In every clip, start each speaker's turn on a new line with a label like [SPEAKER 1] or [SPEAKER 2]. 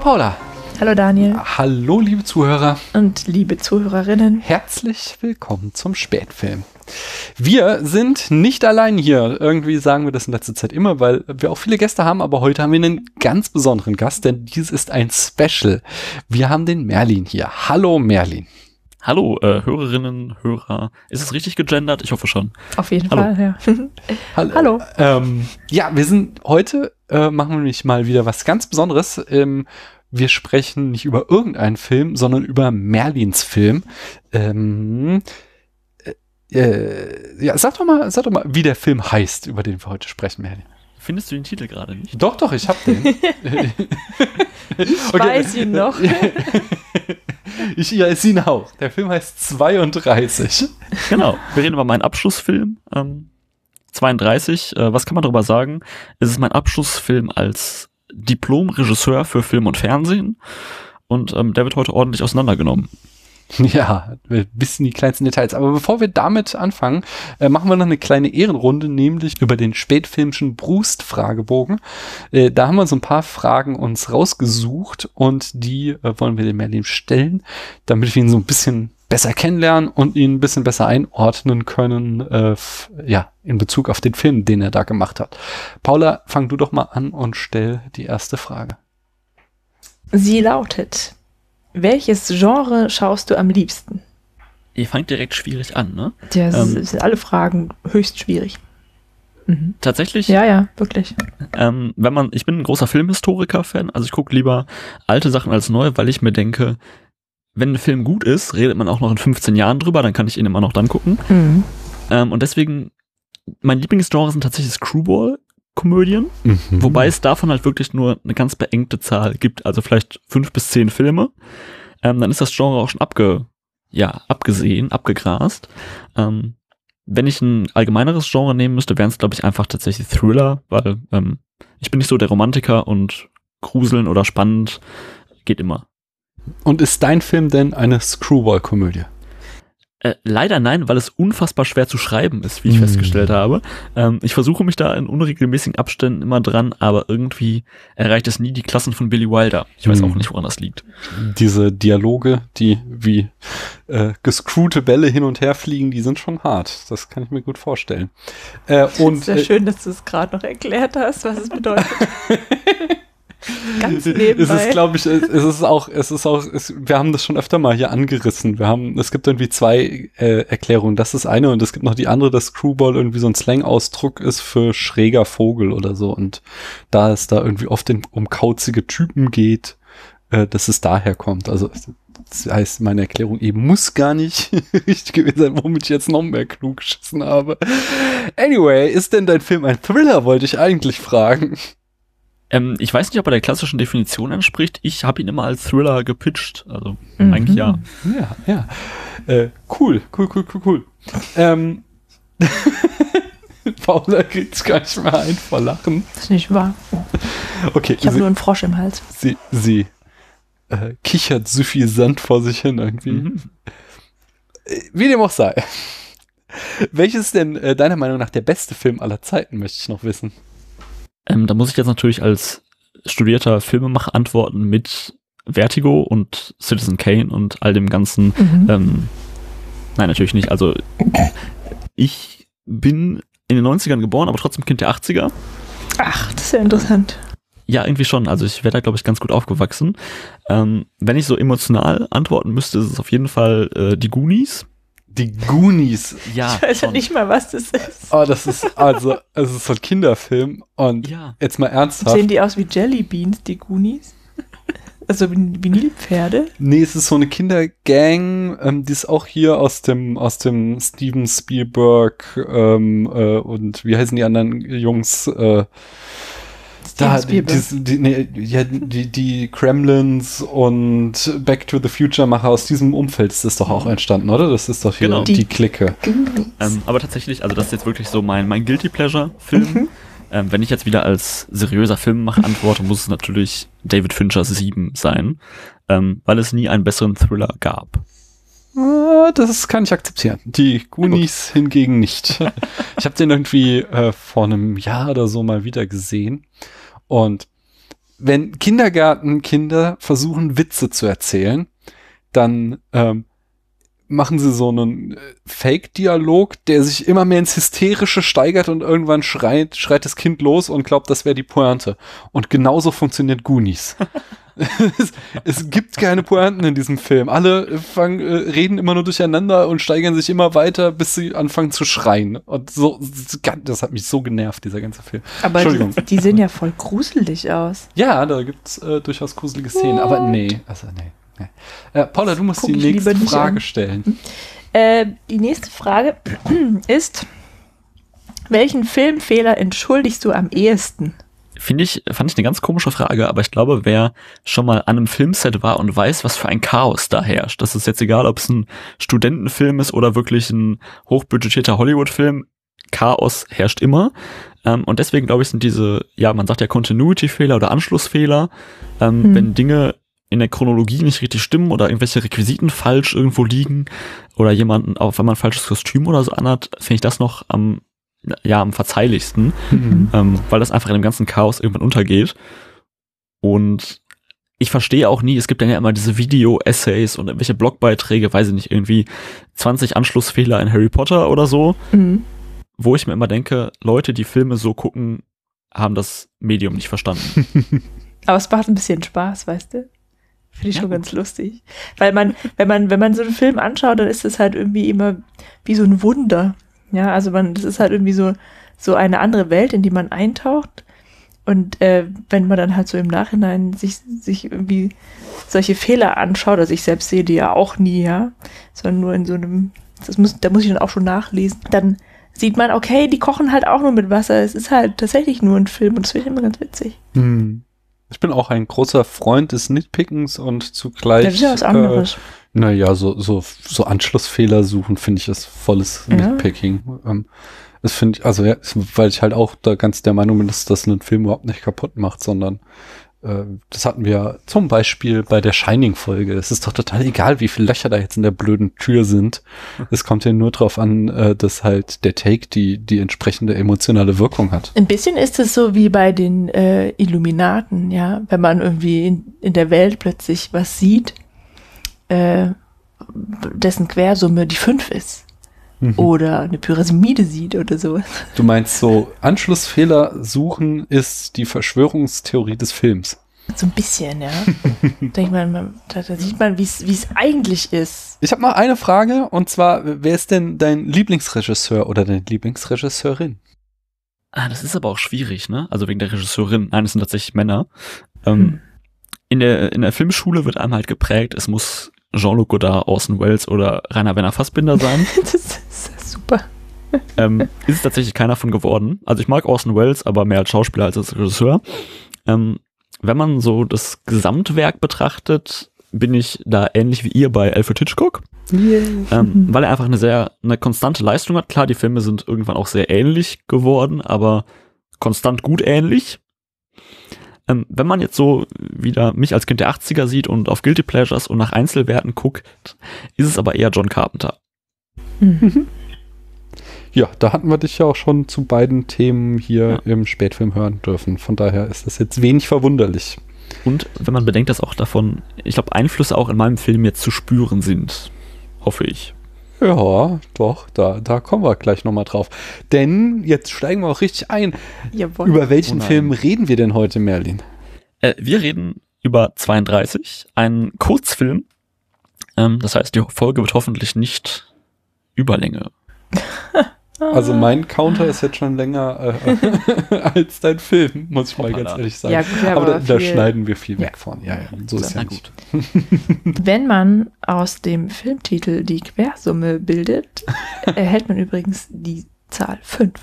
[SPEAKER 1] Paula.
[SPEAKER 2] Hallo Daniel.
[SPEAKER 1] Hallo liebe Zuhörer.
[SPEAKER 2] Und liebe Zuhörerinnen.
[SPEAKER 1] Herzlich willkommen zum Spätfilm. Wir sind nicht allein hier. Irgendwie sagen wir das in letzter Zeit immer, weil wir auch viele Gäste haben, aber heute haben wir einen ganz besonderen Gast, denn dies ist ein Special. Wir haben den Merlin hier. Hallo Merlin.
[SPEAKER 3] Hallo, Hörerinnen, Hörer. Ist es richtig gegendert? Ich hoffe schon.
[SPEAKER 2] Auf jeden Fall, ja.
[SPEAKER 1] Hallo. Ja, wir sind heute, machen wir nämlich mal wieder was ganz Besonderes. Wir sprechen nicht über irgendeinen Film, sondern über Merlins Film. Ja, sag doch mal, wie der Film heißt, über den wir heute sprechen, Merlin.
[SPEAKER 3] Findest du den Titel gerade nicht?
[SPEAKER 1] Doch, ich hab den.
[SPEAKER 2] Ich weiß ihn noch.
[SPEAKER 1] Ich weiß ihn auch. Der Film heißt 32.
[SPEAKER 3] Genau, wir reden über meinen Abschlussfilm. 32, was kann man darüber sagen? Es ist mein Abschlussfilm als Diplom-Regisseur für Film und Fernsehen. Und der wird heute ordentlich auseinandergenommen.
[SPEAKER 1] Ja, bis in die kleinsten Details. Aber bevor wir damit anfangen, machen wir noch eine kleine Ehrenrunde, nämlich über den spätfilmischen Brust-Fragebogen. Da haben wir so ein paar Fragen uns rausgesucht und die wollen wir dem Merlin stellen, damit wir ihn so ein bisschen besser kennenlernen und ihn ein bisschen besser einordnen können, ja, in Bezug auf den Film, den er da gemacht hat. Paula, fang du doch mal an und stell die erste Frage.
[SPEAKER 2] Sie lautet: Welches Genre schaust du am liebsten?
[SPEAKER 3] Ihr fangt direkt schwierig an, ne?
[SPEAKER 2] Das sind alle Fragen höchst schwierig. Mhm.
[SPEAKER 3] Tatsächlich?
[SPEAKER 2] Ja, wirklich.
[SPEAKER 3] Ich bin ein großer Filmhistoriker-Fan, also ich gucke lieber alte Sachen als neue, weil ich mir denke, wenn ein Film gut ist, redet man auch noch in 15 Jahren drüber, dann kann ich ihn immer noch dann gucken. Mhm. Und deswegen, mein Lieblingsgenre sind tatsächlich Screwball-Komödien, wobei es davon halt wirklich nur eine ganz beengte Zahl gibt, also vielleicht 5 bis 10 Filme. Dann ist das Genre auch schon abgegrast. Wenn ich ein allgemeineres Genre nehmen müsste, wären es, glaube ich, einfach tatsächlich Thriller, weil ich bin nicht so der Romantiker und Gruseln oder spannend geht immer.
[SPEAKER 1] Und ist dein Film denn eine Screwball-Komödie?
[SPEAKER 3] Leider nein, weil es unfassbar schwer zu schreiben ist, wie ich festgestellt habe. Ich versuche mich da in unregelmäßigen Abständen immer dran, aber irgendwie erreicht es nie die Klassen von Billy Wilder. Ich weiß auch nicht, woran das liegt.
[SPEAKER 1] Diese Dialoge, die wie gescrewte Bälle hin und her fliegen, die sind schon hart. Das kann ich mir gut vorstellen. Und
[SPEAKER 2] sehr schön, dass du es gerade noch erklärt hast, was es bedeutet. Ganz nebenbei.
[SPEAKER 1] Es ist, glaube ich, wir haben das schon öfter mal hier angerissen. Es gibt irgendwie 2 Erklärungen. Das ist eine und es gibt noch die andere, dass Screwball irgendwie so ein Slang-Ausdruck ist für schräger Vogel oder so. Und da es da irgendwie oft um kauzige Typen geht, dass es daher kommt. Also das heißt, meine Erklärung eben muss gar nicht richtig gewesen sein, womit ich jetzt noch mehr klug geschissen habe. Anyway, ist denn dein Film ein Thriller, wollte ich eigentlich fragen.
[SPEAKER 3] Ich weiß nicht, ob er der klassischen Definition entspricht. Ich habe ihn immer als Thriller gepitcht. Also eigentlich ja.
[SPEAKER 1] Ja. Cool. Paula kriegt gar nicht mehr ein vor Lachen.
[SPEAKER 2] Das ist nicht wahr.
[SPEAKER 1] Okay.
[SPEAKER 2] Ich habe nur einen Frosch im Hals.
[SPEAKER 1] Sie kichert suffisant vor sich hin irgendwie. Wie dem auch sei. Welches ist denn deiner Meinung nach der beste Film aller Zeiten, möchte ich noch wissen.
[SPEAKER 3] Da muss ich jetzt natürlich als studierter Filmemacher antworten mit Vertigo und Citizen Kane und all dem Ganzen. Nein, natürlich nicht. Also ich bin in den 90ern geboren, aber trotzdem Kind der 80er.
[SPEAKER 2] Ach, das ist ja interessant.
[SPEAKER 3] Ja, irgendwie schon. Also ich wäre da, glaube ich, ganz gut aufgewachsen. Wenn ich so emotional antworten müsste, ist es auf jeden Fall die Goonies.
[SPEAKER 1] Die Goonies.
[SPEAKER 3] Ja.
[SPEAKER 2] Ich weiß ja nicht mal, was das ist.
[SPEAKER 1] Oh, das ist es ist so ein Kinderfilm und jetzt mal ernsthaft.
[SPEAKER 2] Sehen die aus wie Jellybeans, die Goonies? Also wie Nilpferde?
[SPEAKER 1] Nee, es ist so eine Kindergang, die ist auch hier aus dem Steven Spielberg und wie heißen die anderen Jungs? Die Kremlins und Back to the Future Macher aus diesem Umfeld ist das doch auch entstanden, oder? Das ist doch hier die Clique.
[SPEAKER 3] Aber tatsächlich, also das ist jetzt wirklich so mein Guilty Pleasure Film. Wenn ich jetzt wieder als seriöser Filmemacher antworte, muss es natürlich David Finchers 7 sein, weil es nie einen besseren Thriller gab.
[SPEAKER 1] Das kann ich akzeptieren. Die Goonies hingegen nicht. Ich habe den irgendwie vor einem Jahr oder so mal wieder gesehen und wenn Kindergartenkinder versuchen, Witze zu erzählen, dann machen sie so einen Fake-Dialog, der sich immer mehr ins Hysterische steigert und irgendwann schreit das Kind los und glaubt, das wäre die Pointe. Und genauso funktioniert Goonies. Es gibt keine Pointen in diesem Film. Alle reden immer nur durcheinander und steigern sich immer weiter, bis sie anfangen zu schreien. Und so, das hat mich so genervt, dieser ganze Film.
[SPEAKER 2] Aber die sehen ja voll gruselig aus.
[SPEAKER 1] Ja, da gibt's durchaus gruselige Szenen, aber nee. Paula, du musst die nächste Frage stellen.
[SPEAKER 2] Die nächste Frage ist: Welchen Filmfehler entschuldigst du am ehesten?
[SPEAKER 3] Fand ich eine ganz komische Frage, aber ich glaube, wer schon mal an einem Filmset war und weiß, was für ein Chaos da herrscht, das ist jetzt egal, ob es ein Studentenfilm ist oder wirklich ein hochbudgetierter Hollywood-Film, Chaos herrscht immer. Und deswegen, glaube ich, sind diese, ja, man sagt ja Continuity-Fehler oder Anschlussfehler, wenn Dinge in der Chronologie nicht richtig stimmen oder irgendwelche Requisiten falsch irgendwo liegen oder jemanden, auch wenn man ein falsches Kostüm oder so anhat, finde ich das noch am verzeihlichsten, weil das einfach in dem ganzen Chaos irgendwann untergeht. Und ich verstehe auch nie, es gibt dann ja immer diese Video-Essays und irgendwelche Blogbeiträge, weiß ich nicht, irgendwie 20 Anschlussfehler in Harry Potter oder so, wo ich mir immer denke, Leute, die Filme so gucken, haben das Medium nicht verstanden.
[SPEAKER 2] Aber es macht ein bisschen Spaß, weißt du? Finde ich schon ganz lustig. Weil wenn man so einen Film anschaut, dann ist es halt irgendwie immer wie so ein Wunder. Ja, also das ist halt irgendwie so eine andere Welt, in die man eintaucht. Und wenn man dann halt so im Nachhinein sich irgendwie solche Fehler anschaut, also ich selbst sehe die ja auch nie, ja, sondern nur in so einem, da muss ich dann auch schon nachlesen, dann sieht man, okay, die kochen halt auch nur mit Wasser. Es ist halt tatsächlich nur ein Film und das finde ich immer ganz witzig.
[SPEAKER 1] Ich bin auch ein großer Freund des Nitpickens und zugleich.
[SPEAKER 2] Das ist ja was anderes.
[SPEAKER 1] Naja, so Anschlussfehler suchen, finde ich, ist volles Nitpicking. Das finde ich, also ja, weil ich halt auch da ganz der Meinung bin, dass das einen Film überhaupt nicht kaputt macht, sondern das hatten wir zum Beispiel bei der Shining-Folge. Es ist doch total egal, wie viele Löcher da jetzt in der blöden Tür sind. Es kommt ja nur drauf an, dass halt der Take die entsprechende emotionale Wirkung hat.
[SPEAKER 2] Ein bisschen ist es so wie bei den Illuminaten, ja, wenn man irgendwie in der Welt plötzlich was sieht, dessen Quersumme die 5 ist. Oder eine Pyramide sieht oder so.
[SPEAKER 1] Du meinst so, Anschlussfehler suchen ist die Verschwörungstheorie des Films.
[SPEAKER 2] So ein bisschen, ja. Da sieht man, wie es eigentlich ist.
[SPEAKER 1] Ich habe mal eine Frage, und zwar, wer ist denn dein Lieblingsregisseur oder deine Lieblingsregisseurin?
[SPEAKER 3] Das ist aber auch schwierig, ne? Also wegen der Regisseurin. Nein, es sind tatsächlich Männer. In der Filmschule wird einem halt geprägt, es muss Jean-Luc Godard, Orson Welles oder Rainer Werner Fassbinder sein.
[SPEAKER 2] Das ist super.
[SPEAKER 3] Ist es tatsächlich keiner von geworden. Also ich mag Orson Welles, aber mehr als Schauspieler als als Regisseur. Wenn man so das Gesamtwerk betrachtet, bin ich da ähnlich wie ihr bei Alfred Hitchcock. Weil er einfach eine konstante Leistung hat. Klar, die Filme sind irgendwann auch sehr ähnlich geworden, aber konstant gut ähnlich. Wenn man jetzt so wieder mich als Kind der 80er sieht und auf Guilty Pleasures und nach Einzelwerten guckt, ist es aber eher John Carpenter.
[SPEAKER 1] Ja, da hatten wir dich ja auch schon zu beiden Themen hier im Spätfilm hören dürfen. Von daher ist das jetzt wenig verwunderlich.
[SPEAKER 3] Und wenn man bedenkt, dass auch davon, ich glaube, Einflüsse auch in meinem Film jetzt zu spüren sind. Hoffe ich.
[SPEAKER 1] Ja, doch, da kommen wir gleich nochmal drauf. Denn jetzt steigen wir auch richtig ein.
[SPEAKER 2] Jawohl.
[SPEAKER 1] Über welchen Film reden wir denn heute, Merlin?
[SPEAKER 3] Wir reden über 32, einen Kurzfilm. Das heißt, die Folge wird hoffentlich nicht Überlänge.
[SPEAKER 1] Also mein Counter ist jetzt schon länger als dein Film, muss ich mal ganz ehrlich sagen.
[SPEAKER 2] Ja, gut,
[SPEAKER 1] aber da schneiden wir viel weg von. Ja, so ist ja
[SPEAKER 3] gut.
[SPEAKER 2] Wenn man aus dem Filmtitel die Quersumme bildet, erhält man übrigens die Zahl 5.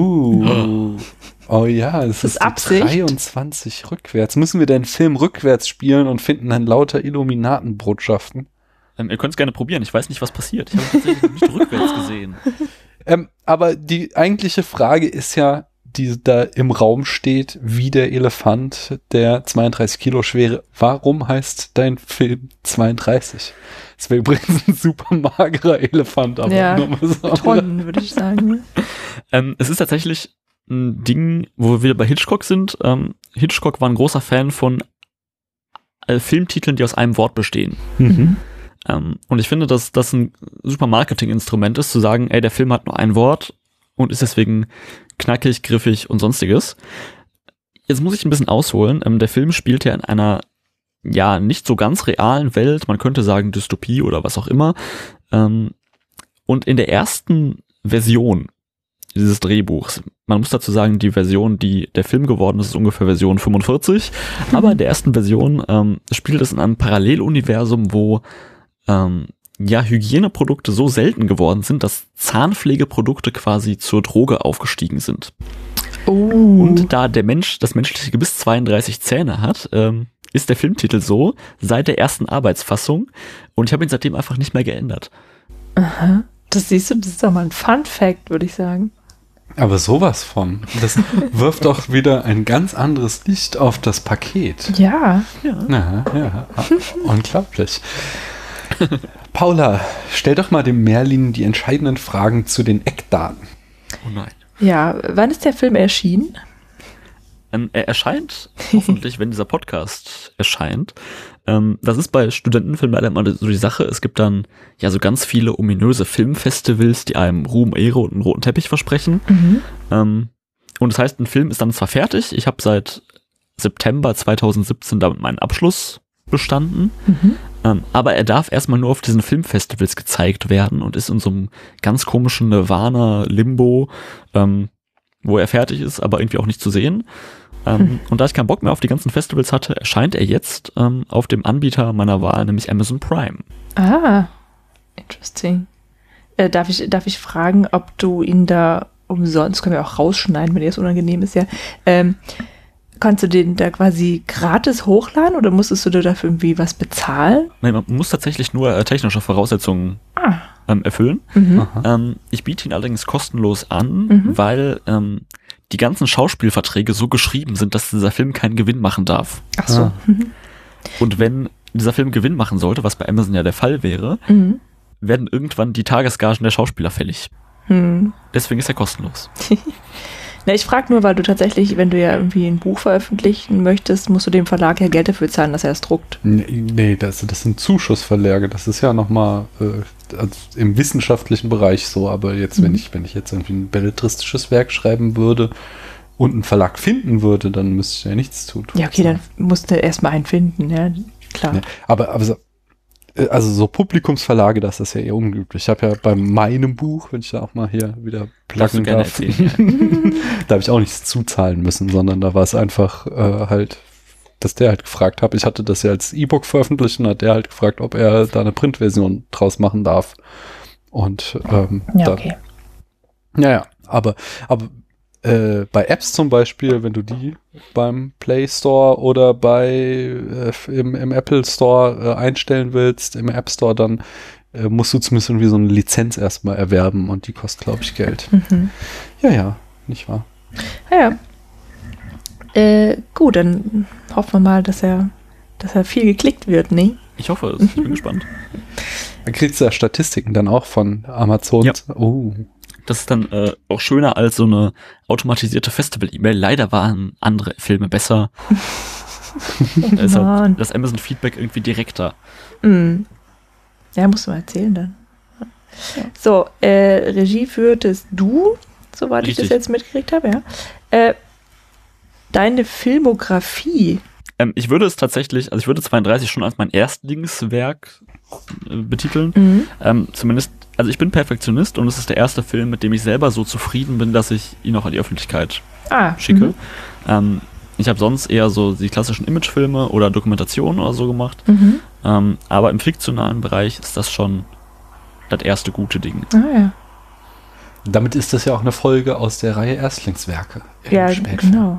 [SPEAKER 1] Oh ja, es ist Absicht. 23 rückwärts. Müssen wir den Film rückwärts spielen und finden dann lauter Illuminatenbotschaften?
[SPEAKER 3] Ihr könnt es gerne probieren. Ich weiß nicht, was passiert. Ich habe tatsächlich nicht rückwärts gesehen.
[SPEAKER 1] Aber die eigentliche Frage ist ja, die da im Raum steht, wie der Elefant, der 32 Kilo schwere. Warum heißt dein Film 32? Das wäre übrigens ein super magerer Elefant, aber
[SPEAKER 2] ja,
[SPEAKER 1] nur mal so.
[SPEAKER 2] Tonnen, würde ich sagen.
[SPEAKER 3] Es ist tatsächlich ein Ding, wo wir wieder bei Hitchcock sind. Hitchcock war ein großer Fan von Filmtiteln, die aus einem Wort bestehen.
[SPEAKER 1] Mhm.
[SPEAKER 3] Und ich finde, dass das ein super Marketinginstrument ist, zu sagen, ey, der Film hat nur ein Wort und ist deswegen knackig, griffig und sonstiges. Jetzt muss ich ein bisschen ausholen. Der Film spielt ja in einer, ja, nicht so ganz realen Welt, man könnte sagen Dystopie oder was auch immer. Und in der ersten Version dieses Drehbuchs, man muss dazu sagen, die Version, die der Film geworden ist ungefähr Version 45, aber in der ersten Version spielt es in einem Paralleluniversum, wo Hygieneprodukte so selten geworden sind, dass Zahnpflegeprodukte quasi zur Droge aufgestiegen sind. Und da das menschliche Gebiss 32 Zähne hat, ist der Filmtitel so seit der ersten Arbeitsfassung und ich habe ihn seitdem einfach nicht mehr geändert.
[SPEAKER 2] Aha. Das siehst du, das ist doch mal ein Fun-Fact, würde ich sagen.
[SPEAKER 1] Aber sowas von. Das wirft doch wieder ein ganz anderes Licht auf das Paket.
[SPEAKER 2] Ja.
[SPEAKER 1] Ja. Unglaublich. Paula, stell doch mal dem Merlin die entscheidenden Fragen zu den Eckdaten.
[SPEAKER 3] Oh nein.
[SPEAKER 2] Ja, wann ist der Film erschienen?
[SPEAKER 3] Er erscheint, hoffentlich, wenn dieser Podcast erscheint. Das ist bei Studentenfilmen leider immer so die Sache. Es gibt dann ja so ganz viele ominöse Filmfestivals, die einem Ruhm, Ehre und einen roten Teppich versprechen. Und das heißt, ein Film ist dann zwar fertig. Ich habe seit September 2017 damit meinen Abschluss bestanden. Aber er darf erstmal nur auf diesen Filmfestivals gezeigt werden und ist in so einem ganz komischen Nirvana-Limbo, wo er fertig ist, aber irgendwie auch nicht zu sehen. Und da ich keinen Bock mehr auf die ganzen Festivals hatte, erscheint er jetzt auf dem Anbieter meiner Wahl, nämlich Amazon Prime.
[SPEAKER 2] Ah, interesting. Darf ich fragen, ob du ihn da umsonst, können wir auch rausschneiden, wenn dir das unangenehm ist, ja, kannst du den da quasi gratis hochladen oder musstest du da dafür irgendwie was bezahlen?
[SPEAKER 3] Nein, man muss tatsächlich nur technische Voraussetzungen erfüllen. Ich biete ihn allerdings kostenlos an, weil die ganzen Schauspielverträge so geschrieben sind, dass dieser Film keinen Gewinn machen darf.
[SPEAKER 2] Ach so.
[SPEAKER 3] Und wenn dieser Film Gewinn machen sollte, was bei Amazon ja der Fall wäre, werden irgendwann die Tagesgagen der Schauspieler fällig. Deswegen ist er kostenlos.
[SPEAKER 2] Na, ich frage nur, weil du tatsächlich, wenn du ja irgendwie ein Buch veröffentlichen möchtest, musst du dem Verlag ja Geld dafür zahlen, dass er es druckt.
[SPEAKER 1] Nee, das sind Zuschussverlage. Das ist ja nochmal im wissenschaftlichen Bereich so. Aber jetzt, wenn ich jetzt irgendwie ein belletristisches Werk schreiben würde und einen Verlag finden würde, dann müsste ich ja nichts tun.
[SPEAKER 2] Ja, okay, dann musst du erstmal einen finden, ja, klar.
[SPEAKER 1] Nee, aber so Publikumsverlage, das ist ja eher unglücklich. Ich habe ja bei meinem Buch, wenn ich da auch mal hier wieder pluggen darf, da habe ich auch nichts zuzahlen müssen, sondern da war es einfach halt, dass der halt gefragt hat, ich hatte das ja als E-Book veröffentlicht und hat der halt gefragt, ob er da eine Printversion draus machen darf. Und
[SPEAKER 2] okay.
[SPEAKER 1] Ja, aber bei Apps zum Beispiel, wenn du die beim Play Store oder im Apple Store einstellen willst, im App Store, dann musst du zumindest irgendwie so eine Lizenz erstmal erwerben und die kostet, glaube ich, Geld. Ja, nicht wahr?
[SPEAKER 2] Ja. Gut, dann hoffen wir mal, dass er viel geklickt wird, ne?
[SPEAKER 3] Ich hoffe es, ich bin gespannt.
[SPEAKER 1] Dann kriegst du ja Statistiken dann auch von Amazon.
[SPEAKER 3] Ja.
[SPEAKER 1] Oh.
[SPEAKER 3] Das ist dann auch schöner als so eine automatisierte Festival-E-Mail. Leider waren andere Filme besser. Deshalb das Amazon-Feedback irgendwie direkter.
[SPEAKER 2] Ja, musst du mal erzählen dann. Ja. So, Regie führtest du, soweit ich das jetzt mitgekriegt habe, ja. Deine Filmografie.
[SPEAKER 3] Ich würde es tatsächlich, also ich würde 32 schon als mein Erstlingswerk betiteln. Zumindest, also ich bin Perfektionist und es ist der erste Film, mit dem ich selber so zufrieden bin, dass ich ihn auch an die Öffentlichkeit schicke. Ich habe sonst eher so die klassischen Imagefilme oder Dokumentationen oder so gemacht. Aber im fiktionalen Bereich ist das schon das erste gute Ding.
[SPEAKER 2] Ja.
[SPEAKER 1] Damit ist das ja auch eine Folge aus der Reihe Erstlingswerke.
[SPEAKER 2] Ja, genau.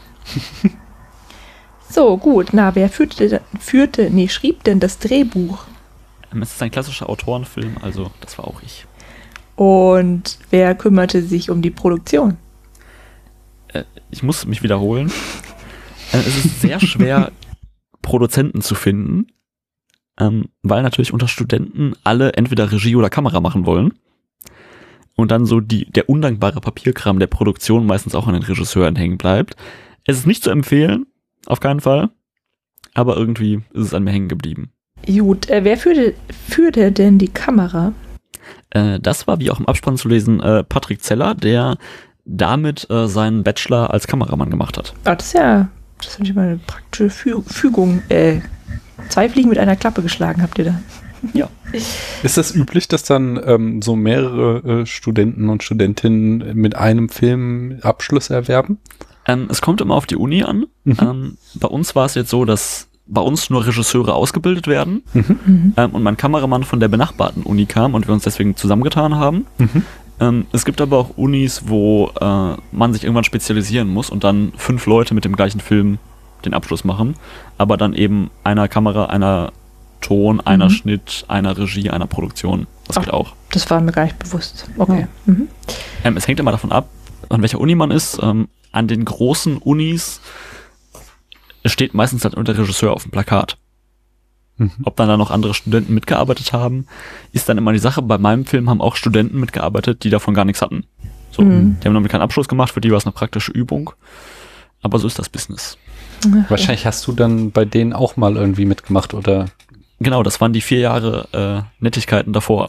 [SPEAKER 2] So, gut. Na, wer schrieb denn das Drehbuch?
[SPEAKER 3] Es ist ein klassischer Autorenfilm, also das war auch ich.
[SPEAKER 2] Und wer kümmerte sich um die Produktion?
[SPEAKER 3] Ich muss mich wiederholen. Es ist sehr schwer, Produzenten zu finden, weil natürlich unter Studenten alle entweder Regie oder Kamera machen wollen. und dann so der undankbare Papierkram der Produktion meistens auch an den Regisseuren hängen bleibt. Es ist nicht zu empfehlen, auf keinen Fall, aber irgendwie ist es an mir hängen geblieben.
[SPEAKER 2] Gut, wer führte denn die Kamera?
[SPEAKER 3] Das war, wie auch im Abspann zu lesen, Patrick Zeller, der damit seinen Bachelor als Kameramann gemacht hat.
[SPEAKER 2] Ah, das finde ich mal eine praktische Fügung. 2 Fliegen mit einer Klappe geschlagen habt ihr da.
[SPEAKER 3] Ja.
[SPEAKER 1] Ist das üblich, dass dann so mehrere Studenten und Studentinnen mit einem Film Abschluss erwerben?
[SPEAKER 3] Es kommt immer auf die Uni an. Bei uns war es jetzt so, dass bei uns nur Regisseure ausgebildet werden und mein Kameramann von der benachbarten Uni kam und wir uns deswegen zusammengetan haben. Es gibt aber auch Unis, wo man sich irgendwann spezialisieren muss und dann 5 Leute mit dem gleichen Film den Abschluss machen, aber dann eben einer Kamera, einer Ton, einer Schnitt, einer Regie, einer Produktion. Das geht auch.
[SPEAKER 2] Das war mir gar nicht bewusst. Okay.
[SPEAKER 3] Es hängt immer davon ab, an welcher Uni man ist. An den großen Unis steht meistens dann der Regisseur auf dem Plakat. Ob dann da noch andere Studenten mitgearbeitet haben, ist dann immer die Sache. Bei meinem Film haben auch Studenten mitgearbeitet, die davon gar nichts hatten. So, die haben damit keinen Abschluss gemacht, für die war es eine praktische Übung. Aber so ist das Business.
[SPEAKER 1] Wahrscheinlich hast du dann bei denen auch mal irgendwie mitgemacht, oder?
[SPEAKER 3] Genau, das waren die 4 Jahre Nettigkeiten davor.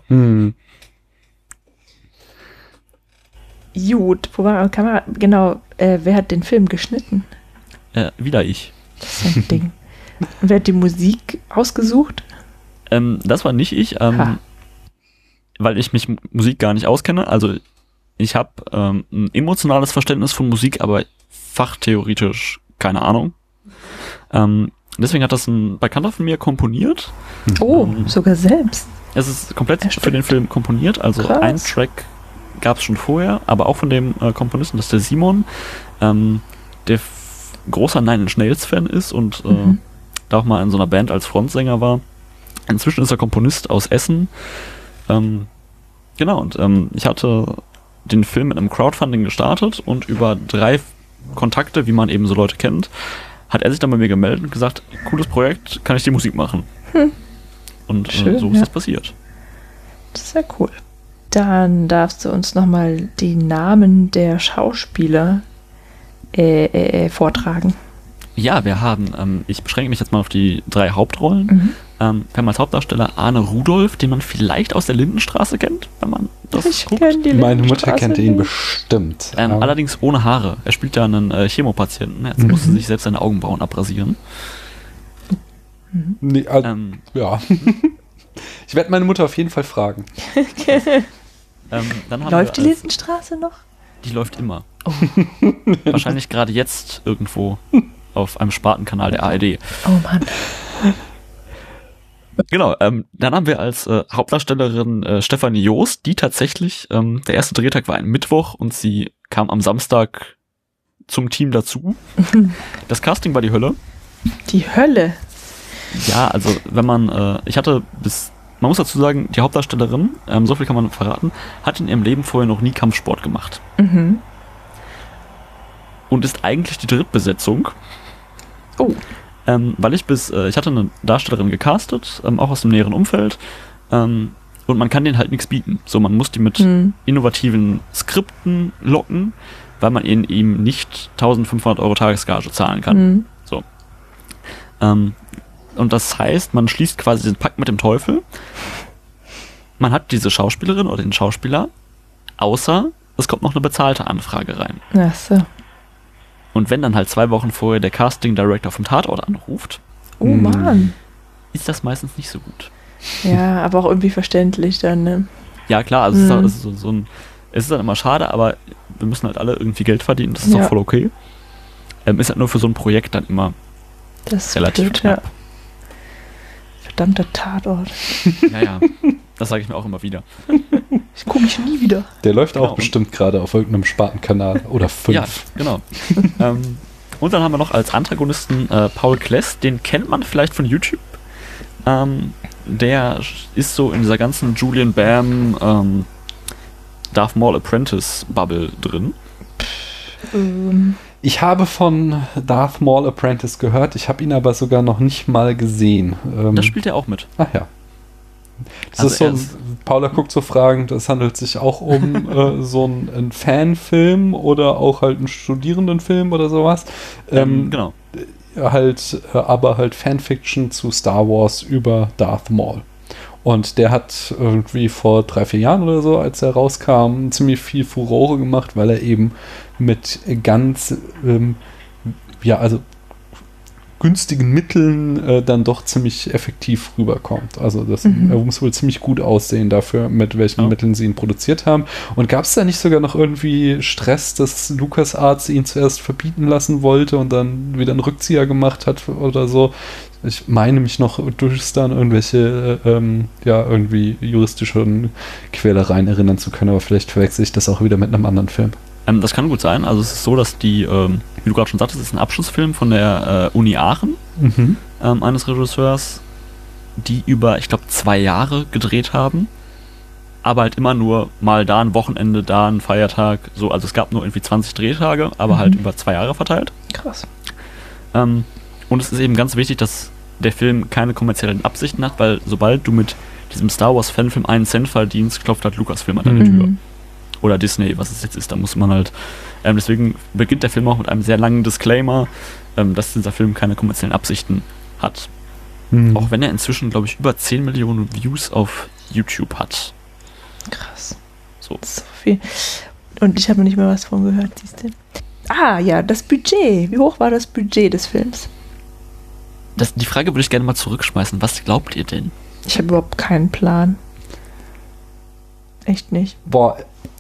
[SPEAKER 2] Gut, wo war eure Kamera? Genau, wer hat den Film geschnitten?
[SPEAKER 3] Wieder ich.
[SPEAKER 2] Das ist ein Ding. Und wer hat die Musik ausgesucht?
[SPEAKER 3] Das war nicht ich, weil ich mich Musik gar nicht auskenne. Also ich habe ein emotionales Verständnis von Musik, aber fachtheoretisch keine Ahnung. Deswegen hat das ein Bekannter von mir komponiert.
[SPEAKER 2] Oh, sogar selbst.
[SPEAKER 3] Es ist komplett für den Film komponiert. Also
[SPEAKER 2] Krass.
[SPEAKER 3] ein Track gab es schon vorher, aber auch von dem Komponisten, das ist der Simon, der großer Nine Inch Nails Fan ist und da auch mal in so einer Band als Frontsänger war. Inzwischen ist er Komponist aus Essen. Genau, und ich hatte den Film mit einem Crowdfunding gestartet und über 3 Kontakte, wie man eben so Leute kennt, hat er sich dann bei mir gemeldet und gesagt, cooles Projekt, kann ich die Musik machen? Und
[SPEAKER 2] Schön,
[SPEAKER 3] so ist das passiert.
[SPEAKER 2] Das ist sehr cool. Dann darfst du uns nochmal die Namen der Schauspieler vortragen.
[SPEAKER 3] Ja, wir haben, ich beschränke mich jetzt mal auf die 3 Hauptrollen. Wir haben als Hauptdarsteller Arne Rudolph, den man vielleicht aus der Lindenstraße kennt, wenn man das guckt.
[SPEAKER 1] Meine Mutter kennt ihn bestimmt.
[SPEAKER 3] Allerdings ohne Haare. Er spielt da einen Chemopatienten. Jetzt musste sich selbst seine Augenbrauen abrasieren.
[SPEAKER 1] Nee, ja. Ich werde meine Mutter auf jeden Fall fragen.
[SPEAKER 3] Dann haben
[SPEAKER 2] Läuft die Lindenstraße noch?
[SPEAKER 3] Die läuft immer. Oh. Wahrscheinlich gerade jetzt irgendwo auf einem Spartenkanal der ARD.
[SPEAKER 2] Oh Mann.
[SPEAKER 3] Genau, dann haben wir als Hauptdarstellerin Stefanie Joost, die tatsächlich, der erste Drehtag war ein Mittwoch und sie kam am Samstag zum Team dazu. Das Casting war die Hölle.
[SPEAKER 2] Die Hölle?
[SPEAKER 3] Ja, also wenn man, man muss dazu sagen, die Hauptdarstellerin, so viel kann man verraten, hat in ihrem Leben vorher noch nie Kampfsport gemacht. Und ist eigentlich die Drittbesetzung.
[SPEAKER 2] Oh.
[SPEAKER 3] Weil ich hatte eine Darstellerin gecastet, auch aus dem näheren Umfeld, und man kann denen halt nichts bieten. So, man muss die mit innovativen Skripten locken, weil man ihm nicht 1.500 € Tagesgage zahlen kann. So. Und das heißt, man schließt quasi den Pakt mit dem Teufel. Man hat diese Schauspielerin oder den Schauspieler, außer es kommt noch eine bezahlte Anfrage rein.
[SPEAKER 2] Ach so.
[SPEAKER 3] Und wenn dann halt 2 Wochen vorher der Casting Director vom Tatort anruft,
[SPEAKER 2] oh Mann,
[SPEAKER 3] ist das meistens nicht so gut.
[SPEAKER 2] Ja, aber auch irgendwie verständlich dann, ne?
[SPEAKER 3] Ja, klar, also es ist dann immer schade, aber wir müssen halt alle irgendwie Geld verdienen, das ist auch voll okay. Ist halt nur für so ein Projekt dann immer
[SPEAKER 2] das
[SPEAKER 3] relativ
[SPEAKER 2] blöd,
[SPEAKER 3] knapp.
[SPEAKER 2] Ja. Verdammter Tatort.
[SPEAKER 3] Ja, das sage ich mir auch immer wieder.
[SPEAKER 2] Ich gucke mich nie wieder.
[SPEAKER 1] Der läuft auch bestimmt gerade auf irgendeinem Spartenkanal oder 5.
[SPEAKER 3] Ja, genau. Und dann haben wir noch als Antagonisten Paul Kless, den kennt man vielleicht von YouTube. Der ist so in dieser ganzen Julian Bam Darth Maul Apprentice Bubble drin.
[SPEAKER 1] Ich habe von Darth Maul Apprentice gehört, ich habe ihn aber sogar noch nicht mal gesehen.
[SPEAKER 3] Da spielt er auch mit.
[SPEAKER 1] Ach ja. Das ist so Paula guckt so fragend, es handelt sich auch um so einen Fanfilm oder auch halt einen Studierendenfilm oder sowas.
[SPEAKER 3] Genau.
[SPEAKER 1] Aber halt Fanfiction zu Star Wars über Darth Maul. Und der hat irgendwie vor 3-4 Jahren oder so, als er rauskam, ziemlich viel Furore gemacht, weil er eben mit ganz, also günstigen Mitteln dann doch ziemlich effektiv rüberkommt. Also er muss wohl ziemlich gut aussehen dafür, mit welchen Mitteln sie ihn produziert haben. Und gab es da nicht sogar noch irgendwie Stress, dass LucasArts ihn zuerst verbieten lassen wollte und dann wieder einen Rückzieher gemacht hat oder so? Ich meine mich noch durchstan irgendwelche irgendwie juristischen Quälereien erinnern zu können, aber vielleicht verwechsel ich das auch wieder mit einem anderen Film.
[SPEAKER 3] Das kann gut sein. Also es ist so, dass wie du gerade schon sagtest, es ist ein Abschlussfilm von der Uni Aachen, eines Regisseurs, die über, ich glaube, 2 Jahre gedreht haben, aber halt immer nur mal da ein Wochenende, da ein Feiertag, so, also es gab nur irgendwie 20 Drehtage, aber halt über 2 Jahre verteilt.
[SPEAKER 2] Krass.
[SPEAKER 3] Und es ist eben ganz wichtig, dass der Film keine kommerziellen Absichten hat, weil sobald du mit diesem Star Wars Fanfilm 1 Cent verdienst, klopft halt Lucasfilm an deine Tür. Oder Disney, was es jetzt ist, da muss man halt, deswegen beginnt der Film auch mit einem sehr langen Disclaimer, dass dieser Film keine kommerziellen Absichten hat. Auch wenn er inzwischen, glaube ich, über 10 Millionen Views auf YouTube hat.
[SPEAKER 2] Krass.
[SPEAKER 3] So
[SPEAKER 2] viel. Und ich habe noch nicht mal was von gehört, siehst du. Ah, ja, das Budget. Wie hoch war das Budget des Films?
[SPEAKER 3] Die Frage würde ich gerne mal zurückschmeißen. Was glaubt ihr denn?
[SPEAKER 2] Ich habe überhaupt keinen Plan. Echt nicht.
[SPEAKER 1] Boah.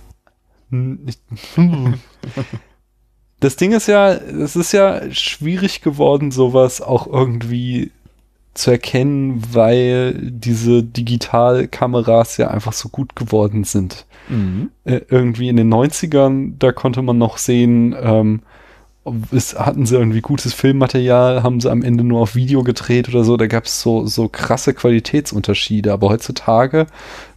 [SPEAKER 1] Das Ding ist ja, es ist ja schwierig geworden, sowas auch irgendwie zu erkennen, weil diese Digitalkameras ja einfach so gut geworden sind. Irgendwie in den 90ern, da konnte man noch sehen, hatten sie irgendwie gutes Filmmaterial, haben sie am Ende nur auf Video gedreht oder so, da gab es so krasse Qualitätsunterschiede, aber heutzutage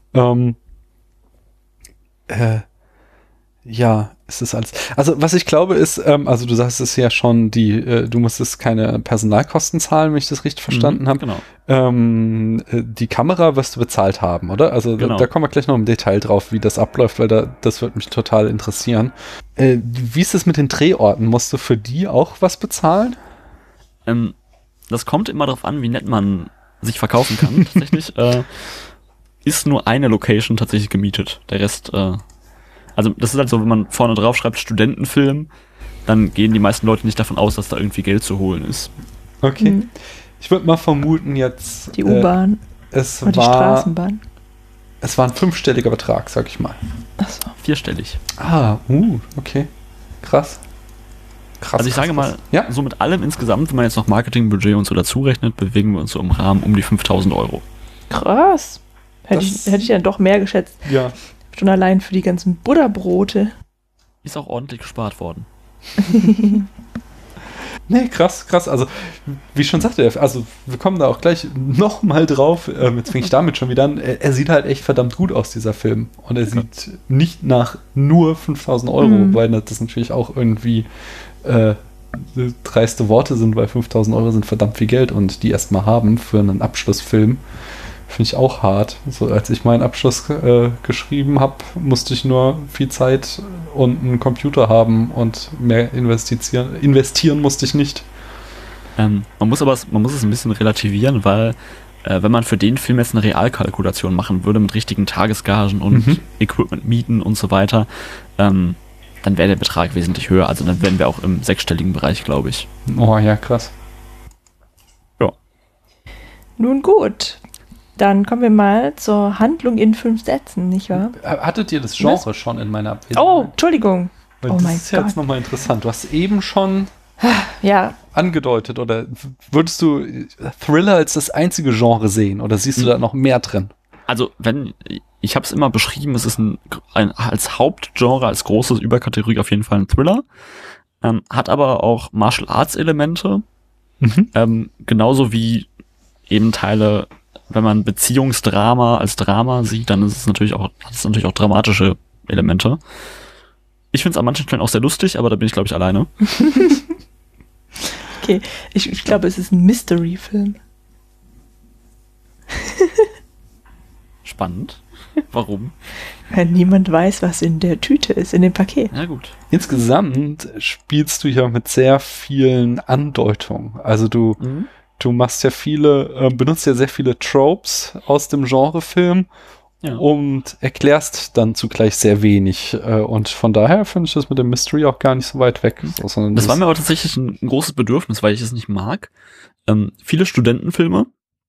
[SPEAKER 1] ja, ist das alles. Also, was ich glaube ist, also du sagst es ja schon, du musstest keine Personalkosten zahlen, wenn ich das richtig verstanden habe.
[SPEAKER 3] Genau.
[SPEAKER 1] Die Kamera wirst du bezahlt haben, oder? Also
[SPEAKER 3] genau.
[SPEAKER 1] Da kommen wir gleich noch im Detail drauf, wie das abläuft, weil das wird mich total interessieren. Wie ist es mit den Drehorten? Musst du für die auch was bezahlen?
[SPEAKER 3] Das kommt immer darauf an, wie nett man sich verkaufen kann. Tatsächlich ist nur eine Location tatsächlich gemietet. Der Rest also das ist halt so, wenn man vorne drauf schreibt Studentenfilm, dann gehen die meisten Leute nicht davon aus, dass da irgendwie Geld zu holen ist.
[SPEAKER 1] Okay. Ich würde mal vermuten jetzt...
[SPEAKER 2] Die U-Bahn
[SPEAKER 1] oder
[SPEAKER 2] die Straßenbahn.
[SPEAKER 1] Es war ein 5-stelliger Betrag, sag ich mal.
[SPEAKER 2] Achso.
[SPEAKER 3] 4-stellig.
[SPEAKER 1] Okay. Krass.
[SPEAKER 3] Also ich sage mal, so mit allem insgesamt, wenn man jetzt noch Marketingbudget und so dazu rechnet, bewegen wir uns so im Rahmen um die 5.000 Euro.
[SPEAKER 2] Krass. Hätte ich dann doch mehr geschätzt.
[SPEAKER 1] Ja.
[SPEAKER 2] Schon allein für die ganzen Butterbrote.
[SPEAKER 3] Ist auch ordentlich gespart worden.
[SPEAKER 1] Nee, krass. Also, wie ich schon sagte, also wir kommen da auch gleich nochmal drauf. Jetzt fänge ich damit schon wieder an. Er sieht halt echt verdammt gut aus, dieser Film. Und er sieht nicht nach nur 5.000 Euro, weil das natürlich auch irgendwie dreiste Worte sind, weil 5.000 Euro sind verdammt viel Geld und die erstmal haben für einen Abschlussfilm. Finde ich auch hart. So, als ich meinen Abschluss geschrieben habe, musste ich nur viel Zeit und einen Computer haben und mehr investieren musste ich nicht.
[SPEAKER 3] Man muss es ein bisschen relativieren, weil wenn man für den Film jetzt eine Realkalkulation machen würde mit richtigen Tagesgagen und Equipment mieten und so weiter, dann wäre der Betrag wesentlich höher. Also dann wären wir auch im 6-stelligen Bereich, glaube ich.
[SPEAKER 1] Oh ja, krass.
[SPEAKER 2] Ja. Nun gut. Dann kommen wir mal zur Handlung in 5 Sätzen, nicht wahr?
[SPEAKER 1] Hattet ihr das Genre schon in meiner Abwesenheit?
[SPEAKER 2] Oh, Entschuldigung.
[SPEAKER 1] Weil das ist jetzt nochmal interessant. Du hast eben schon angedeutet, oder würdest du Thriller als das einzige Genre sehen oder siehst du da noch mehr drin?
[SPEAKER 3] Also ich habe es immer beschrieben, es ist als Hauptgenre, als große Überkategorie auf jeden Fall ein Thriller, hat aber auch Martial Arts Elemente, genauso wie eben Teile. Wenn man Beziehungsdrama als Drama sieht, dann hat es natürlich auch dramatische Elemente. Ich finde es an manchen Stellen auch sehr lustig, aber da bin ich, glaube ich, alleine.
[SPEAKER 2] Okay, ich glaube, es ist ein Mystery-Film.
[SPEAKER 3] spannend. Warum?
[SPEAKER 2] Weil niemand weiß, was in der Tüte ist, in dem Paket.
[SPEAKER 3] Ja, gut.
[SPEAKER 1] Insgesamt spielst du ja mit sehr vielen Andeutungen. Also du machst ja benutzt ja sehr viele Tropes aus dem Genrefilm und erklärst dann zugleich sehr wenig. Und von daher finde ich das mit dem Mystery auch gar nicht so weit weg. Sondern
[SPEAKER 3] Das war mir aber tatsächlich ein großes Bedürfnis, weil ich es nicht mag. Viele Studentenfilme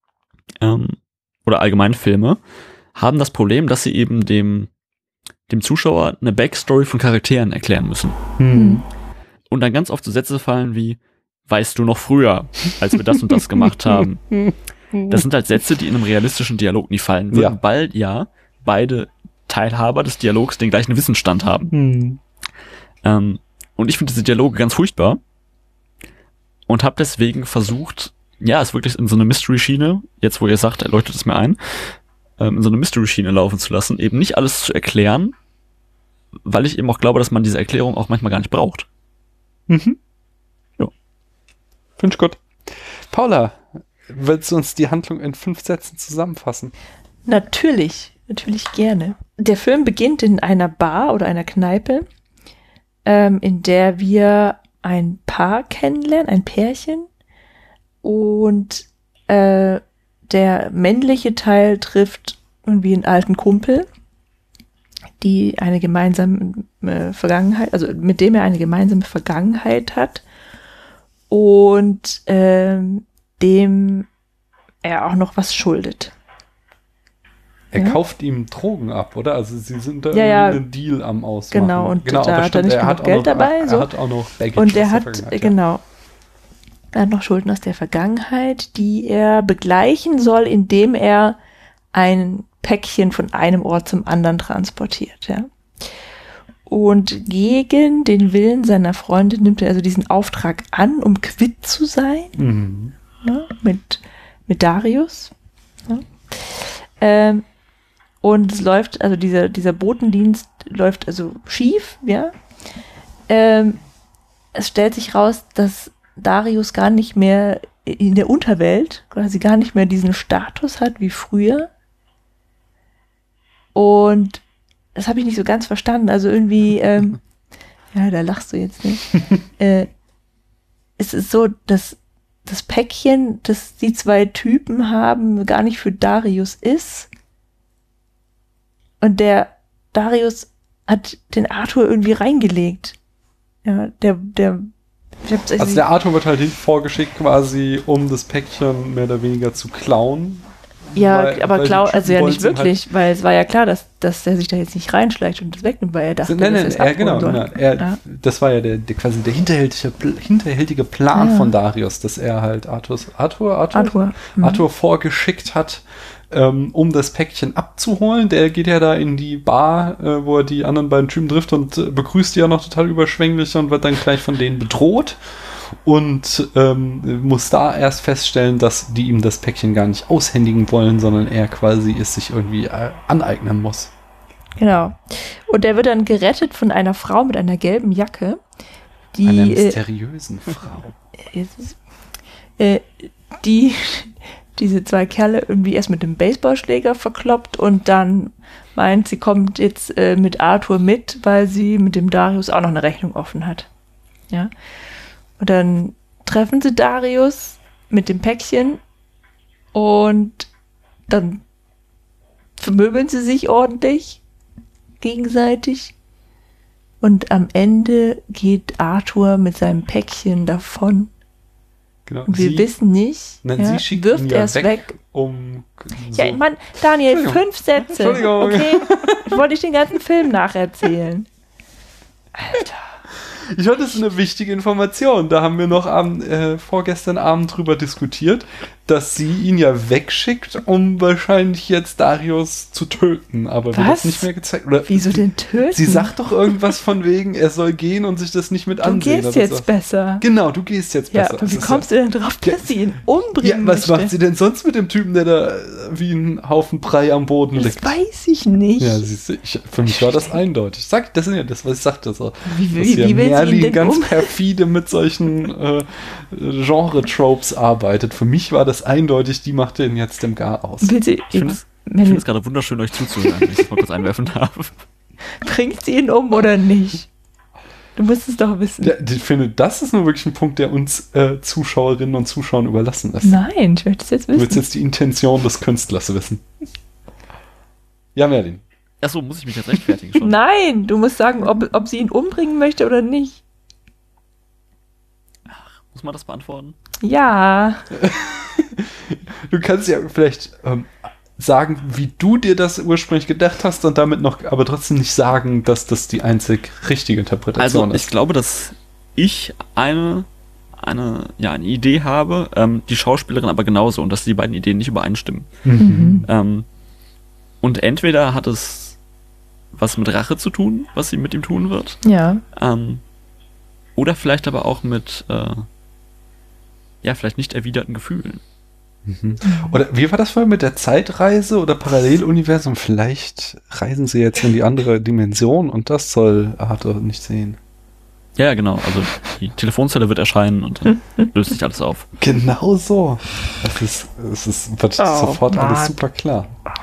[SPEAKER 3] oder allgemein Filme haben das Problem, dass sie eben dem Zuschauer eine Backstory von Charakteren erklären müssen. Und dann ganz oft so Sätze fallen wie, weißt du noch früher, als wir das und das gemacht haben. Das sind halt Sätze, die in einem realistischen Dialog nie fallen würden, weil beide Teilhaber des Dialogs den gleichen Wissensstand haben. Und ich finde diese Dialoge ganz furchtbar und habe deswegen versucht, es wirklich in so eine Mystery-Schiene, jetzt wo ihr sagt, leuchtet es mir ein, in so eine Mystery-Schiene laufen zu lassen, eben nicht alles zu erklären, weil ich eben auch glaube, dass man diese Erklärung auch manchmal gar nicht braucht.
[SPEAKER 1] Ja. Finde ich gut. Paula, willst du uns die Handlung in 5 Sätzen zusammenfassen?
[SPEAKER 2] Natürlich gerne. Der Film beginnt in einer Bar oder einer Kneipe, in der wir ein Paar kennenlernen, ein Pärchen, und der männliche Teil trifft irgendwie einen alten Kumpel, die eine gemeinsame Vergangenheit, also mit dem er eine gemeinsame Vergangenheit hat und dem er auch noch was schuldet.
[SPEAKER 1] Er kauft ihm Drogen ab, oder? Also sie sind da
[SPEAKER 2] irgendwie
[SPEAKER 1] einen Deal am Ausmachen.
[SPEAKER 2] Genau, und da hat er nicht genug Geld dabei.
[SPEAKER 1] Er hat auch noch Baggage
[SPEAKER 2] und er hat, er hat noch Schulden aus der Vergangenheit, die er begleichen soll, indem er ein Päckchen von einem Ort zum anderen transportiert, ja. Und gegen den Willen seiner Freundin nimmt er also diesen Auftrag an, um quitt zu sein, mit Darius. Ja. Und es läuft, also dieser Botendienst läuft also schief, ja. Es stellt sich raus, dass Darius gar nicht mehr in der Unterwelt, quasi gar nicht mehr diesen Status hat wie früher. Und das habe ich nicht so ganz verstanden. Also irgendwie, da lachst du jetzt nicht. Es ist so, dass das Päckchen, das die 2 Typen haben, gar nicht für Darius ist. Und der Darius hat den Arthur irgendwie reingelegt. Ja, der
[SPEAKER 1] Arthur wird halt vorgeschickt quasi, um das Päckchen mehr oder weniger zu klauen.
[SPEAKER 2] Ja, aber also ja nicht wirklich, halt, weil es war ja klar, dass er sich da jetzt nicht reinschleicht und das wegnimmt, weil er dachte,
[SPEAKER 1] das war ja quasi der hinterhältige Plan von Darius, dass er halt Arthur vorgeschickt hat, um das Päckchen abzuholen. Der geht ja da in die Bar, wo er die anderen beiden Typen trifft und begrüßt die ja noch total überschwänglich und wird dann gleich von denen bedroht. Und muss da erst feststellen, dass die ihm das Päckchen gar nicht aushändigen wollen, sondern er quasi es sich irgendwie aneignen muss.
[SPEAKER 2] Genau. Und er wird dann gerettet von einer Frau mit einer gelben Jacke.
[SPEAKER 1] Einer mysteriösen Frau.
[SPEAKER 2] Diese 2 Kerle irgendwie erst mit dem Baseballschläger verkloppt und dann meint, sie kommt jetzt mit Arthur mit, weil sie mit dem Darius auch noch eine Rechnung offen hat. Ja. Und dann treffen sie Darius mit dem Päckchen und dann vermöbeln sie sich ordentlich gegenseitig. Und am Ende geht Arthur mit seinem Päckchen davon.
[SPEAKER 1] Genau.
[SPEAKER 2] Und wir wissen nicht,
[SPEAKER 1] sie schickt
[SPEAKER 2] wirft er es weg. Ja, Mann, Daniel, 5 Sätze.
[SPEAKER 1] Entschuldigung.
[SPEAKER 2] Okay, ich wollte nicht den ganzen Film nacherzählen. Alter.
[SPEAKER 1] Ich fand, das ist eine wichtige Information. Da haben wir noch vorgestern Abend drüber diskutiert, dass sie ihn ja wegschickt, um wahrscheinlich jetzt Darius zu töten. Aber wird das nicht mehr gezeigt. Oder
[SPEAKER 2] wieso denn töten?
[SPEAKER 1] Sie sagt doch irgendwas von wegen, er soll gehen und sich das nicht mit ansehen.
[SPEAKER 2] Du gehst jetzt besser.
[SPEAKER 1] Genau, du gehst jetzt besser.
[SPEAKER 2] Ja, aber wie kommst du denn drauf, dass sie ihn umbringen
[SPEAKER 1] was macht sie denn sonst mit dem Typen, der da wie ein Haufen Brei am Boden liegt?
[SPEAKER 2] Das weiß ich nicht.
[SPEAKER 1] Ja, für mich war das eindeutig. Das ist ja das, was ich sagte. So.
[SPEAKER 2] Wie will sie ihn denn
[SPEAKER 1] ganz perfide mit solchen Genre-Tropes arbeitet. Für mich war das eindeutig, die macht den jetzt im Gar aus.
[SPEAKER 2] Will sie
[SPEAKER 3] finde es gerade wunderschön, euch zuzuhören, wenn ich das mal kurz einwerfen darf.
[SPEAKER 2] Bringt sie ihn um oder nicht? Du musst es doch wissen.
[SPEAKER 1] Ja, ich finde, das ist nur wirklich ein Punkt, der uns Zuschauerinnen und Zuschauern überlassen ist.
[SPEAKER 2] Nein, ich möchte es jetzt wissen.
[SPEAKER 1] Du willst jetzt die Intention des Künstlers wissen. Ja, Merlin.
[SPEAKER 3] Achso, muss ich mich jetzt rechtfertigen schon?
[SPEAKER 2] Nein, du musst sagen, ob sie ihn umbringen möchte oder nicht.
[SPEAKER 3] Muss man das beantworten?
[SPEAKER 2] Ja.
[SPEAKER 1] Du kannst ja vielleicht sagen, wie du dir das ursprünglich gedacht hast und damit noch aber trotzdem nicht sagen, dass das die einzig richtige Interpretation
[SPEAKER 3] ist. Also ich glaube, dass ich eine Idee habe, die Schauspielerin aber genauso und dass die beiden Ideen nicht übereinstimmen.
[SPEAKER 2] Mhm.
[SPEAKER 3] Und entweder hat es was mit Rache zu tun, was sie mit ihm tun wird.
[SPEAKER 2] Ja.
[SPEAKER 3] Oder vielleicht aber auch mit vielleicht nicht erwiderten Gefühlen.
[SPEAKER 1] Oder wie war das vorhin mit der Zeitreise oder Paralleluniversum? Vielleicht reisen sie jetzt in die andere Dimension und das soll Arthur nicht sehen.
[SPEAKER 3] Ja, genau. Also die Telefonzelle wird erscheinen und dann löst sich alles auf.
[SPEAKER 1] Genau so. Wird sofort alles super klar.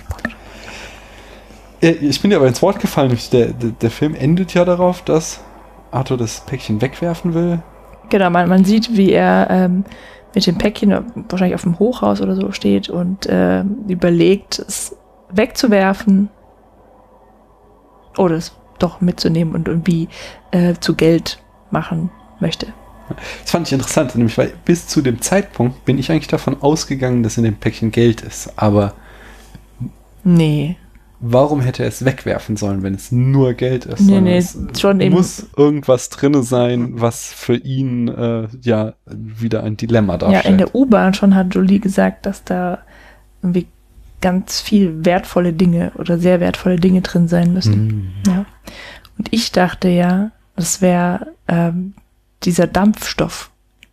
[SPEAKER 1] Ich bin dir aber ins Wort gefallen. Der Film endet ja darauf, dass Arthur das Päckchen wegwerfen will.
[SPEAKER 2] Genau, man sieht, wie er mit dem Päckchen wahrscheinlich auf dem Hochhaus oder so steht und überlegt, es wegzuwerfen oder es doch mitzunehmen und irgendwie zu Geld machen möchte.
[SPEAKER 1] Das fand ich interessant, nämlich weil bis zu dem Zeitpunkt bin ich eigentlich davon ausgegangen, dass in dem Päckchen Geld ist, aber
[SPEAKER 2] nee.
[SPEAKER 1] Warum hätte er es wegwerfen sollen, wenn es nur Geld ist?
[SPEAKER 2] Nee, schon eben.
[SPEAKER 1] Muss irgendwas drin sein, was für ihn wieder ein Dilemma darstellt.
[SPEAKER 2] Ja, in der U-Bahn schon hat Jolie gesagt, dass da irgendwie ganz viel wertvolle Dinge oder sehr wertvolle Dinge drin sein müssen. Ja. Und ich dachte ja, das wäre dieser Dampfstoff.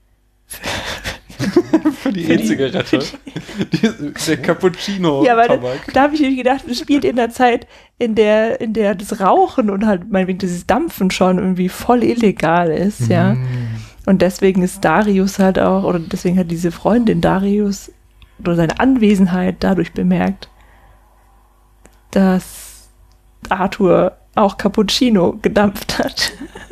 [SPEAKER 1] Für die E-Zigarette. Der Cappuccino.
[SPEAKER 2] Ja, weil da habe ich mir gedacht, das spielt in der Zeit, in der das Rauchen und halt meinetwegen dieses Dampfen schon irgendwie voll illegal ist, ja. Und deswegen ist Darius halt auch, oder deswegen hat diese Freundin Darius oder seine Anwesenheit dadurch bemerkt, dass Arthur auch Cappuccino gedampft hat.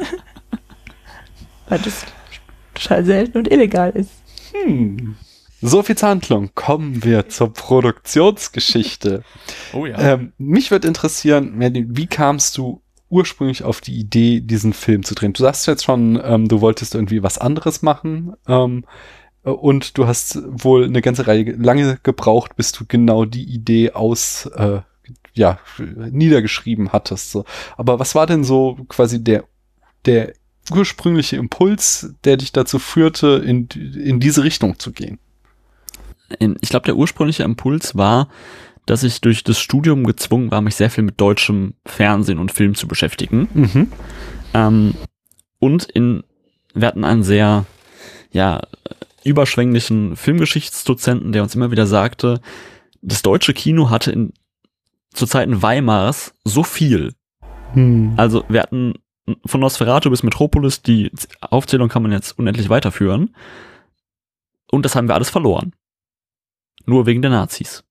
[SPEAKER 2] Weil das total selten und illegal ist.
[SPEAKER 1] So viel zur Handlung. Kommen wir zur Produktionsgeschichte.
[SPEAKER 3] Oh ja.
[SPEAKER 1] Mich würde interessieren, Merlin, wie kamst du ursprünglich auf die Idee, diesen Film zu drehen? Du sagst jetzt schon, du wolltest irgendwie was anderes machen und du hast wohl eine ganze Reihe lange gebraucht, bis du genau die Idee niedergeschrieben hattest. So. Aber was war denn so quasi der ursprüngliche Impuls, der dich dazu führte, in diese Richtung zu gehen?
[SPEAKER 3] Ich glaube, der ursprüngliche Impuls war, dass ich durch das Studium gezwungen war, mich sehr viel mit deutschem Fernsehen und Film zu beschäftigen. Und wir hatten einen sehr, überschwänglichen Filmgeschichtsdozenten, der uns immer wieder sagte, das deutsche Kino hatte zu Zeiten Weimars so viel. Also wir hatten von Nosferatu bis Metropolis, die Aufzählung kann man jetzt unendlich weiterführen. Und das haben wir alles verloren. Nur wegen der Nazis.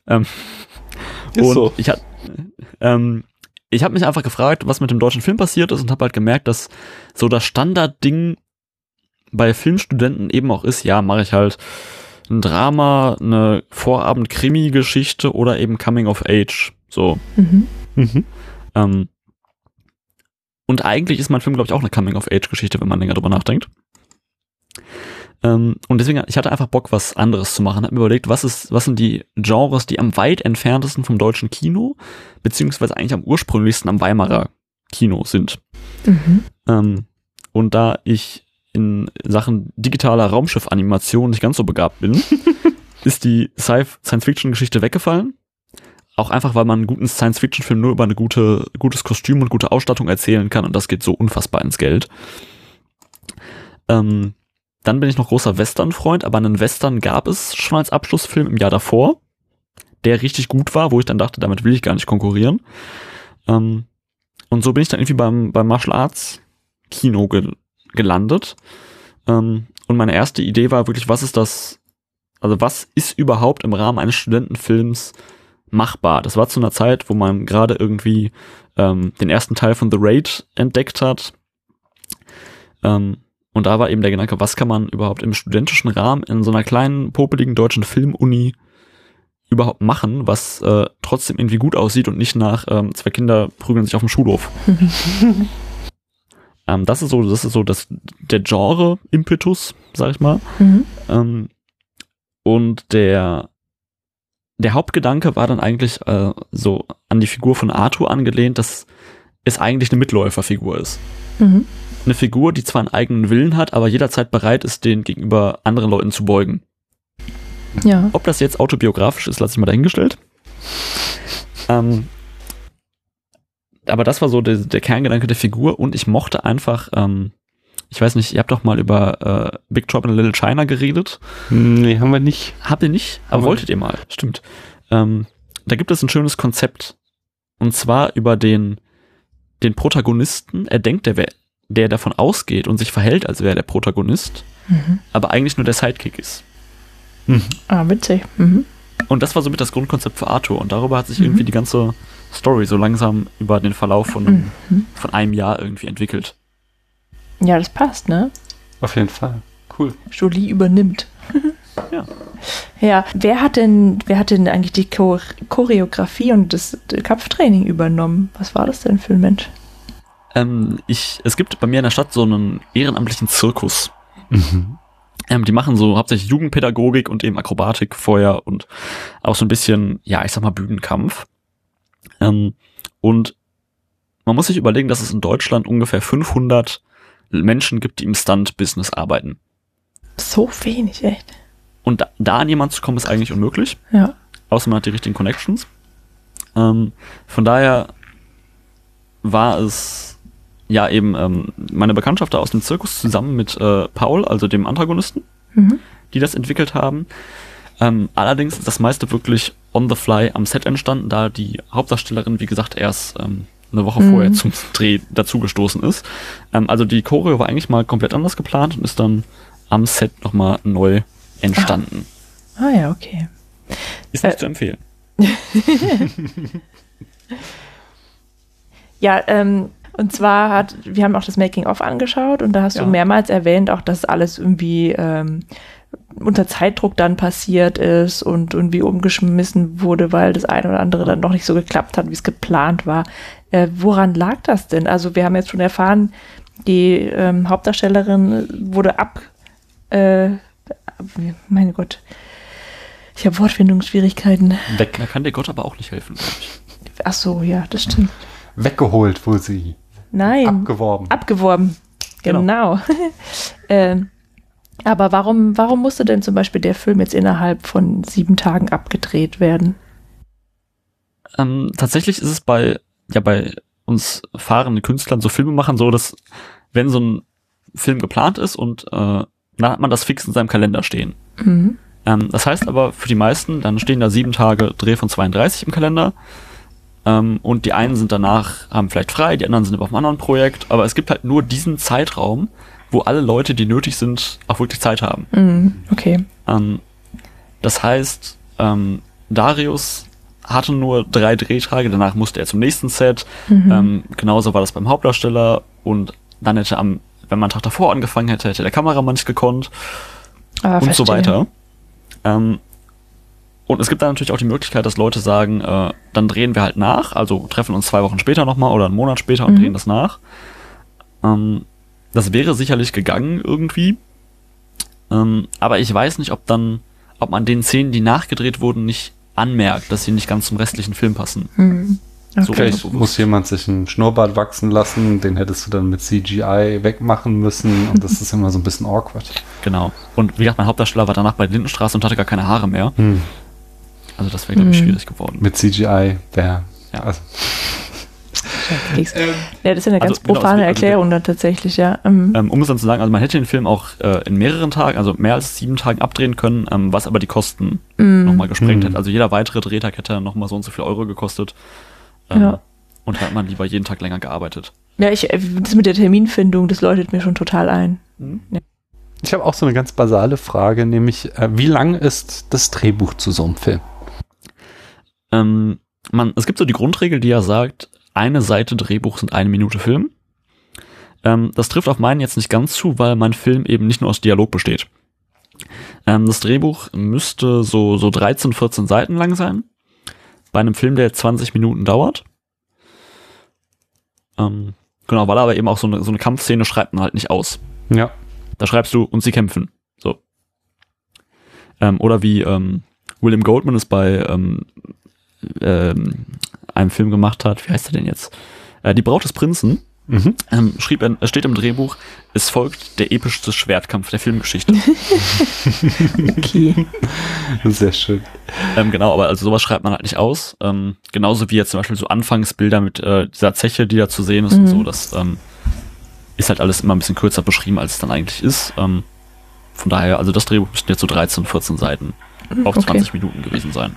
[SPEAKER 1] So.
[SPEAKER 3] Ich habe mich einfach gefragt, was mit dem deutschen Film passiert ist und habe halt gemerkt, dass so das Standardding bei Filmstudenten eben auch ist, mache ich halt ein Drama, eine Vorabend-Krimi-Geschichte oder eben Coming of Age. So. Und eigentlich ist mein Film, glaube ich, auch eine Coming-of-Age-Geschichte, wenn man länger drüber nachdenkt. Und deswegen, ich hatte einfach Bock, was anderes zu machen. Hab mir überlegt, was sind die Genres, die am weit entferntesten vom deutschen Kino, beziehungsweise eigentlich am ursprünglichsten am Weimarer Kino sind. Und da ich in Sachen digitaler Raumschiff-Animation nicht ganz so begabt bin, ist die Science-Fiction-Geschichte weggefallen. Auch einfach, weil man einen guten Science-Fiction-Film nur über ein gutes Kostüm und gute Ausstattung erzählen kann und das geht so unfassbar ins Geld. Dann bin ich noch großer Western-Freund, aber einen Western gab es schon als Abschlussfilm im Jahr davor, der richtig gut war, wo ich dann dachte, damit will ich gar nicht konkurrieren. Und so bin ich dann irgendwie beim Martial Arts Kino gelandet. Und meine erste Idee war wirklich, was ist überhaupt im Rahmen eines Studentenfilms machbar. Das war zu einer Zeit, wo man gerade irgendwie den ersten Teil von The Raid entdeckt hat. Und da war eben der Gedanke, was kann man überhaupt im studentischen Rahmen in so einer kleinen, popeligen deutschen Filmuni überhaupt machen, was trotzdem irgendwie gut aussieht und nicht nach zwei Kinder prügeln sich auf dem Schulhof. Das ist so der Genre-Impetus, sag ich mal. Und der Hauptgedanke war dann eigentlich so an die Figur von Arthur angelehnt, dass es eigentlich eine Mitläuferfigur ist. Eine Figur, die zwar einen eigenen Willen hat, aber jederzeit bereit ist, den gegenüber anderen Leuten zu beugen.
[SPEAKER 2] Ja.
[SPEAKER 3] Ob das jetzt autobiografisch ist, lasse ich mal dahingestellt. Aber das war so der Kerngedanke der Figur und ich mochte einfach, ich weiß nicht, ihr habt doch mal über Big Trouble in Little China geredet.
[SPEAKER 1] Nee, haben wir nicht.
[SPEAKER 3] Habt ihr nicht? Aber wolltet ihr mal, stimmt. Da gibt es ein schönes Konzept. Und zwar über den Protagonisten. Er denkt, der davon ausgeht und sich verhält, als wäre der Protagonist, aber eigentlich nur der Sidekick ist.
[SPEAKER 2] Witzig.
[SPEAKER 3] Und das war somit das Grundkonzept für Arthur. Und darüber hat sich irgendwie die ganze Story so langsam über den Verlauf von einem Jahr irgendwie entwickelt.
[SPEAKER 2] Ja, das passt, ne?
[SPEAKER 1] Auf jeden Fall. Cool.
[SPEAKER 2] Jolie übernimmt.
[SPEAKER 3] Ja.
[SPEAKER 2] Ja, wer hat denn eigentlich die Choreografie und das Kampftraining übernommen? Was war das denn für ein Mensch?
[SPEAKER 3] Es gibt bei mir in der Stadt so einen ehrenamtlichen Zirkus. Die machen so hauptsächlich Jugendpädagogik und eben Akrobatik vorher und auch so ein bisschen, ja, ich sag mal Bühnenkampf. Und man muss sich überlegen, dass es in Deutschland ungefähr 500 Menschen gibt, die im Stunt-Business arbeiten.
[SPEAKER 2] So wenig, echt.
[SPEAKER 3] Und da an jemanden zu kommen, ist eigentlich unmöglich.
[SPEAKER 2] Ja.
[SPEAKER 3] Außer man hat die richtigen Connections. Von daher war es ja eben meine Bekanntschaft da aus dem Zirkus zusammen mit Paul, also dem Antagonisten, die das entwickelt haben. Allerdings ist das meiste wirklich on the fly am Set entstanden, da die Hauptdarstellerin, wie gesagt, erst eine Woche vorher zum Dreh dazugestoßen ist. Also die Choreo war eigentlich mal komplett anders geplant und ist dann am Set nochmal neu entstanden.
[SPEAKER 2] Ja, okay.
[SPEAKER 3] Ist nicht zu empfehlen.
[SPEAKER 2] Ja, und zwar wir haben auch das Making-of angeschaut und da hast du mehrmals erwähnt, auch dass alles irgendwie unter Zeitdruck dann passiert ist und irgendwie umgeschmissen wurde, weil das eine oder andere dann noch nicht so geklappt hat, wie es geplant war. Woran lag das denn? Also wir haben jetzt schon erfahren, die Hauptdarstellerin wurde meine Gott, ich habe Wortfindungsschwierigkeiten.
[SPEAKER 3] Weg. Da kann der Gott aber auch nicht helfen, glaube ich.
[SPEAKER 2] Ach so, ja, das stimmt.
[SPEAKER 1] Weggeholt wurde sie.
[SPEAKER 2] Nein.
[SPEAKER 1] Abgeworben.
[SPEAKER 2] Genau. Aber warum musste denn zum Beispiel der Film jetzt innerhalb von 7 Tagen abgedreht werden?
[SPEAKER 3] Tatsächlich ist es bei uns fahrenden Künstlern, so Filmemachern so, dass wenn so ein Film geplant ist und dann hat man das fix in seinem Kalender stehen. Das heißt aber für die meisten, dann stehen da 7 Tage Dreh von 32 im Kalender. Und die einen sind danach, haben vielleicht frei, die anderen sind auf einem anderen Projekt, aber es gibt halt nur diesen Zeitraum, wo alle Leute, die nötig sind, auch wirklich Zeit haben.
[SPEAKER 2] Okay.
[SPEAKER 3] Das heißt, Darius hatte nur 3 Drehtage, danach musste er zum nächsten Set. Genauso war das beim Hauptdarsteller und dann hätte wenn man einen Tag davor angefangen hätte der Kameramann nicht gekonnt und
[SPEAKER 2] verstehe.
[SPEAKER 3] so weiter. Und es gibt dann natürlich auch die Möglichkeit, dass Leute sagen, dann drehen wir halt nach, also treffen uns 2 Wochen später nochmal oder einen Monat später und drehen das nach. Das wäre sicherlich gegangen irgendwie. Aber ich weiß nicht, ob man den Szenen, die nachgedreht wurden, nicht anmerkt, dass sie nicht ganz zum restlichen Film passen.
[SPEAKER 2] Okay.
[SPEAKER 3] So
[SPEAKER 1] Vielleicht muss jemand sich einen Schnurrbart wachsen lassen, den hättest du dann mit CGI wegmachen müssen und das ist immer so ein bisschen awkward.
[SPEAKER 3] Genau. Und wie gesagt, mein Hauptdarsteller war danach bei der Lindenstraße und hatte gar keine Haare mehr. Also das wäre, glaube ich, schwierig geworden.
[SPEAKER 1] Mit CGI wäre...
[SPEAKER 3] Ja.
[SPEAKER 1] Also.
[SPEAKER 2] Ja, das ist ja eine ganz profane Erklärung dann tatsächlich, ja.
[SPEAKER 3] Um es dann zu sagen, also man hätte den Film auch in mehreren Tagen, also mehr als 7 Tagen abdrehen können, was aber die Kosten nochmal gesprengt hätte. Also jeder weitere Drehtag hätte nochmal so und so viel Euro gekostet. Und da hat man lieber jeden Tag länger gearbeitet.
[SPEAKER 2] Ja, das mit der Terminfindung, das leuchtet mir schon total ein. Ja.
[SPEAKER 1] Ich habe auch so eine ganz basale Frage, nämlich wie lang ist das Drehbuch zu so einem Film?
[SPEAKER 3] Es gibt so die Grundregel, die ja sagt, eine Seite Drehbuch sind 1 Minute Film. Das trifft auf meinen jetzt nicht ganz zu, weil mein Film eben nicht nur aus Dialog besteht. Das Drehbuch müsste so 13, 14 Seiten lang sein. Bei einem Film, der jetzt 20 Minuten dauert. Genau, weil aber eben auch so eine Kampfszene schreibt man halt nicht aus.
[SPEAKER 1] Ja.
[SPEAKER 3] Da schreibst du, und sie kämpfen. So. Oder wie William Goldman es bei einem Film gemacht hat. Wie heißt er denn jetzt? Die Braut des Prinzen. Es steht im Drehbuch, es folgt der epischste Schwertkampf der Filmgeschichte.
[SPEAKER 2] Okay.
[SPEAKER 1] Sehr schön.
[SPEAKER 3] Genau, aber also sowas schreibt man halt nicht aus. Genauso wie jetzt zum Beispiel so Anfangsbilder mit dieser Zeche, die da zu sehen ist und so. Das ist halt alles immer ein bisschen kürzer beschrieben, als es dann eigentlich ist. Von daher, also das Drehbuch müssten jetzt so 13, 14 Seiten auf 20 Minuten gewesen sein.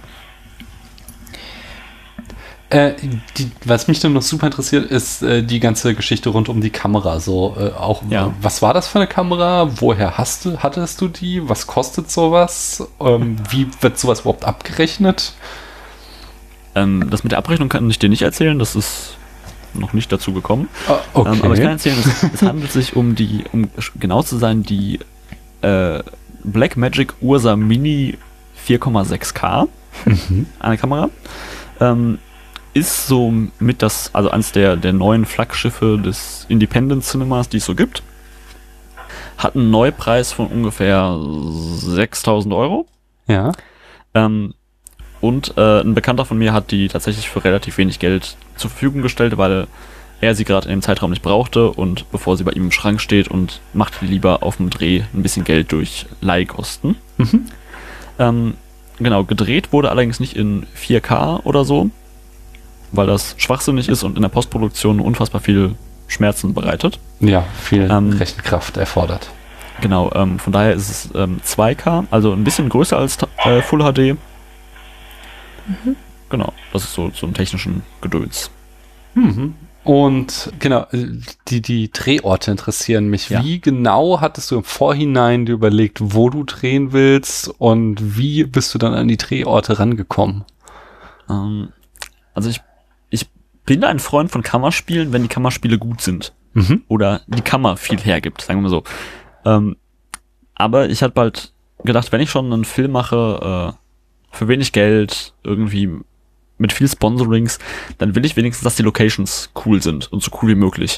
[SPEAKER 1] Was mich dann noch super interessiert, ist die ganze Geschichte rund um die Kamera. So was war das für eine Kamera? Woher hattest du die? Was kostet sowas? Wie wird sowas überhaupt abgerechnet?
[SPEAKER 3] Das mit der Abrechnung kann ich dir nicht erzählen. Das ist noch nicht dazu gekommen.
[SPEAKER 1] Okay.
[SPEAKER 3] Aber ich kann erzählen, es handelt sich um genau zu sein, die Blackmagic Ursa Mini 4,6K. Eine Kamera. Ist so mit eins der neuen Flaggschiffe des Independent Cinemas, die es so gibt. Hat einen Neupreis von ungefähr 6.000 Euro.
[SPEAKER 1] Ja.
[SPEAKER 3] Und ein Bekannter von mir hat die tatsächlich für relativ wenig Geld zur Verfügung gestellt, weil er sie gerade in dem Zeitraum nicht brauchte und bevor sie bei ihm im Schrank steht und macht lieber auf dem Dreh ein bisschen Geld durch Leihkosten. Genau, gedreht wurde allerdings nicht in 4K oder so, weil das schwachsinnig ist und in der Postproduktion unfassbar viel Schmerzen bereitet.
[SPEAKER 1] Ja, viel Rechenkraft erfordert.
[SPEAKER 3] Genau, von daher ist es 2K, also ein bisschen größer als Full HD. Genau, das ist so ein technischen Gedöns.
[SPEAKER 1] Und genau, die Drehorte interessieren mich.
[SPEAKER 3] Ja.
[SPEAKER 1] Wie genau hattest du im Vorhinein dir überlegt, wo du drehen willst und wie bist du dann an die Drehorte rangekommen?
[SPEAKER 3] Also ich bin ein Freund von Kammerspielen, wenn die Kammerspiele gut sind. Oder die Kammer viel hergibt, sagen wir mal so. Aber ich hatte bald gedacht, wenn ich schon einen Film mache, für wenig Geld, irgendwie mit viel Sponsorings, dann will ich wenigstens, dass die Locations cool sind und so cool wie möglich.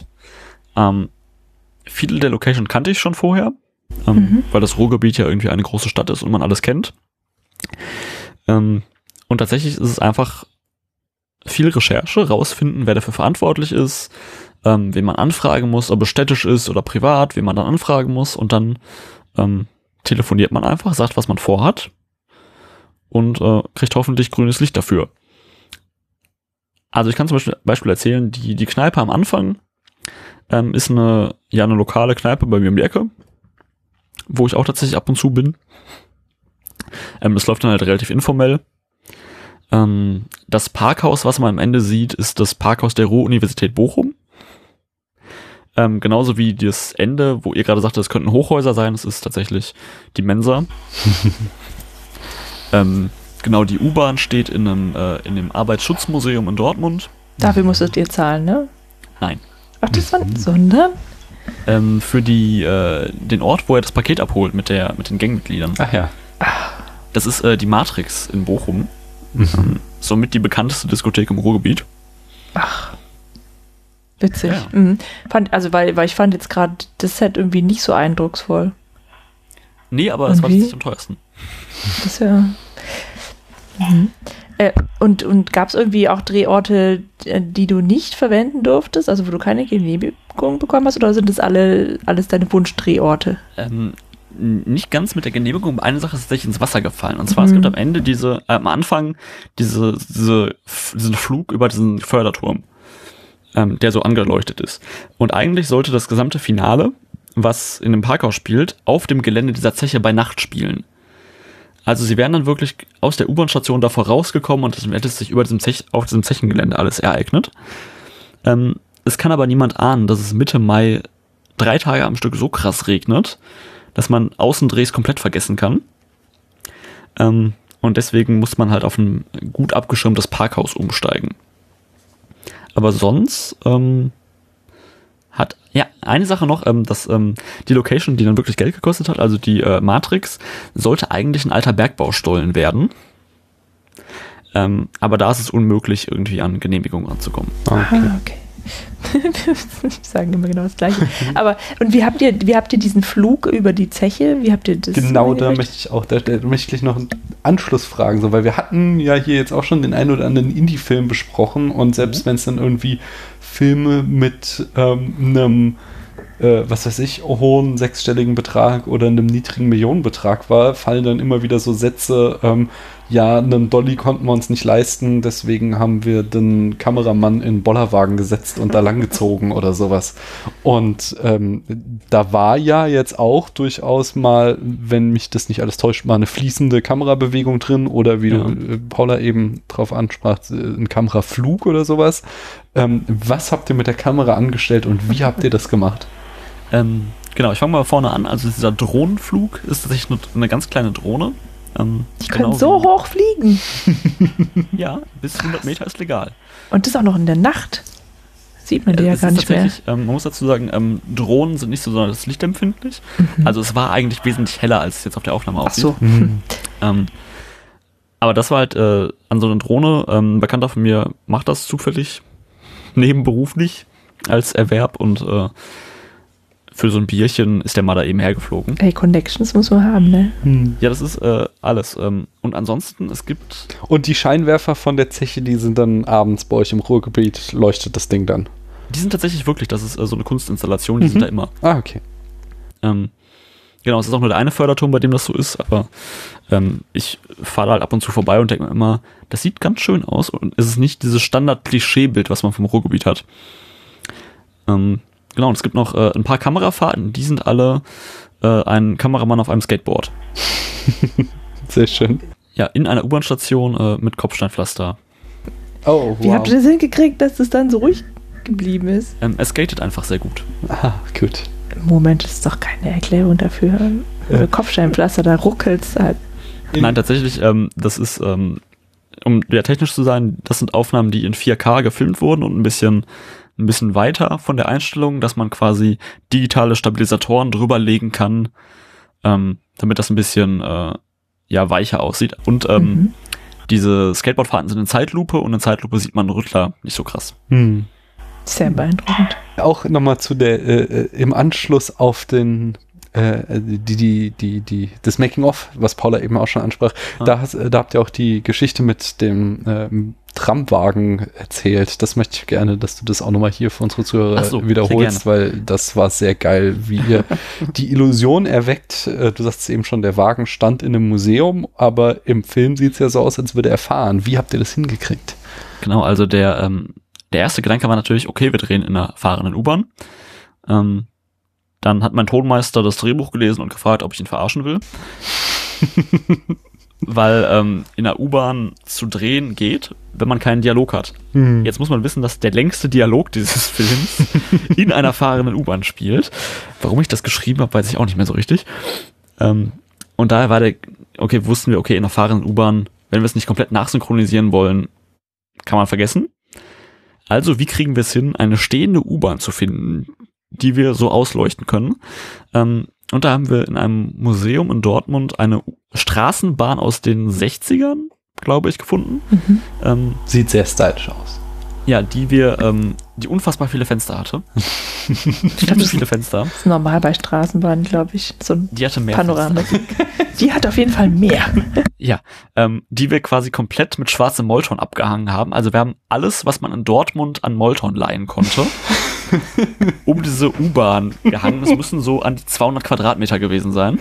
[SPEAKER 3] Viele der Locations kannte ich schon vorher, weil das Ruhrgebiet ja irgendwie eine große Stadt ist und man alles kennt. Und tatsächlich ist es einfach viel Recherche, rausfinden, wer dafür verantwortlich ist, wen man anfragen muss, ob es städtisch ist oder privat, wen man dann anfragen muss und dann telefoniert man einfach, sagt, was man vorhat und kriegt hoffentlich grünes Licht dafür. Also ich kann zum Beispiel erzählen, die Kneipe am Anfang ist eine lokale Kneipe bei mir um die Ecke, wo ich auch tatsächlich ab und zu bin. Das läuft dann halt relativ informell. Das Parkhaus, was man am Ende sieht, ist das Parkhaus der Ruhr-Universität Bochum. Genauso wie das Ende, wo ihr gerade sagte, es könnten Hochhäuser sein, das ist tatsächlich die Mensa. Genau, die U-Bahn steht in dem Arbeitsschutzmuseum in Dortmund.
[SPEAKER 2] Dafür musstet ihr zahlen, ne?
[SPEAKER 3] Nein.
[SPEAKER 2] Ach, das war sondern?
[SPEAKER 3] Für den Ort, wo er das Paket abholt mit den Gangmitgliedern.
[SPEAKER 1] Ach ja.
[SPEAKER 3] Das ist die Matrix in Bochum. Somit die bekannteste Diskothek im Ruhrgebiet.
[SPEAKER 2] Ach, witzig.
[SPEAKER 3] Ja.
[SPEAKER 2] Weil ich fand jetzt gerade das Set irgendwie nicht so eindrucksvoll.
[SPEAKER 3] Nee, aber es war tatsächlich am teuersten.
[SPEAKER 2] Das ist ja... Und gab es irgendwie auch Drehorte, die du nicht verwenden durftest, also wo du keine Genehmigung bekommen hast, oder sind das alles deine Wunschdrehorte?
[SPEAKER 3] Nicht ganz mit der Genehmigung. Eine Sache ist tatsächlich ins Wasser gefallen. Und zwar, es gibt am Ende am Anfang diesen Flug über diesen Förderturm, der so angeleuchtet ist. Und eigentlich sollte das gesamte Finale, was in dem Parkhaus spielt, auf dem Gelände dieser Zeche bei Nacht spielen. Also sie wären dann wirklich aus der U-Bahn-Station davor rausgekommen und es hätte sich auf diesem Zechengelände alles ereignet. Es kann aber niemand ahnen, dass es Mitte Mai 3 Tage am Stück so krass regnet, dass man Außendrehs komplett vergessen kann. Und Und deswegen muss man halt auf ein gut abgeschirmtes Parkhaus umsteigen. Aber sonst eine Sache noch, dass die Location, die dann wirklich Geld gekostet hat, also die Matrix, sollte eigentlich ein alter Bergbaustollen werden. Aber da ist es unmöglich, irgendwie an Genehmigungen ranzukommen.
[SPEAKER 2] Okay. Wir sagen immer genau das Gleiche. Aber, und wie habt ihr diesen Flug über die Zeche? Wie habt ihr das?
[SPEAKER 1] Genau, da möchte ich gleich noch einen Anschluss fragen, so, weil wir hatten ja hier jetzt auch schon den einen oder anderen Indie-Film besprochen und selbst wenn es dann irgendwie Filme mit einem was weiß ich, hohen sechsstelligen Betrag oder einem niedrigen Millionenbetrag war, fallen dann immer wieder so Sätze, einen Dolly konnten wir uns nicht leisten, deswegen haben wir den Kameramann in den Bollerwagen gesetzt und da langgezogen oder sowas. Und da war ja jetzt auch durchaus mal, wenn mich das nicht alles täuscht, mal eine fließende Kamerabewegung drin oder wie du, Paula eben drauf ansprach, ein Kameraflug oder sowas. Was habt ihr mit der Kamera angestellt und wie habt ihr das gemacht?
[SPEAKER 3] Genau, ich fange mal vorne an. Also dieser Drohnenflug ist tatsächlich eine ganz kleine Drohne.
[SPEAKER 2] Die können so hoch fliegen.
[SPEAKER 3] Ja, bis 100 Meter ist legal.
[SPEAKER 2] Und das auch noch in der Nacht. Sieht man die ja gar nicht mehr.
[SPEAKER 3] Man muss dazu sagen, Drohnen sind nicht so besonders lichtempfindlich. Also es war eigentlich wesentlich heller, als es jetzt auf der Aufnahme aussieht.
[SPEAKER 2] Ach so.
[SPEAKER 3] Aber das war halt an so einer Drohne. Ein Bekannter von mir macht das zufällig nebenberuflich als Erwerb und für so ein Bierchen ist der mal da eben hergeflogen.
[SPEAKER 2] Ey, Connections muss man haben, ne?
[SPEAKER 3] Ja, das ist alles. Und ansonsten, es gibt...
[SPEAKER 1] Und die Scheinwerfer von der Zeche, die sind dann abends bei euch im Ruhrgebiet, leuchtet das Ding dann?
[SPEAKER 3] Die sind tatsächlich wirklich, das ist so eine Kunstinstallation, die sind da immer.
[SPEAKER 1] Ah, okay.
[SPEAKER 3] Genau, es ist auch nur der eine Förderturm, bei dem das so ist, aber ich fahre halt ab und zu vorbei und denke mir immer, das sieht ganz schön aus und es ist nicht dieses Standard-Klischee-Bild, was man vom Ruhrgebiet hat. Genau, und es gibt noch ein paar Kamerafahrten, die sind alle ein Kameramann auf einem Skateboard.
[SPEAKER 1] Sehr schön.
[SPEAKER 3] Ja, in einer U-Bahn-Station mit Kopfsteinpflaster.
[SPEAKER 1] Oh, wow.
[SPEAKER 2] Wie habt ihr das hingekriegt, dass das dann so ruhig geblieben ist?
[SPEAKER 3] Er skatet einfach sehr gut.
[SPEAKER 1] Ah, gut.
[SPEAKER 2] Moment, das ist doch keine Erklärung dafür. Kopfsteinpflaster, da ruckelt's halt.
[SPEAKER 3] Nein, tatsächlich, das ist, um ja technisch zu sein, das sind Aufnahmen, die in 4K gefilmt wurden und ein bisschen weiter von der Einstellung, dass man quasi digitale Stabilisatoren drüber legen kann, damit das ein bisschen weicher aussieht. Und diese Skateboardfahrten sind in Zeitlupe und in Zeitlupe sieht man einen Rüttler nicht so krass.
[SPEAKER 2] Sehr beeindruckend.
[SPEAKER 1] Auch nochmal zu der, im Anschluss auf den das Making-of, was Paula eben auch schon ansprach, da habt ihr auch die Geschichte mit dem Tramwagen erzählt. Das möchte ich gerne, dass du das auch nochmal hier für unsere Zuhörer wiederholst, weil das war sehr geil, wie ihr die Illusion erweckt. Du sagst eben schon, der Wagen stand in einem Museum, aber im Film sieht es ja so aus, als würde er fahren. Wie habt ihr das hingekriegt?
[SPEAKER 3] Genau, also der erste Gedanke war natürlich, okay, wir drehen in einer fahrenden U-Bahn. Dann hat mein Tonmeister das Drehbuch gelesen und gefragt, ob ich ihn verarschen will. Weil in der U-Bahn zu drehen geht, wenn man keinen Dialog hat. Jetzt muss man wissen, dass der längste Dialog dieses Films in einer fahrenden U-Bahn spielt. Warum ich das geschrieben habe, weiß ich auch nicht mehr so richtig. Und daher war wussten wir, in einer fahrenden U-Bahn, wenn wir es nicht komplett nachsynchronisieren wollen, kann man vergessen. Also, wie kriegen wir es hin, eine stehende U-Bahn zu finden, die wir so ausleuchten können? Und da haben wir in einem Museum in Dortmund eine Straßenbahn aus den 60ern, glaube ich, gefunden.
[SPEAKER 1] Sieht sehr stylisch aus.
[SPEAKER 3] Ja, die unfassbar viele Fenster hatte. Viele Fenster.
[SPEAKER 2] Das ist normal bei Straßenbahnen, glaube ich. So ein
[SPEAKER 3] die hatte mehr
[SPEAKER 2] Panorama. Die hat auf jeden Fall mehr.
[SPEAKER 3] Ja, die wir quasi komplett mit schwarzem Molton abgehangen haben. Also wir haben alles, was man in Dortmund an Molton leihen konnte, um diese U-Bahn gehangen. Das müssen so an die 200 Quadratmeter gewesen sein.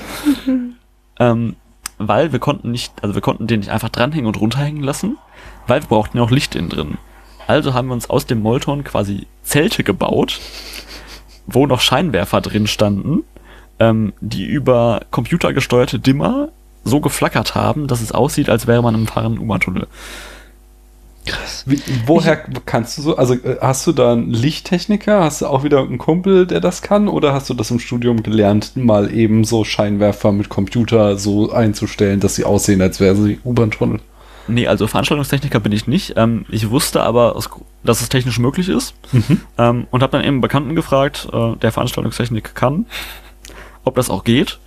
[SPEAKER 3] Weil wir konnten den nicht einfach dranhängen und runterhängen lassen, weil wir brauchten ja auch Licht innen drin. Also haben wir uns aus dem Molton quasi Zelte gebaut, wo noch Scheinwerfer drin standen, die über computergesteuerte Dimmer so geflackert haben, dass es aussieht, als wäre man im fahrenden U-Bahn-Tunnel.
[SPEAKER 2] Krass.
[SPEAKER 1] Woher kannst du so, also hast du da einen Lichttechniker, hast du auch wieder einen Kumpel, der das kann, oder hast du das im Studium gelernt, mal eben so Scheinwerfer mit Computer so einzustellen, dass sie aussehen, als wären sie U-Bahn-Tunnel?
[SPEAKER 3] Nee, also Veranstaltungstechniker bin ich nicht. Ich wusste aber, dass es technisch möglich ist. Und habe dann eben einen Bekannten gefragt, der Veranstaltungstechnik kann, ob das auch geht.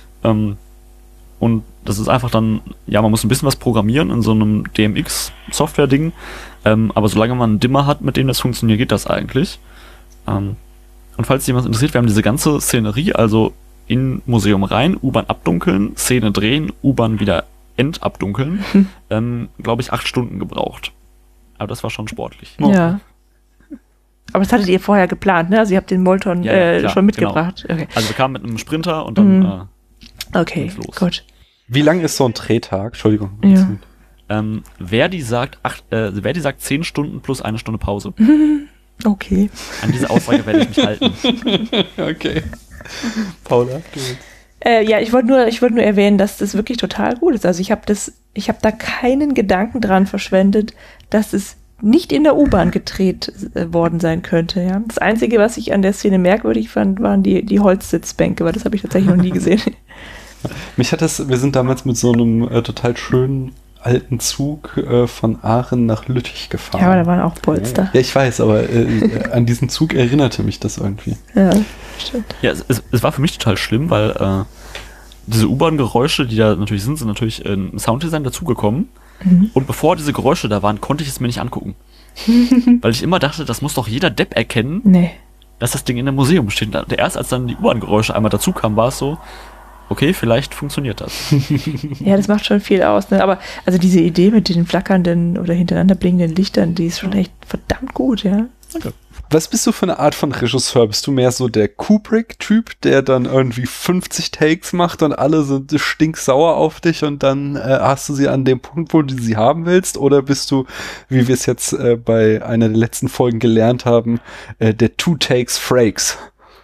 [SPEAKER 3] Und das ist einfach dann, ja, man muss ein bisschen was programmieren in so einem DMX-Software-Ding. Aber solange man einen Dimmer hat, mit dem das funktioniert, geht das eigentlich. Und falls jemand interessiert, wir haben diese ganze Szenerie, also in Museum rein, U-Bahn abdunkeln, Szene drehen, U-Bahn wieder abdunkeln, glaube ich, 8 Stunden gebraucht. Aber das war schon sportlich.
[SPEAKER 2] Ja. Aber das hattet ihr vorher geplant, ne? Also ihr habt den Molton
[SPEAKER 3] klar,
[SPEAKER 2] schon mitgebracht.
[SPEAKER 3] Genau.
[SPEAKER 2] Okay.
[SPEAKER 3] Also wir kamen mit einem Sprinter und dann
[SPEAKER 2] okay,
[SPEAKER 3] ging's los.
[SPEAKER 2] gut.
[SPEAKER 1] Wie lang ist so ein Drehtag? Entschuldigung.
[SPEAKER 2] Ja.
[SPEAKER 3] Wer die sagt 10 Stunden plus 1 Stunde Pause.
[SPEAKER 2] Okay.
[SPEAKER 3] An diese Aussage werde ich mich halten.
[SPEAKER 1] Okay. Paula?
[SPEAKER 2] Ja, ich wollte nur erwähnen, dass das wirklich total gut ist. Also ich habe da keinen Gedanken dran verschwendet, dass es nicht in der U-Bahn gedreht worden sein könnte. Ja? Das Einzige, was ich an der Szene merkwürdig fand, waren die Holzsitzbänke, weil das habe ich tatsächlich noch nie gesehen.
[SPEAKER 1] Wir sind damals mit so einem total schönen alten Zug von Aachen nach Lüttich gefahren.
[SPEAKER 2] Ja, aber da waren auch Polster.
[SPEAKER 1] Ja, ich weiß, aber an diesen Zug erinnerte mich das irgendwie.
[SPEAKER 2] Ja, stimmt.
[SPEAKER 3] Ja, es war für mich total schlimm, weil diese U-Bahn-Geräusche, die da natürlich sind natürlich im Sounddesign dazugekommen. Und bevor diese Geräusche da waren, konnte ich es mir nicht angucken. Weil ich immer dachte, das muss doch jeder Depp erkennen, dass das Ding in einem Museum steht. Und erst als dann die U-Bahn-Geräusche einmal dazu kamen, war es so, okay, vielleicht funktioniert das.
[SPEAKER 2] Ja, das macht schon viel aus, ne? Aber also diese Idee mit den flackernden oder hintereinander blinkenden Lichtern, die ist schon echt verdammt gut, ja.
[SPEAKER 3] Danke.
[SPEAKER 1] Was bist du für eine Art von Regisseur? Bist du mehr so der Kubrick-Typ, der dann irgendwie 50 Takes macht und alle sind stinksauer auf dich und dann hast du sie an dem Punkt, wo du sie haben willst? Oder bist du, wie wir es jetzt bei einer der letzten Folgen gelernt haben, der Two-Takes-Frakes?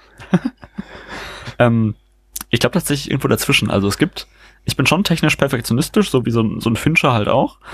[SPEAKER 3] Ich glaube tatsächlich irgendwo dazwischen. Also ich bin schon technisch perfektionistisch, so wie so ein Fincher halt auch.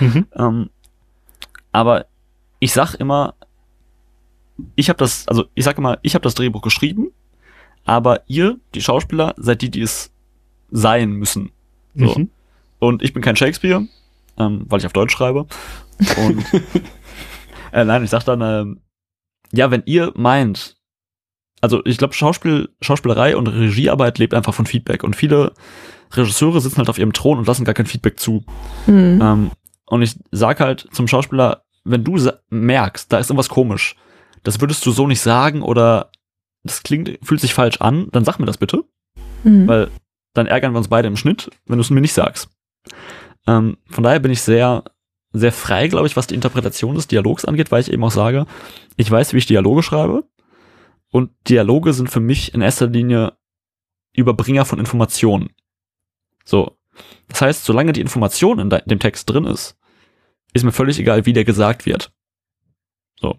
[SPEAKER 3] Aber ich sag immer, ich habe das Drehbuch geschrieben, aber ihr, die Schauspieler, seid die es sein müssen. So. Und ich bin kein Shakespeare, weil ich auf Deutsch schreibe. Und nein, ich sag dann, ja, wenn ihr meint, also ich glaube, Schauspielerei und Regiearbeit lebt einfach von Feedback. Und viele Regisseure sitzen halt auf ihrem Thron und lassen gar kein Feedback zu. Und ich sag halt zum Schauspieler, wenn du merkst, da ist irgendwas komisch, das würdest du so nicht sagen oder das fühlt sich falsch an, dann sag mir das bitte. Weil dann ärgern wir uns beide im Schnitt, wenn du es mir nicht sagst. Von daher bin ich sehr, sehr frei, glaube ich, was die Interpretation des Dialogs angeht, weil ich eben auch sage, ich weiß, wie ich Dialoge schreibe. Und Dialoge sind für mich in erster Linie Überbringer von Informationen. So. Das heißt, solange die Information in dem Text drin ist mir völlig egal, wie der gesagt wird. So.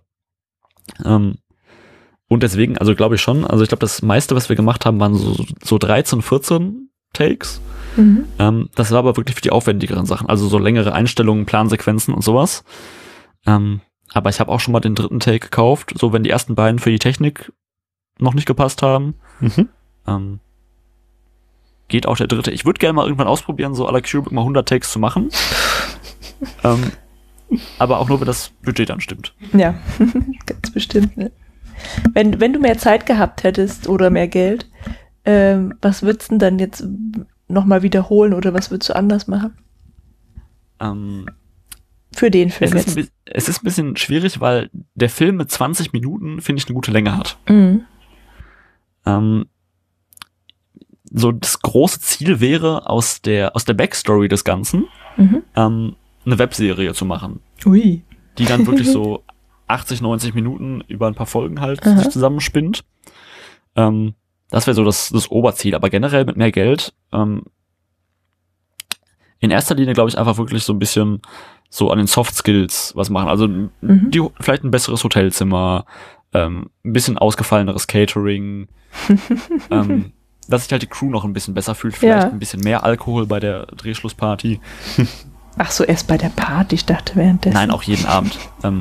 [SPEAKER 3] Und deswegen, also glaube ich schon, also ich glaube, das meiste, was wir gemacht haben, waren so 13, 14 Takes. Das war aber wirklich für die aufwendigeren Sachen, also so längere Einstellungen, Plansequenzen und sowas. Aber ich habe auch schon mal den 3. Take gekauft, so wenn die ersten beiden für die Technik noch nicht gepasst haben. Geht auch der 3. Ich würde gerne mal irgendwann ausprobieren, so à la Kubrick mal 100 Takes zu machen. Aber auch nur, wenn das Budget dann stimmt.
[SPEAKER 2] Ja, ganz bestimmt. Ne? Wenn du mehr Zeit gehabt hättest oder mehr Geld, was würdest du denn dann jetzt nochmal wiederholen oder was würdest du anders machen? Für den Film
[SPEAKER 3] es ist ein bisschen schwierig, weil der Film mit 20 Minuten, finde ich, eine gute Länge hat. So das große Ziel wäre, aus der Backstory des Ganzen eine Webserie zu machen.
[SPEAKER 2] Ui.
[SPEAKER 3] Die dann wirklich so 80, 90 Minuten über ein paar Folgen halt sich zusammenspinnt. Das wäre so das Oberziel. Aber generell mit mehr Geld in erster Linie, glaube ich, einfach wirklich so ein bisschen so an den Soft Skills was machen. Also vielleicht ein besseres Hotelzimmer, ein bisschen ausgefalleneres Catering, dass sich halt die Crew noch ein bisschen besser fühlt, vielleicht ein bisschen mehr Alkohol bei der Drehschlussparty.
[SPEAKER 2] Ach so, erst bei der Party, ich dachte währenddessen.
[SPEAKER 3] Nein, auch jeden Abend.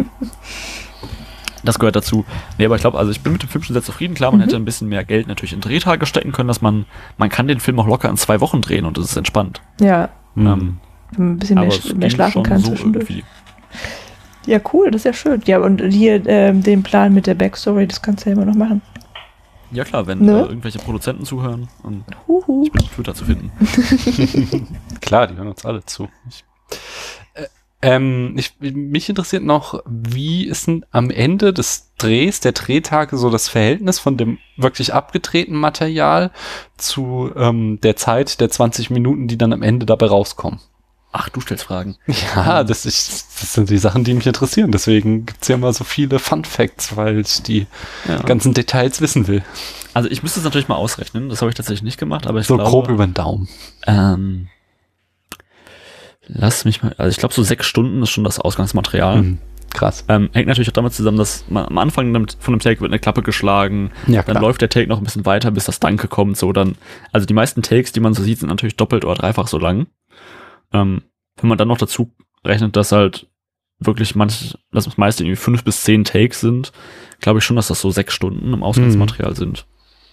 [SPEAKER 3] Das gehört dazu. Nee, aber ich glaube, also ich bin mit dem Film schon sehr zufrieden. Klar, man hätte ein bisschen mehr Geld natürlich in Drehtage stecken können, dass man kann den Film auch locker in 2 Wochen drehen und es ist entspannt.
[SPEAKER 2] Ja. Wenn man ein bisschen mehr schlafen kann
[SPEAKER 3] so
[SPEAKER 2] zwischendurch.
[SPEAKER 3] Irgendwie.
[SPEAKER 2] Ja, cool, das ist ja schön. Ja, und hier den Plan mit der Backstory, das kannst du ja immer noch machen.
[SPEAKER 3] Ja klar, wenn irgendwelche Produzenten zuhören. Ich bin auf Twitter zu finden.
[SPEAKER 1] Klar, die hören uns alle zu. Mich interessiert noch, wie ist denn am Ende des Drehs, der Drehtage, so das Verhältnis von dem wirklich abgedrehten Material zu der Zeit der 20 Minuten, die dann am Ende dabei rauskommen?
[SPEAKER 3] Ach, du stellst Fragen.
[SPEAKER 1] Ja, das sind die Sachen, die mich interessieren. Deswegen gibt's ja immer so viele Fun Facts, weil ich die ganzen Details wissen will.
[SPEAKER 3] Also ich müsste es natürlich mal ausrechnen. Das habe ich tatsächlich nicht gemacht, aber ich
[SPEAKER 1] so
[SPEAKER 3] glaube...
[SPEAKER 1] grob über den Daumen.
[SPEAKER 3] Lass mich mal... Also ich glaube, so 6 Stunden ist schon das Ausgangsmaterial.
[SPEAKER 1] Krass.
[SPEAKER 3] Hängt natürlich auch damit zusammen, dass man am Anfang von dem Take wird eine Klappe geschlagen. Ja, dann läuft der Take noch ein bisschen weiter, bis das Danke kommt. Also die meisten Takes, die man so sieht, sind natürlich doppelt oder dreifach so lang. Wenn man dann noch dazu rechnet, dass halt wirklich das meiste irgendwie 5 bis 10 Takes sind, glaube ich schon, dass das so 6 Stunden im Ausgangsmaterial sind.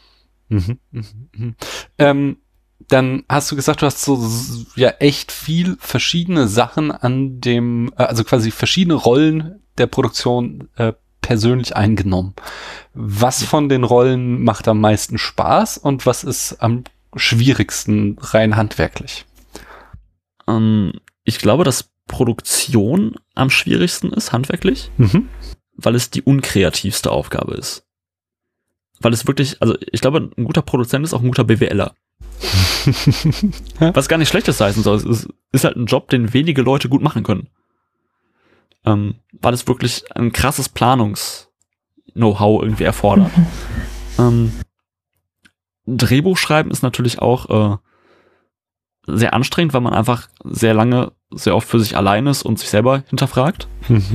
[SPEAKER 1] Dann hast du gesagt, du hast so echt viel verschiedene Sachen an dem, also quasi verschiedene Rollen der Produktion persönlich eingenommen. Was von den Rollen macht am meisten Spaß und was ist am schwierigsten rein handwerklich?
[SPEAKER 3] Ich glaube, dass Produktion am schwierigsten ist, handwerklich, weil es die unkreativste Aufgabe ist. Weil es wirklich, also ich glaube, ein guter Produzent ist auch ein guter BWLer. Was gar nicht Schlechtes heißen soll. Es ist halt ein Job, den wenige Leute gut machen können. Weil es wirklich ein krasses Planungs-Know-how irgendwie erfordert. Drehbuch schreiben ist natürlich auch sehr anstrengend, weil man einfach sehr lange, sehr oft für sich allein ist und sich selber hinterfragt.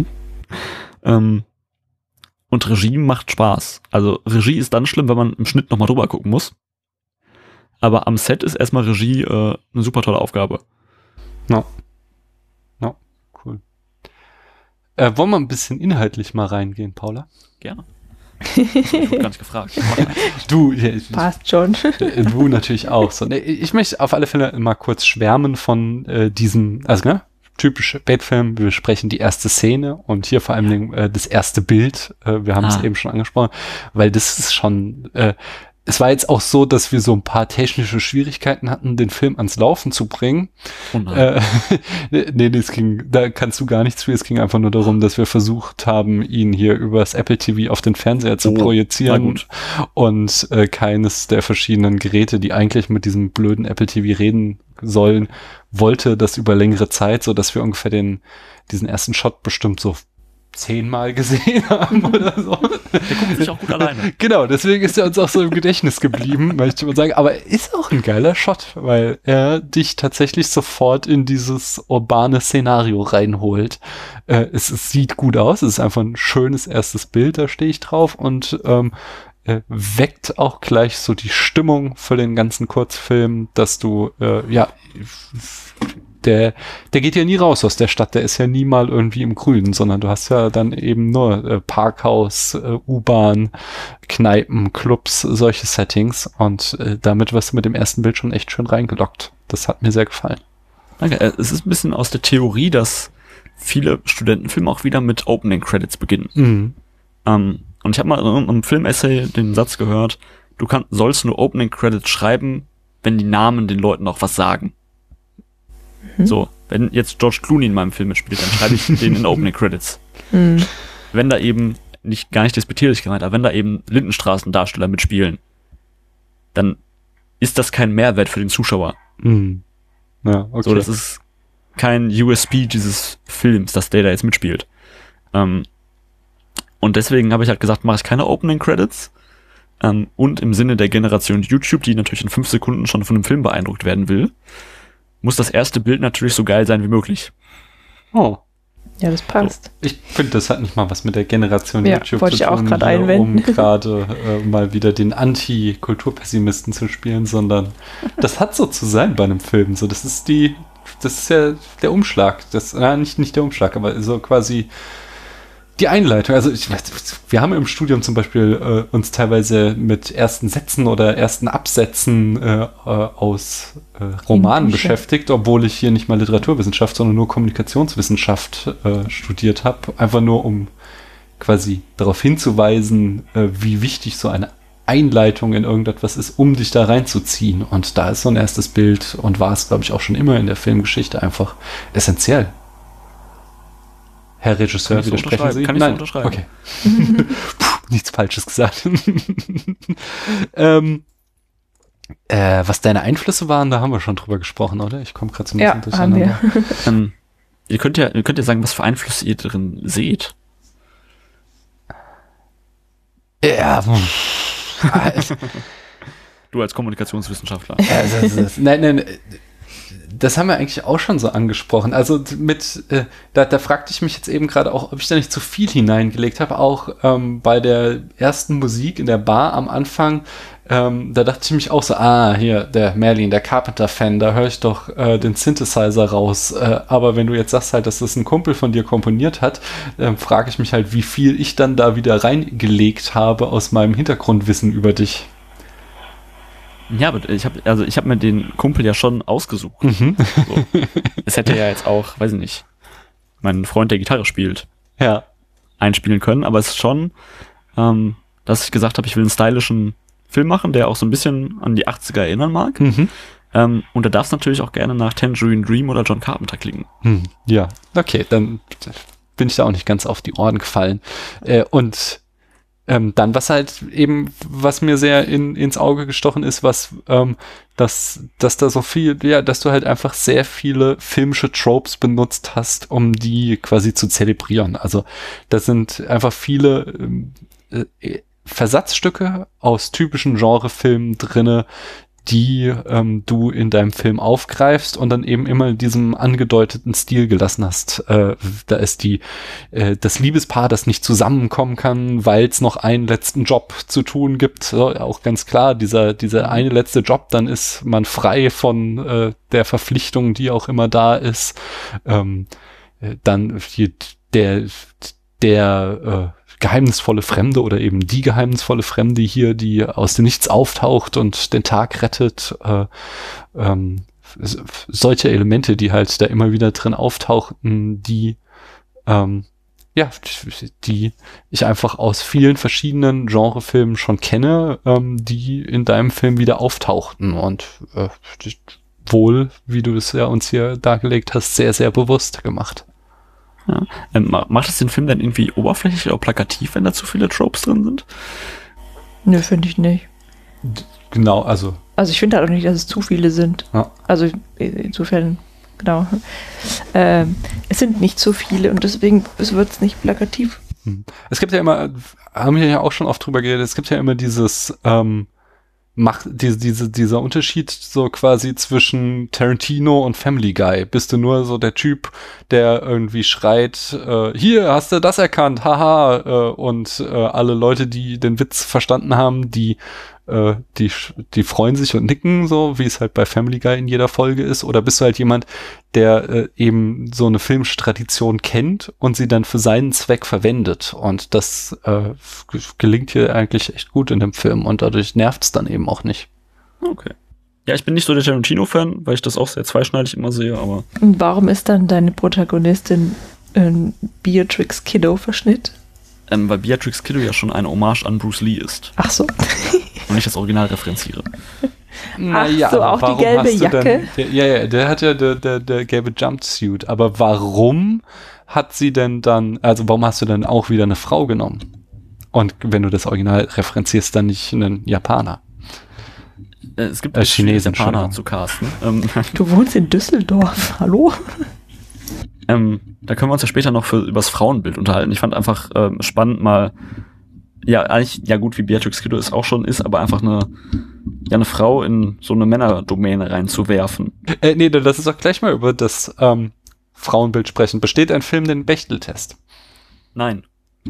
[SPEAKER 3] Und Regie macht Spaß. Also Regie ist dann schlimm, wenn man im Schnitt nochmal drüber gucken muss. Aber am Set ist erstmal Regie eine super tolle Aufgabe.
[SPEAKER 1] No, cool. Wollen wir ein bisschen inhaltlich mal reingehen, Paula?
[SPEAKER 3] Gerne. Ich wurde gar nicht gefragt.
[SPEAKER 1] Du,
[SPEAKER 2] passt schon.
[SPEAKER 1] Du natürlich auch. So, ich möchte auf alle Fälle mal kurz schwärmen von diesem, also typisch Bait-Film, wir besprechen die erste Szene und hier vor allem das erste Bild. Wir haben es eben schon angesprochen, weil das ist schon es war jetzt auch so, dass wir so ein paar technische Schwierigkeiten hatten, den Film ans Laufen zu bringen. Oh nein. Da kannst du gar nichts für. Es ging einfach nur darum, dass wir versucht haben, ihn hier übers Apple TV auf den Fernseher zu projizieren. Und keines der verschiedenen Geräte, die eigentlich mit diesem blöden Apple TV reden sollen, wollte das über längere Zeit, so dass wir ungefähr diesen ersten Shot bestimmt so 10-mal gesehen haben oder so.
[SPEAKER 3] Der guckt sich auch gut alleine.
[SPEAKER 1] Genau, deswegen ist er uns auch so im Gedächtnis geblieben, möchte ich mal sagen. Aber er ist auch ein geiler Shot, weil er dich tatsächlich sofort in dieses urbane Szenario reinholt. Es sieht gut aus, es ist einfach ein schönes erstes Bild, da stehe ich drauf und weckt auch gleich so die Stimmung für den ganzen Kurzfilm, dass du, der geht ja nie raus aus der Stadt, der ist ja nie mal irgendwie im Grünen, sondern du hast ja dann eben nur Parkhaus, U-Bahn, Kneipen, Clubs, solche Settings und damit wirst du mit dem ersten Bild schon echt schön reingelockt. Das hat mir sehr gefallen.
[SPEAKER 3] Danke. Es ist ein bisschen aus der Theorie, dass viele Studentenfilme auch wieder mit Opening Credits beginnen. Und ich habe mal in einem Film-Essay den Satz gehört, du sollst nur Opening Credits schreiben, wenn die Namen den Leuten auch was sagen. So, wenn jetzt George Clooney in meinem Film mitspielt, dann schreibe ich den in Opening Credits. Wenn da eben, gar nicht despektierlich gemeint, aber wenn da eben Lindenstraßen-Darsteller mitspielen, dann ist das kein Mehrwert für den Zuschauer.
[SPEAKER 1] Ja, okay.
[SPEAKER 3] So, das ist kein USP dieses Films, dass der da jetzt mitspielt. Und deswegen habe ich halt gesagt, mache ich keine Opening Credits. Und im Sinne der Generation YouTube, die natürlich in 5 Sekunden schon von einem Film beeindruckt werden will, muss das erste Bild natürlich so geil sein wie möglich.
[SPEAKER 1] Oh.
[SPEAKER 2] Ja, das passt.
[SPEAKER 1] So. Ich finde, das hat nicht mal was mit der Generation YouTube
[SPEAKER 2] wollte
[SPEAKER 1] zu
[SPEAKER 2] ich auch
[SPEAKER 1] tun,
[SPEAKER 2] gerade einwenden.
[SPEAKER 1] um gerade mal wieder den Anti-Kulturpessimisten zu spielen, sondern das hat so zu sein bei einem Film. So, das ist die das ist ja der Umschlag. Nicht der Umschlag, aber so quasi die Einleitung. Also wir haben im Studium zum Beispiel uns teilweise mit ersten Sätzen oder ersten Absätzen aus Romanen beschäftigt, obwohl ich hier nicht mal Literaturwissenschaft, sondern nur Kommunikationswissenschaft studiert habe. Einfach nur, um quasi darauf hinzuweisen, wie wichtig so eine Einleitung in irgendetwas ist, um dich da reinzuziehen. Und da ist so ein erstes Bild und war es, glaube ich, auch schon immer in der Filmgeschichte einfach essentiell. Herr Regisseur, widersprechen Sie?
[SPEAKER 3] Kann ich so unterschreiben.
[SPEAKER 1] Okay. Nichts Falsches gesagt. Was deine Einflüsse waren, da haben wir schon drüber gesprochen, oder? Ich komme gerade so ein bisschen durcheinander.
[SPEAKER 3] Ihr könnt ja sagen, was für Einflüsse ihr drin seht.
[SPEAKER 1] Ja.
[SPEAKER 3] Du als Kommunikationswissenschaftler.
[SPEAKER 1] Nein. Das haben wir eigentlich auch schon so angesprochen. Also da fragte ich mich jetzt eben gerade auch, ob ich da nicht zu viel hineingelegt habe. Auch bei der ersten Musik in der Bar am Anfang, da dachte ich mich auch so, hier, der Merlin, der Carpenter-Fan, da höre ich doch den Synthesizer raus. Aber wenn du jetzt sagst halt, dass das ein Kumpel von dir komponiert hat, frage ich mich halt, wie viel ich dann da wieder reingelegt habe aus meinem Hintergrundwissen über dich.
[SPEAKER 3] Ja, aber ich hab mir den Kumpel ja schon ausgesucht. So. Es hätte ja jetzt auch, weiß ich nicht, mein Freund, der Gitarre spielt, einspielen können, aber es ist schon, dass ich gesagt habe, ich will einen stylischen Film machen, der auch so ein bisschen an die 80er erinnern mag. Und da darf es natürlich auch gerne nach Tangerine Dream oder John Carpenter klingen.
[SPEAKER 1] Ja, okay, dann bin ich da auch nicht ganz auf die Ohren gefallen. Und dann, was mir sehr ins Auge gestochen ist, dass da so viel, dass du halt einfach sehr viele filmische Tropes benutzt hast, um die quasi zu zelebrieren. Also da sind einfach viele Versatzstücke aus typischen Genrefilmen drinne, die du in deinem Film aufgreifst und dann eben immer in diesem angedeuteten Stil gelassen hast. Da ist das Liebespaar, das nicht zusammenkommen kann, weil es noch einen letzten Job zu tun gibt. So, auch ganz klar, dieser eine letzte Job, dann ist man frei von der Verpflichtung, die auch immer da ist. Dann der geheimnisvolle Fremde oder eben die geheimnisvolle Fremde hier, die aus dem Nichts auftaucht und den Tag rettet. Solche Elemente, die halt da immer wieder drin auftauchten, die ich einfach aus vielen verschiedenen Genrefilmen schon kenne, die in deinem Film wieder auftauchten und wohl, wie du es ja uns hier dargelegt hast, sehr, sehr bewusst gemacht.
[SPEAKER 3] Ja. Macht es den Film dann irgendwie oberflächlich oder plakativ, wenn da zu viele Tropes drin sind?
[SPEAKER 2] Nö, finde ich nicht.
[SPEAKER 1] Genau, also.
[SPEAKER 2] Also ich finde halt auch nicht, dass es zu viele sind. Ja. Also insofern, genau. Es sind nicht so viele und deswegen wird es nicht plakativ.
[SPEAKER 1] Es gibt ja immer, haben wir ja auch schon oft drüber geredet, es gibt ja immer dieses dieser Unterschied so quasi zwischen Tarantino und Family Guy. Bist du nur so der Typ, der irgendwie schreit, hier, hast du das erkannt, haha, und alle Leute, die den Witz verstanden haben, die freuen sich und nicken, so wie es halt bei Family Guy in jeder Folge ist, oder bist du halt jemand, der eben so eine filmische Tradition kennt und sie dann für seinen Zweck verwendet, und das gelingt hier eigentlich echt gut in dem Film und dadurch nervt es dann eben auch nicht.
[SPEAKER 3] Okay. Ja, ich bin nicht so der Tarantino-Fan, weil ich das auch sehr zweischneidig immer sehe, aber...
[SPEAKER 2] Und warum ist dann deine Protagonistin Beatrix Kiddo-Verschnitt?
[SPEAKER 3] Weil Beatrix Kiddo ja schon eine Hommage an Bruce Lee ist.
[SPEAKER 2] Ach so.
[SPEAKER 3] Und ich das Original referenziere.
[SPEAKER 1] Naja,
[SPEAKER 2] so, auch die gelbe Jacke?
[SPEAKER 1] Der hat ja der gelbe Jumpsuit. Aber warum hat sie denn dann, also warum hast du dann auch wieder eine Frau genommen? Und wenn du das Original referenzierst, dann nicht einen Japaner?
[SPEAKER 3] Es gibt
[SPEAKER 1] Chinesen,
[SPEAKER 3] Japaner zu casten.
[SPEAKER 2] Du wohnst in Düsseldorf, hallo?
[SPEAKER 3] Da können wir uns ja später noch über das Frauenbild unterhalten. Ich fand einfach spannend mal, ja, eigentlich, ja gut, wie Beatrix Kiddo es auch schon ist, aber einfach eine Frau in so eine Männerdomäne reinzuwerfen.
[SPEAKER 1] Nee, lass uns doch gleich mal über das Frauenbild sprechen. Besteht ein Film den Bechdel-Test?
[SPEAKER 3] Nein.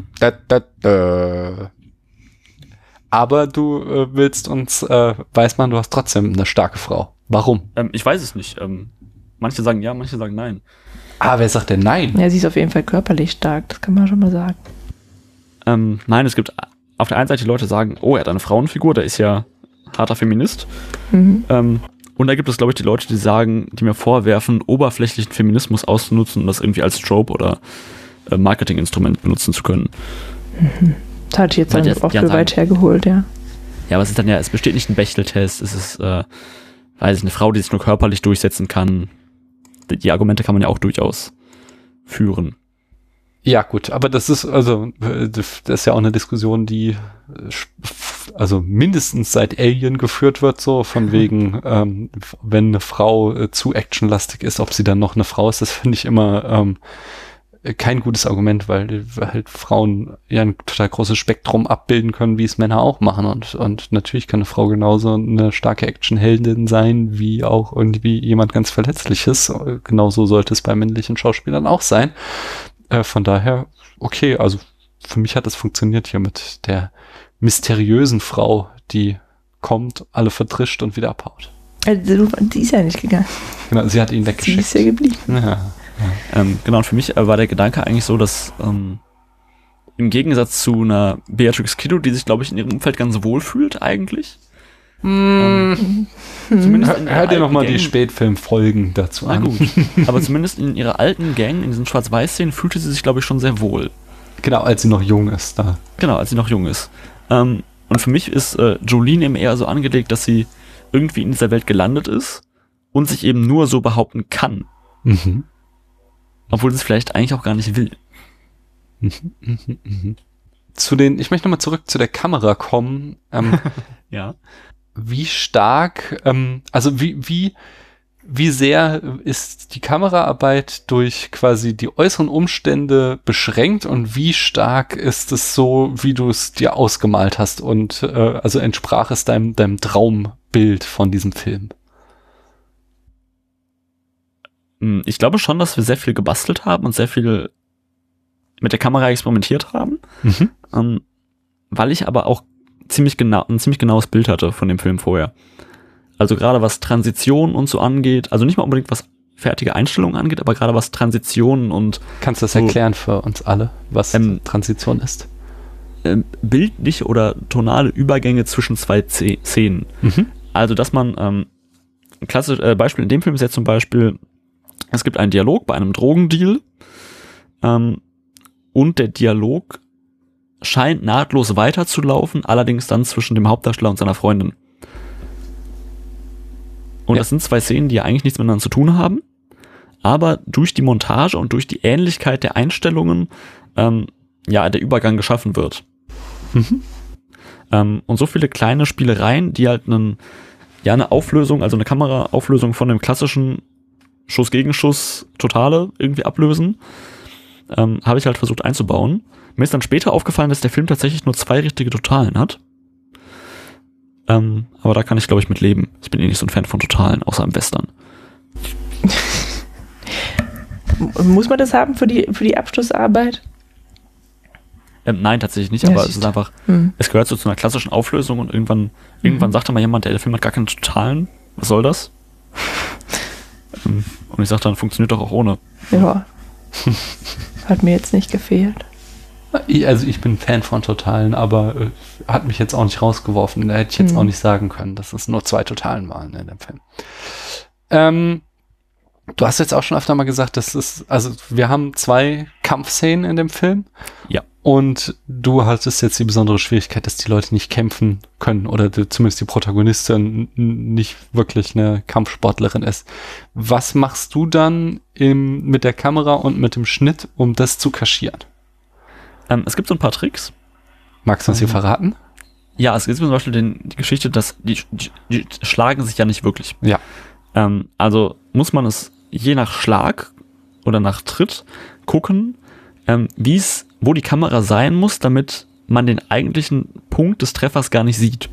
[SPEAKER 1] Aber du willst uns weiß man, du hast trotzdem eine starke Frau. Warum?
[SPEAKER 3] Ich weiß es nicht. Manche sagen ja, manche sagen nein.
[SPEAKER 1] Ah, wer sagt denn nein?
[SPEAKER 2] Ja, sie ist auf jeden Fall körperlich stark, das kann man schon mal sagen.
[SPEAKER 3] Nein, es gibt auf der einen Seite die Leute sagen, oh, er hat eine Frauenfigur, der ist ja harter Feminist.
[SPEAKER 2] Mhm.
[SPEAKER 3] Und da gibt es, glaube ich, die Leute, die sagen, die mir vorwerfen, oberflächlichen Feminismus auszunutzen und das irgendwie als Trope oder Marketinginstrument benutzen zu können.
[SPEAKER 2] Das hatte ich jetzt dann auch für weit hergeholt, ja.
[SPEAKER 3] Ja, aber es ist dann ja, es besteht nicht ein Bechteltest, es ist, weiß ich, eine Frau, die sich nur körperlich durchsetzen kann. Die Argumente kann man ja auch durchaus führen.
[SPEAKER 1] Ja, gut, aber das ist ja auch eine Diskussion, die also mindestens seit Alien geführt wird, so von wegen, wenn eine Frau zu actionlastig ist, ob sie dann noch eine Frau ist, das finde ich immer kein gutes Argument, weil halt Frauen ja ein total großes Spektrum abbilden können, wie es Männer auch machen und natürlich kann eine Frau genauso eine starke Actionheldin sein, wie auch irgendwie jemand ganz Verletzliches. Genauso sollte es bei männlichen Schauspielern auch sein. Von daher, okay, also für mich hat es funktioniert hier mit der mysteriösen Frau, die kommt, alle verdrischt und wieder abhaut.
[SPEAKER 2] Also, die ist ja nicht gegangen.
[SPEAKER 1] Genau, sie hat ihn weggeschickt.
[SPEAKER 2] Sie ist ja geblieben.
[SPEAKER 1] Ja.
[SPEAKER 3] Genau, und für mich war der Gedanke eigentlich so, dass im Gegensatz zu einer Beatrix Kiddo, die sich, glaube ich, in ihrem Umfeld ganz wohl fühlt eigentlich.
[SPEAKER 1] Zumindest hör dir nochmal die Spätfilmfolgen dazu an.
[SPEAKER 3] Gut. Aber zumindest in ihrer alten Gang, in diesen Schwarz-Weiß-Szenen, fühlte sie sich, glaube ich, schon sehr wohl.
[SPEAKER 1] Genau, als sie noch jung ist. Da.
[SPEAKER 3] Genau, als sie noch jung ist. Und für mich ist Jolene eben eher so angelegt, dass sie irgendwie in dieser Welt gelandet ist und sich eben nur so behaupten kann.
[SPEAKER 1] Mhm.
[SPEAKER 3] Obwohl sie es vielleicht eigentlich auch gar nicht will.
[SPEAKER 1] Ich möchte nochmal zurück zu der Kamera kommen.
[SPEAKER 3] Ja.
[SPEAKER 1] Wie stark, also wie sehr ist die Kameraarbeit durch quasi die äußeren Umstände beschränkt und wie stark ist es so, wie du es dir ausgemalt hast und also entsprach es deinem Traumbild von diesem Film?
[SPEAKER 3] Ich glaube schon, dass wir sehr viel gebastelt haben und sehr viel mit der Kamera experimentiert haben, weil ich aber auch ein ziemlich genaues Bild hatte von dem Film vorher. Also gerade was Transitionen und so angeht, also nicht mal unbedingt was fertige Einstellungen angeht, aber gerade was Transitionen und...
[SPEAKER 1] Kannst du das erklären für uns alle, was Transition ist?
[SPEAKER 3] Bildliche oder tonale Übergänge zwischen zwei Szenen. Also dass man, ein klassisches Beispiel in dem Film ist jetzt zum Beispiel, es gibt einen Dialog bei einem Drogendeal und der Dialog scheint nahtlos weiterzulaufen, allerdings dann zwischen dem Hauptdarsteller und seiner Freundin. Und das sind zwei Szenen, die ja eigentlich nichts miteinander zu tun haben, aber durch die Montage und durch die Ähnlichkeit der Einstellungen der Übergang geschaffen wird. Und so viele kleine Spielereien, die halt eine Auflösung, also eine Kameraauflösung von dem klassischen Schuss gegen Schuss Totale irgendwie ablösen, habe ich halt versucht einzubauen. Mir ist dann später aufgefallen, dass der Film tatsächlich nur 2 richtige Totalen hat. Aber da kann ich, glaube ich, mit leben. Ich bin eh nicht so ein Fan von Totalen, außer im Western.
[SPEAKER 2] Muss man das haben für die Abschlussarbeit?
[SPEAKER 3] Nein, tatsächlich nicht, aber es ist einfach, es gehört so zu einer klassischen Auflösung und irgendwann sagte mal jemand, der Film hat gar keine Totalen. Was soll das? Und ich sagte dann, funktioniert doch auch ohne.
[SPEAKER 2] Ja. Hat mir jetzt nicht gefehlt.
[SPEAKER 1] Also ich bin Fan von Totalen, aber hat mich jetzt auch nicht rausgeworfen. Da hätte ich jetzt auch nicht sagen können, dass es nur 2 Totalen waren in dem Film. Du hast jetzt auch schon öfter mal gesagt, wir haben 2 Kampfszenen in dem Film.
[SPEAKER 3] Ja.
[SPEAKER 1] Und du hattest jetzt die besondere Schwierigkeit, dass die Leute nicht kämpfen können oder zumindest die Protagonistin nicht wirklich eine Kampfsportlerin ist. Was machst du dann mit der Kamera und mit dem Schnitt, um das zu kaschieren?
[SPEAKER 3] Es gibt so ein paar Tricks.
[SPEAKER 1] Magst du uns hier verraten?
[SPEAKER 3] Ja, es gibt zum Beispiel die Geschichte, dass die schlagen sich ja nicht wirklich.
[SPEAKER 1] Ja.
[SPEAKER 3] Also muss man es je nach Schlag oder nach Tritt gucken, wo die Kamera sein muss, damit man den eigentlichen Punkt des Treffers gar nicht sieht.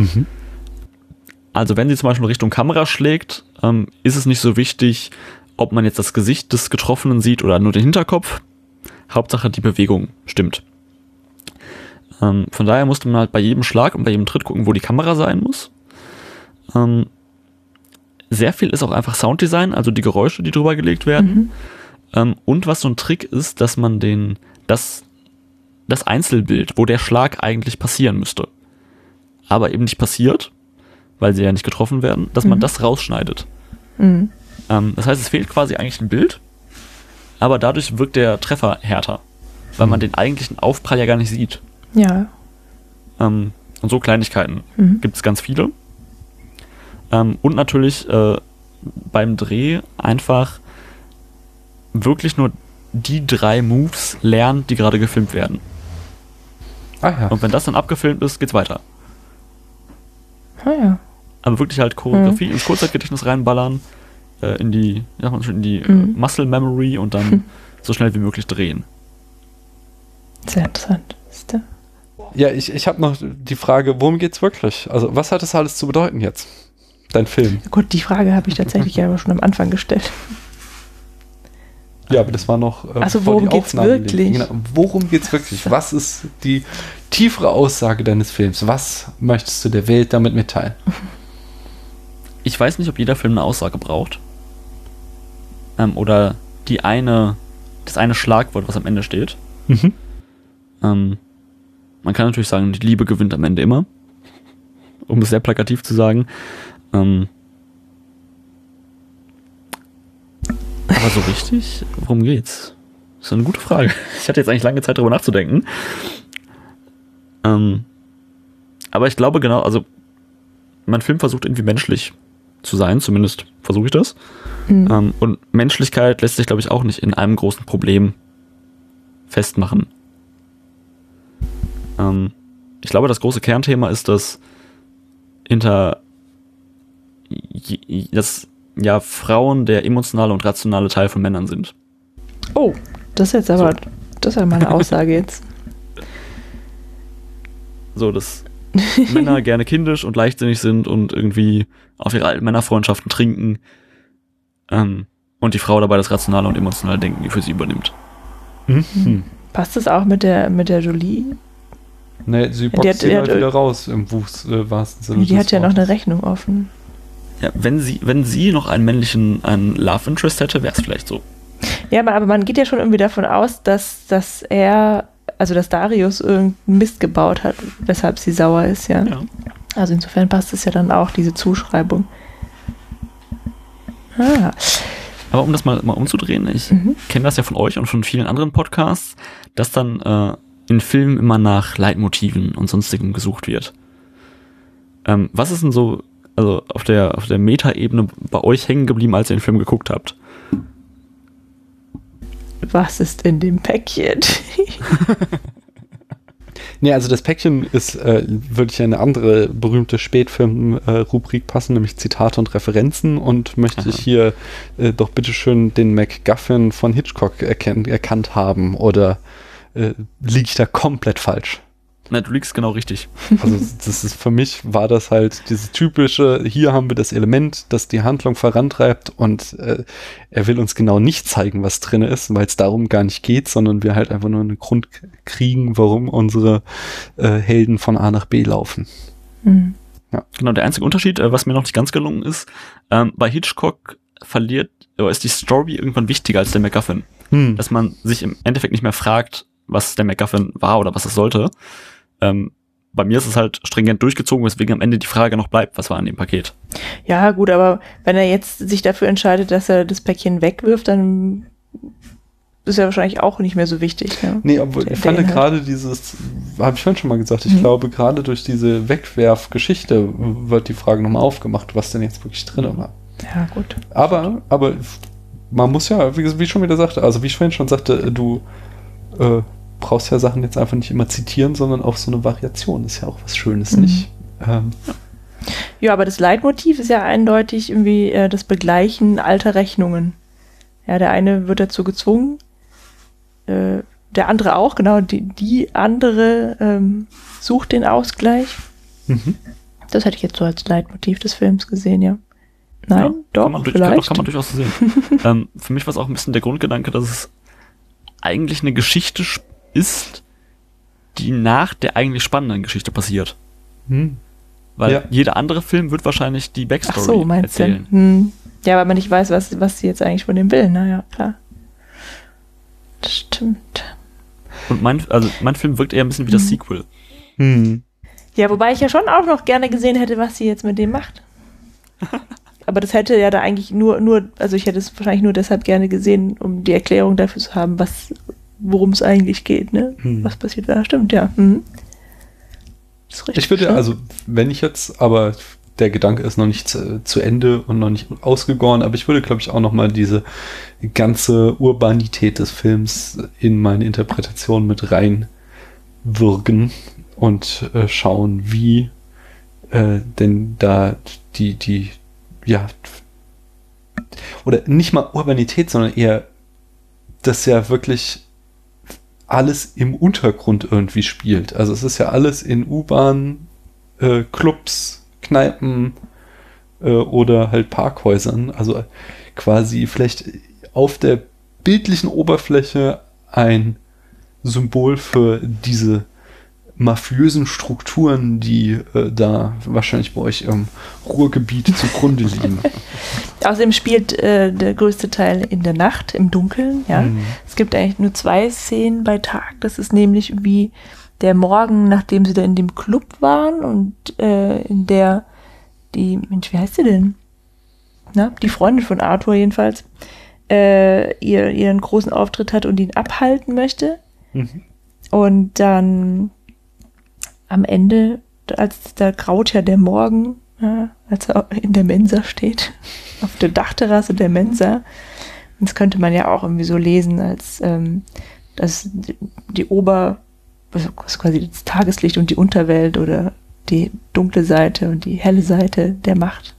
[SPEAKER 3] Also wenn sie zum Beispiel Richtung Kamera schlägt, ist es nicht so wichtig, ob man jetzt das Gesicht des Getroffenen sieht oder nur den Hinterkopf. Hauptsache die Bewegung stimmt. Von daher musste man halt bei jedem Schlag und bei jedem Tritt gucken, wo die Kamera sein muss. sehr viel ist auch einfach Sounddesign, also die Geräusche, die drüber gelegt werden. Und was so ein Trick ist, dass man das Einzelbild, wo der Schlag eigentlich passieren müsste, aber eben nicht passiert, weil sie ja nicht getroffen werden, dass man das rausschneidet. Das heißt, es fehlt quasi eigentlich ein Bild, aber dadurch wirkt der Treffer härter, weil man den eigentlichen Aufprall ja gar nicht sieht.
[SPEAKER 2] Ja.
[SPEAKER 3] Und so Kleinigkeiten gibt es ganz viele. Und natürlich beim Dreh einfach wirklich nur die 3 Moves lernen, die gerade gefilmt werden. Und wenn das dann abgefilmt ist, geht's weiter. Aber wirklich halt Choreografie ins Kurzzeitgedächtnis reinballern, in die Muscle Memory und dann so schnell wie möglich drehen.
[SPEAKER 2] Sehr interessant.
[SPEAKER 1] Ja, ich habe noch die Frage, worum geht's wirklich? Also, was hat das alles zu bedeuten jetzt? Dein Film.
[SPEAKER 2] Gut, die Frage habe ich tatsächlich aber schon am Anfang gestellt.
[SPEAKER 1] Ja, aber das war noch
[SPEAKER 2] also worum geht's wirklich?
[SPEAKER 1] Genau. Worum geht's wirklich? Was ist die tiefere Aussage deines Films? Was möchtest du der Welt damit mitteilen?
[SPEAKER 3] Ich weiß nicht, ob jeder Film eine Aussage braucht. Oder das eine Schlagwort, was am Ende steht. Man kann natürlich sagen, die Liebe gewinnt am Ende immer. Um es sehr plakativ zu sagen. Aber so richtig, worum geht's? Das ist eine gute Frage. Ich hatte jetzt eigentlich lange Zeit, darüber nachzudenken. Aber ich glaube genau, also mein Film versucht irgendwie menschlich zu sein, zumindest versuche ich das. Und Menschlichkeit lässt sich, glaube ich, auch nicht in einem großen Problem festmachen. Ich glaube, das große Kernthema ist, dass Frauen der emotionale und rationale Teil von Männern sind.
[SPEAKER 2] Oh, das ist jetzt aber, das ist ja meine Aussage jetzt.
[SPEAKER 3] So, dass Männer gerne kindisch und leichtsinnig sind und irgendwie auf ihre alten Männerfreundschaften trinken, und die Frau dabei das rationale und emotionale Denken für sie übernimmt.
[SPEAKER 2] Passt das auch mit der Jolie?
[SPEAKER 1] Ne, sie boxt sie halt wieder raus im wahrsten Sinne.
[SPEAKER 2] Die hat ja noch eine Rechnung offen.
[SPEAKER 3] Ja, wenn sie noch einen Love Interest hätte, wäre es vielleicht so.
[SPEAKER 2] Ja, aber man geht ja schon irgendwie davon aus, dass Darius irgendeinen Mist gebaut hat, weshalb sie sauer ist, ja. Also insofern passt es ja dann auch, diese Zuschreibung.
[SPEAKER 3] Aber um das mal umzudrehen, ich kenne das ja von euch und von vielen anderen Podcasts, dass dann in Filmen immer nach Leitmotiven und sonstigem gesucht wird. Was ist denn so, also auf der Meta-Ebene bei euch hängen geblieben, als ihr den Film geguckt habt?
[SPEAKER 2] Was ist in dem Päckchen?
[SPEAKER 1] Nee, also das Päckchen ist wirklich eine andere berühmte Spätfilm-Rubrik passen, nämlich Zitate und Referenzen, und möchte ich hier doch bitteschön den MacGuffin von Hitchcock erkannt haben, oder liege ich da komplett falsch?
[SPEAKER 3] Na, du liegst genau richtig.
[SPEAKER 1] Also das ist, für mich war das halt dieses typische, hier haben wir das Element, das die Handlung vorantreibt, und er will uns genau nicht zeigen, was drin ist, weil es darum gar nicht geht, sondern wir halt einfach nur einen Grund kriegen, warum unsere Helden von A nach B laufen. Ja.
[SPEAKER 3] Genau, der einzige Unterschied, was mir noch nicht ganz gelungen ist, bei Hitchcock ist die Story irgendwann wichtiger als der MacGuffin. Dass man sich im Endeffekt nicht mehr fragt, was der MacGuffin war oder was es sollte. Bei mir ist es halt stringent durchgezogen, weswegen am Ende die Frage noch bleibt, was war an dem Paket.
[SPEAKER 2] Ja, gut, aber wenn er jetzt sich dafür entscheidet, dass er das Päckchen wegwirft, dann ist er wahrscheinlich auch nicht mehr so wichtig. Ja?
[SPEAKER 1] Nee, aber ich fand gerade dieses, habe ich vorhin schon mal gesagt, ich glaube, gerade durch diese Wegwerfgeschichte wird die Frage nochmal aufgemacht, was denn jetzt wirklich drin war.
[SPEAKER 2] Ja, gut.
[SPEAKER 1] Aber man muss ja, wie ich schon wieder sagte, also wie ich vorhin schon sagte, du brauchst ja Sachen jetzt einfach nicht immer zitieren, sondern auch so eine Variation ist ja auch was Schönes, nicht?
[SPEAKER 2] Ja, aber das Leitmotiv ist ja eindeutig irgendwie das Begleichen alter Rechnungen. Ja, der eine wird dazu gezwungen, der andere auch, genau, die andere sucht den Ausgleich. Das hätte ich jetzt so als Leitmotiv des Films gesehen, ja. Nein, ja, doch, vielleicht.
[SPEAKER 3] Kann man durchaus sehen. Für mich war es auch ein bisschen der Grundgedanke, dass es eigentlich eine Geschichte ist, die nach der eigentlich spannenden Geschichte passiert. Weil jeder andere Film wird wahrscheinlich die Backstory erzählen.
[SPEAKER 2] Ja, weil man nicht weiß, was sie jetzt eigentlich von dem will. Naja, klar. Das stimmt.
[SPEAKER 3] Und mein Film wirkt eher ein bisschen wie das Sequel.
[SPEAKER 2] Ja, wobei ich ja schon auch noch gerne gesehen hätte, was sie jetzt mit dem macht. Aber das hätte ja da eigentlich also ich hätte es wahrscheinlich nur deshalb gerne gesehen, um die Erklärung dafür zu haben, worum es eigentlich geht, ne? Was passiert da? Stimmt, ja. Das ist richtig.
[SPEAKER 1] Ich würde, also, wenn ich jetzt, aber der Gedanke ist noch nicht zu Ende und noch nicht ausgegoren, aber ich würde, glaube ich, auch noch mal diese ganze Urbanität des Films in meine Interpretation mit reinwirken und schauen, wie denn da oder nicht mal Urbanität, sondern eher, dass ja wirklich alles im Untergrund irgendwie spielt. Also es ist ja alles in U-Bahn, Clubs, Kneipen oder halt Parkhäusern. Also quasi vielleicht auf der bildlichen Oberfläche ein Symbol für diese mafiösen Strukturen, die da wahrscheinlich bei euch im Ruhrgebiet zugrunde liegen.
[SPEAKER 2] Außerdem spielt der größte Teil in der Nacht, im Dunkeln. Ja. Es gibt eigentlich nur 2 Szenen bei Tag. Das ist nämlich wie der Morgen, nachdem sie da in dem Club waren und in der Mensch, wie heißt sie denn? Na, die Freundin von Arthur jedenfalls, ihren großen Auftritt hat und ihn abhalten möchte. Und dann am Ende, da graut ja der Morgen, ja, als er in der Mensa steht, auf der Dachterrasse der Mensa. Das könnte man ja auch irgendwie so lesen, als dass was quasi das Tageslicht und die Unterwelt oder die dunkle Seite und die helle Seite der Macht.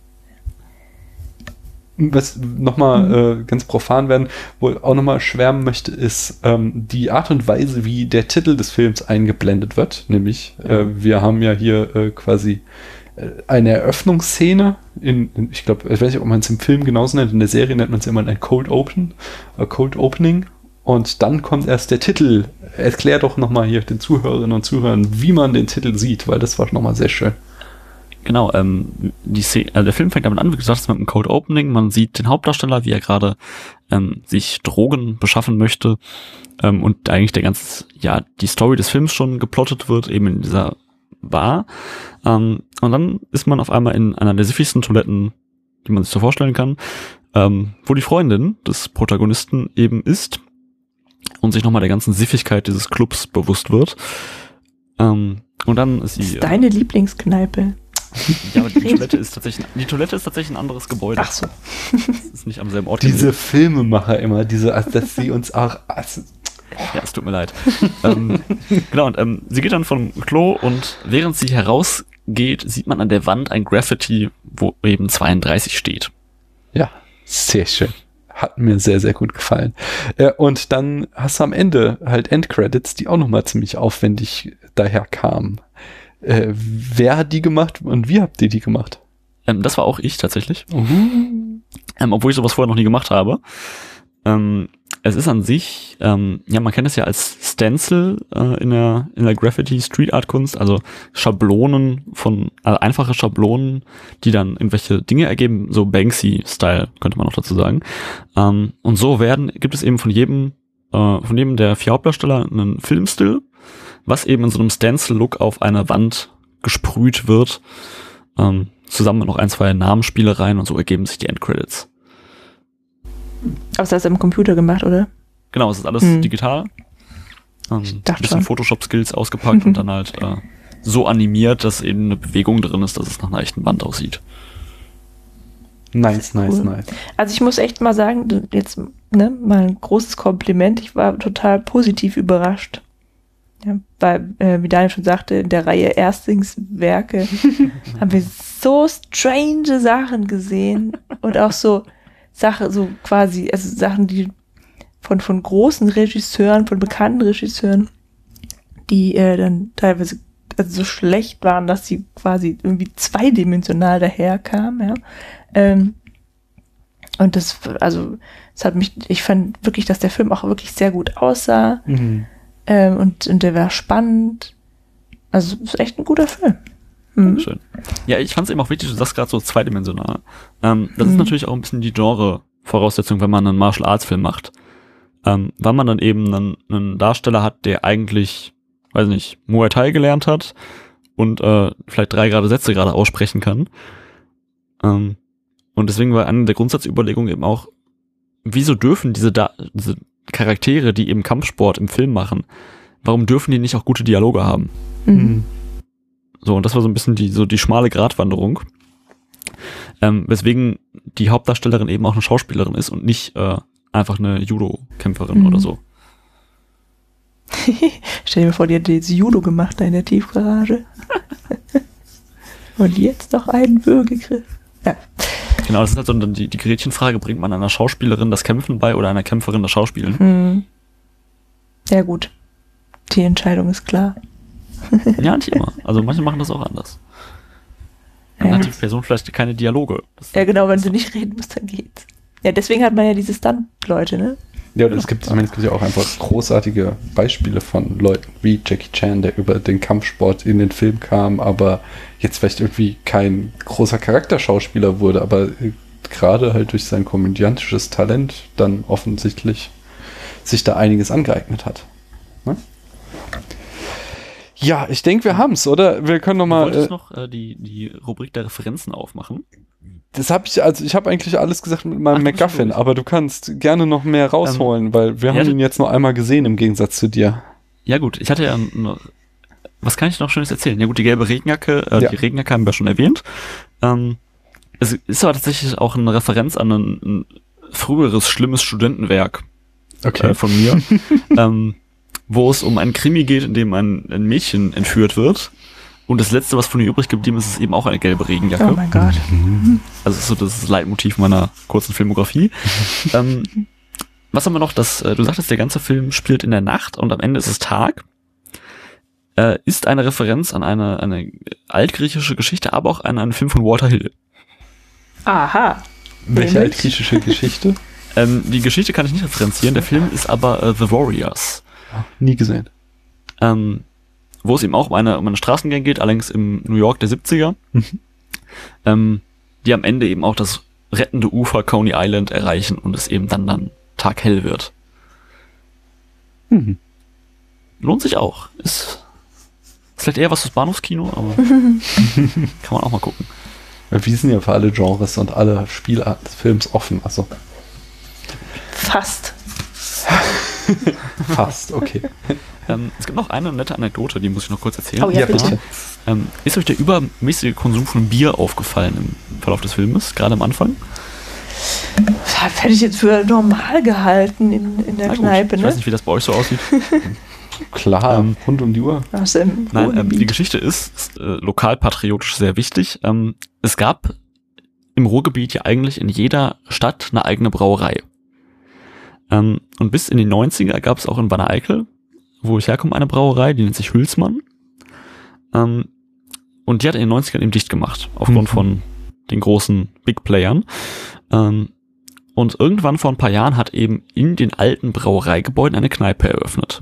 [SPEAKER 1] Was nochmal ganz profan werden, wo ich auch nochmal schwärmen möchte, ist die Art und Weise, wie der Titel des Films eingeblendet wird. Nämlich, wir haben ja hier quasi eine Eröffnungsszene ich glaube, ich weiß nicht, ob man es im Film genauso nennt, in der Serie nennt man es immer ein Cold Opening. Und dann kommt erst der Titel. Erklär doch nochmal hier den Zuhörerinnen und Zuhörern, wie man den Titel sieht, weil das war nochmal sehr schön.
[SPEAKER 3] Genau, der Film fängt damit an, wie gesagt, mit einem Cold Opening. Man sieht den Hauptdarsteller, wie er gerade sich Drogen beschaffen möchte und eigentlich die Story des Films schon geplottet wird, eben in dieser Bar. Und dann ist man auf einmal in einer der siffigsten Toiletten, die man sich so vorstellen kann, wo die Freundin des Protagonisten eben ist und sich nochmal der ganzen Siffigkeit dieses Clubs bewusst wird. Und dann ist sie...
[SPEAKER 2] Das ist deine Lieblingskneipe.
[SPEAKER 3] Ja, aber die Toilette ist tatsächlich ein anderes Gebäude.
[SPEAKER 2] Ach so.
[SPEAKER 3] Das ist nicht am selben Ort.
[SPEAKER 1] Diese Filmemacher immer, dass sie uns auch...
[SPEAKER 3] Ja, es tut mir leid. Genau, und sie geht dann vom Klo und während sie herausgeht, sieht man an der Wand ein Graffiti, wo eben 32 steht.
[SPEAKER 1] Ja, sehr schön. Hat mir sehr, sehr gut gefallen. Und dann hast du am Ende halt Endcredits, die auch nochmal ziemlich aufwendig daher kamen. Wer hat die gemacht und wie habt ihr die gemacht?
[SPEAKER 3] Das war auch ich tatsächlich. Obwohl ich sowas vorher noch nie gemacht habe. Es ist an sich, man kennt es ja als Stencil in der Graffiti Street Art Kunst, also Schablonen einfache Schablonen, die dann irgendwelche Dinge ergeben, so Banksy-Style, könnte man noch dazu sagen. Und so gibt es eben von jedem der 4 Hauptdarsteller einen Filmstill, was eben in so einem Stencil-Look auf eine Wand gesprüht wird, zusammen mit noch 1, 2 Namensspielereien und so ergeben sich die Endcredits.
[SPEAKER 2] Aber das hast du im Computer gemacht, oder?
[SPEAKER 3] Genau, es ist alles digital. Ein bisschen Photoshop-Skills ausgepackt und dann halt so animiert, dass eben eine Bewegung drin ist, dass es nach einer echten Wand aussieht.
[SPEAKER 1] Nice.
[SPEAKER 2] Also ich muss echt mal sagen, jetzt mal ein großes Kompliment. Ich war total positiv überrascht. Ja, weil, wie Daniel schon sagte, in der Reihe Erstlingswerke haben wir so strange Sachen gesehen und auch so Sachen, die von großen Regisseuren, von bekannten Regisseuren, die dann teilweise so schlecht waren, dass sie quasi irgendwie zweidimensional daherkamen, ja. Und ich fand wirklich, dass der Film auch wirklich sehr gut aussah. Und der war spannend. Also, es ist echt ein guter Film.
[SPEAKER 3] Dankeschön. Ja, ich fand es eben auch wichtig, du sagst gerade so zweidimensional. Das ist natürlich auch ein bisschen die Genre-Voraussetzung, wenn man einen Martial-Arts-Film macht. Weil man dann eben einen Darsteller hat, der eigentlich, weiß nicht, Muay Thai gelernt hat und vielleicht 3 gerade Sätze gerade aussprechen kann. Und deswegen war eine der Grundsatzüberlegungen eben auch, wieso dürfen diese Charaktere, die eben Kampfsport im Film machen, warum dürfen die nicht auch gute Dialoge haben? So, und das war so ein bisschen die schmale Gratwanderung. Weswegen die Hauptdarstellerin eben auch eine Schauspielerin ist und nicht einfach eine Judo-Kämpferin oder so.
[SPEAKER 2] Stell dir vor, die hat jetzt Judo gemacht da in der Tiefgarage. Und jetzt noch einen Würgegriff. Ja.
[SPEAKER 3] Genau, das ist halt so die Gretchenfrage, bringt man einer Schauspielerin das Kämpfen bei oder einer Kämpferin das Schauspielen?
[SPEAKER 2] Ja gut, die Entscheidung ist klar.
[SPEAKER 3] Ja, nicht immer. Also manche machen das auch anders. Dann hat die Person vielleicht keine Dialoge.
[SPEAKER 2] Ja genau, wenn sie nicht reden muss, dann geht's. Ja, deswegen hat man ja diese Stunt-Leute, ne?
[SPEAKER 1] Ja, es gibt ja auch einfach großartige Beispiele von Leuten wie Jackie Chan, der über den Kampfsport in den Film kam, aber jetzt vielleicht irgendwie kein großer Charakterschauspieler wurde, aber gerade halt durch sein komödiantisches Talent dann offensichtlich sich da einiges angeeignet hat. Ne? Ja, ich denke, wir haben's, oder? Wir können nochmal...
[SPEAKER 3] Du wolltest noch die Rubrik der Referenzen aufmachen?
[SPEAKER 1] Das habe ich habe eigentlich alles gesagt mit meinem MacGuffin, aber du kannst gerne noch mehr rausholen, weil wir haben ihn jetzt nur einmal gesehen im Gegensatz zu dir.
[SPEAKER 3] Ja gut, ich hatte ja noch, was kann ich noch Schönes erzählen? Ja gut, die gelbe Regenjacke, die Regenjacke haben wir schon erwähnt. Es ist aber tatsächlich auch eine Referenz an ein früheres, schlimmes Studentenwerk von mir, wo es um einen Krimi geht, in dem ein Mädchen entführt wird. Und das Letzte, was von ihr übrig geblieben ist, ist eben auch eine gelbe Regenjacke.
[SPEAKER 2] Oh mein Gott.
[SPEAKER 3] Also das ist so das Leitmotiv meiner kurzen Filmografie. Was haben wir noch? Du sagtest, der ganze Film spielt in der Nacht und am Ende ist es Tag. Ist eine Referenz an eine altgriechische Geschichte, aber auch an einen Film von Walter Hill.
[SPEAKER 2] Aha.
[SPEAKER 1] Welche altgriechische Geschichte?
[SPEAKER 3] Die Geschichte kann ich nicht referenzieren, der Film ist aber The Warriors.
[SPEAKER 1] Nie gesehen.
[SPEAKER 3] Wo es eben auch um eine Straßengang geht, allerdings im New York der 70er, die am Ende eben auch das rettende Ufer Coney Island erreichen und es eben dann taghell wird. Lohnt sich auch. Ist vielleicht eher was fürs Bahnhofskino, aber kann man auch mal gucken.
[SPEAKER 1] Wir sind ja für alle Genres und alle Spielarten des Films offen, also.
[SPEAKER 2] Fast.
[SPEAKER 1] Fast, okay.
[SPEAKER 3] Es gibt noch eine nette Anekdote, die muss ich noch kurz erzählen.
[SPEAKER 2] Oh ja, bitte.
[SPEAKER 3] Ist euch der übermäßige Konsum von Bier aufgefallen im Verlauf des Filmes, gerade am Anfang?
[SPEAKER 2] Das hätte ich jetzt für normal gehalten in der Kneipe,
[SPEAKER 3] ne? Ich weiß nicht, wie das bei euch so aussieht.
[SPEAKER 1] Klar, rund um die Uhr.
[SPEAKER 3] Nein, die Geschichte ist lokalpatriotisch sehr wichtig. Es gab im Ruhrgebiet ja eigentlich in jeder Stadt eine eigene Brauerei. Und bis in die 90er gab es auch in Wanne-Eickel, wo ich herkomme, eine Brauerei, die nennt sich Hülsmann. Und die hat in den 90ern eben dicht gemacht, aufgrund von den großen Big Playern. Und irgendwann vor ein paar Jahren hat eben in den alten Brauereigebäuden eine Kneipe eröffnet.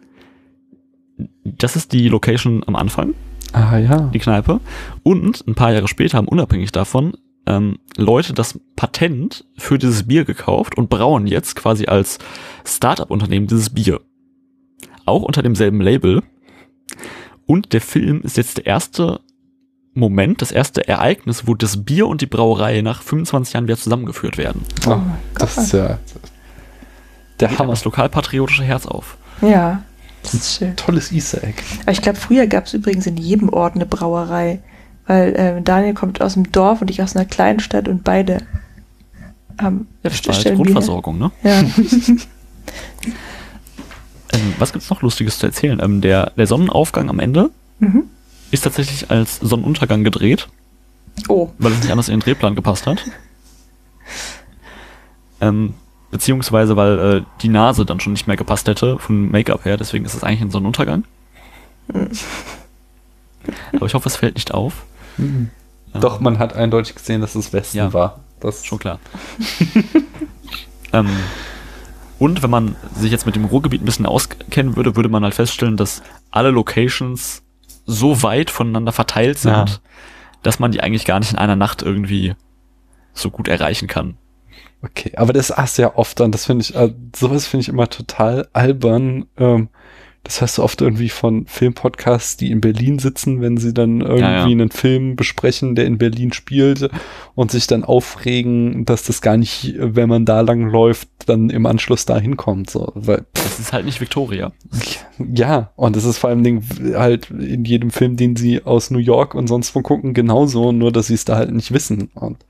[SPEAKER 3] Das ist die Location am Anfang.
[SPEAKER 1] Ah ja.
[SPEAKER 3] Die Kneipe. Und ein paar Jahre später haben unabhängig davon Leute das Patent für dieses Bier gekauft und brauen jetzt quasi als Start-up-Unternehmen dieses Bier. Auch unter demselben Label. Und der Film ist jetzt der erste Moment, das erste Ereignis, wo das Bier und die Brauerei nach 25 Jahren wieder zusammengeführt werden.
[SPEAKER 1] Oh, das ist ja
[SPEAKER 3] der Hammer. Das lokalpatriotische Herz auf.
[SPEAKER 2] Ja, das ist schön.
[SPEAKER 1] Tolles Easter Egg.
[SPEAKER 2] Aber ich glaube, früher gab es übrigens in jedem Ort eine Brauerei. Weil Daniel kommt aus dem Dorf und ich aus einer kleinen Stadt und beide haben
[SPEAKER 3] Grundversorgung, ne?
[SPEAKER 2] Ja.
[SPEAKER 3] Was gibt's noch Lustiges zu erzählen? Der Sonnenaufgang am Ende ist tatsächlich als Sonnenuntergang gedreht.
[SPEAKER 2] Oh.
[SPEAKER 3] Weil es nicht anders in den Drehplan gepasst hat. Beziehungsweise, weil die Nase dann schon nicht mehr gepasst hätte, von Make-up her, deswegen ist es eigentlich ein Sonnenuntergang. Aber ich hoffe, es fällt nicht auf.
[SPEAKER 1] Doch, man hat eindeutig gesehen, dass es Westen war. Das ist
[SPEAKER 3] schon klar. Und wenn man sich jetzt mit dem Ruhrgebiet ein bisschen auskennen würde, würde man halt feststellen, dass alle Locations so weit voneinander verteilt sind, dass man die eigentlich gar nicht in einer Nacht irgendwie so gut erreichen kann.
[SPEAKER 1] Okay, aber das hast du ja oft dann, das finde ich, sowas finde ich immer total albern. Das hörst du oft irgendwie von Filmpodcasts, die in Berlin sitzen, wenn sie dann irgendwie einen Film besprechen, der in Berlin spielt und sich dann aufregen, dass das gar nicht, wenn man da lang läuft, dann im Anschluss da hinkommt. So, weil,
[SPEAKER 3] das ist halt nicht Victoria.
[SPEAKER 1] Ja, und das ist vor allem halt in jedem Film, den sie aus New York und sonst wo gucken, genauso, nur dass sie es da halt nicht wissen. Und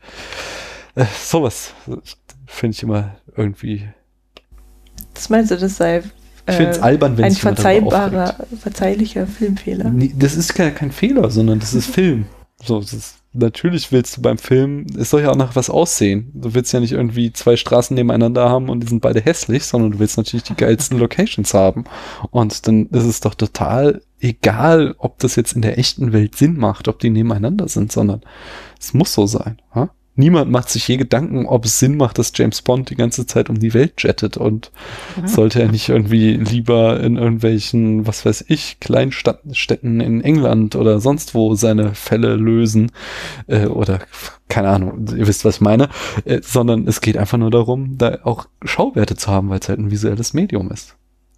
[SPEAKER 1] sowas finde ich immer irgendwie.
[SPEAKER 2] Das meinst du, das sei
[SPEAKER 1] ich finde es albern, wenn
[SPEAKER 2] ein
[SPEAKER 1] sich jemand darüber aufregt.
[SPEAKER 2] verzeihlicher Filmfehler?
[SPEAKER 1] Nee, das ist kein Fehler, sondern das ist Film. So, natürlich willst du beim Film, es soll ja auch nach was aussehen. Du willst ja nicht irgendwie 2 Straßen nebeneinander haben und die sind beide hässlich, sondern du willst natürlich die geilsten Locations haben. Und dann ist es doch total egal, ob das jetzt in der echten Welt Sinn macht, ob die nebeneinander sind, sondern es muss so sein. Ha? Niemand macht sich je Gedanken, ob es Sinn macht, dass James Bond die ganze Zeit um die Welt jettet und sollte er nicht irgendwie lieber in irgendwelchen, was weiß ich, Kleinstädten in England oder sonst wo seine Fälle lösen oder keine Ahnung, ihr wisst, was ich meine, sondern es geht einfach nur darum, da auch Schauwerte zu haben, weil es halt ein visuelles Medium ist.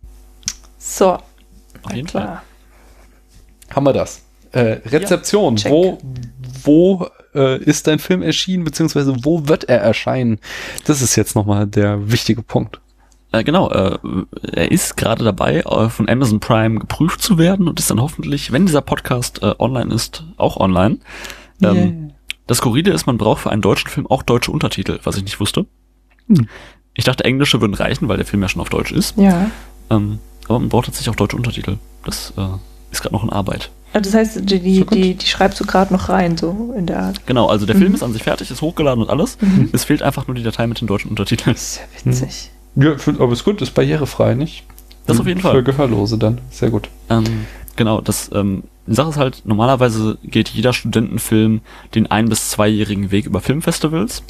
[SPEAKER 2] So.
[SPEAKER 3] Auf jeden Fall.
[SPEAKER 1] Haben wir das. Rezeption.
[SPEAKER 2] Ja,
[SPEAKER 1] wo ist dein Film erschienen, beziehungsweise wo wird er erscheinen? Das ist jetzt nochmal der wichtige Punkt.
[SPEAKER 3] Genau, er ist gerade dabei, von Amazon Prime geprüft zu werden und ist dann hoffentlich, wenn dieser Podcast online ist, auch online. Das Skurrile ist, man braucht für einen deutschen Film auch deutsche Untertitel, was ich nicht wusste. Ich dachte, englische würden reichen, weil der Film ja schon auf Deutsch ist.
[SPEAKER 2] Ja.
[SPEAKER 3] Aber man braucht tatsächlich auch deutsche Untertitel. Das ist gerade noch in Arbeit.
[SPEAKER 2] Das heißt, die schreibst du gerade noch rein, so in der Art.
[SPEAKER 3] Genau, also der Film ist an sich fertig, ist hochgeladen und alles. Es fehlt einfach nur die Datei mit den deutschen Untertiteln.
[SPEAKER 2] Das ist ja witzig.
[SPEAKER 1] Ja, aber ist gut, ist barrierefrei, nicht?
[SPEAKER 3] Das auf jeden Fall.
[SPEAKER 1] Für Gehörlose dann, sehr gut.
[SPEAKER 3] Genau, die Sache ist halt, normalerweise geht jeder Studentenfilm den 1- bis 2-jährigen Weg über Filmfestivals.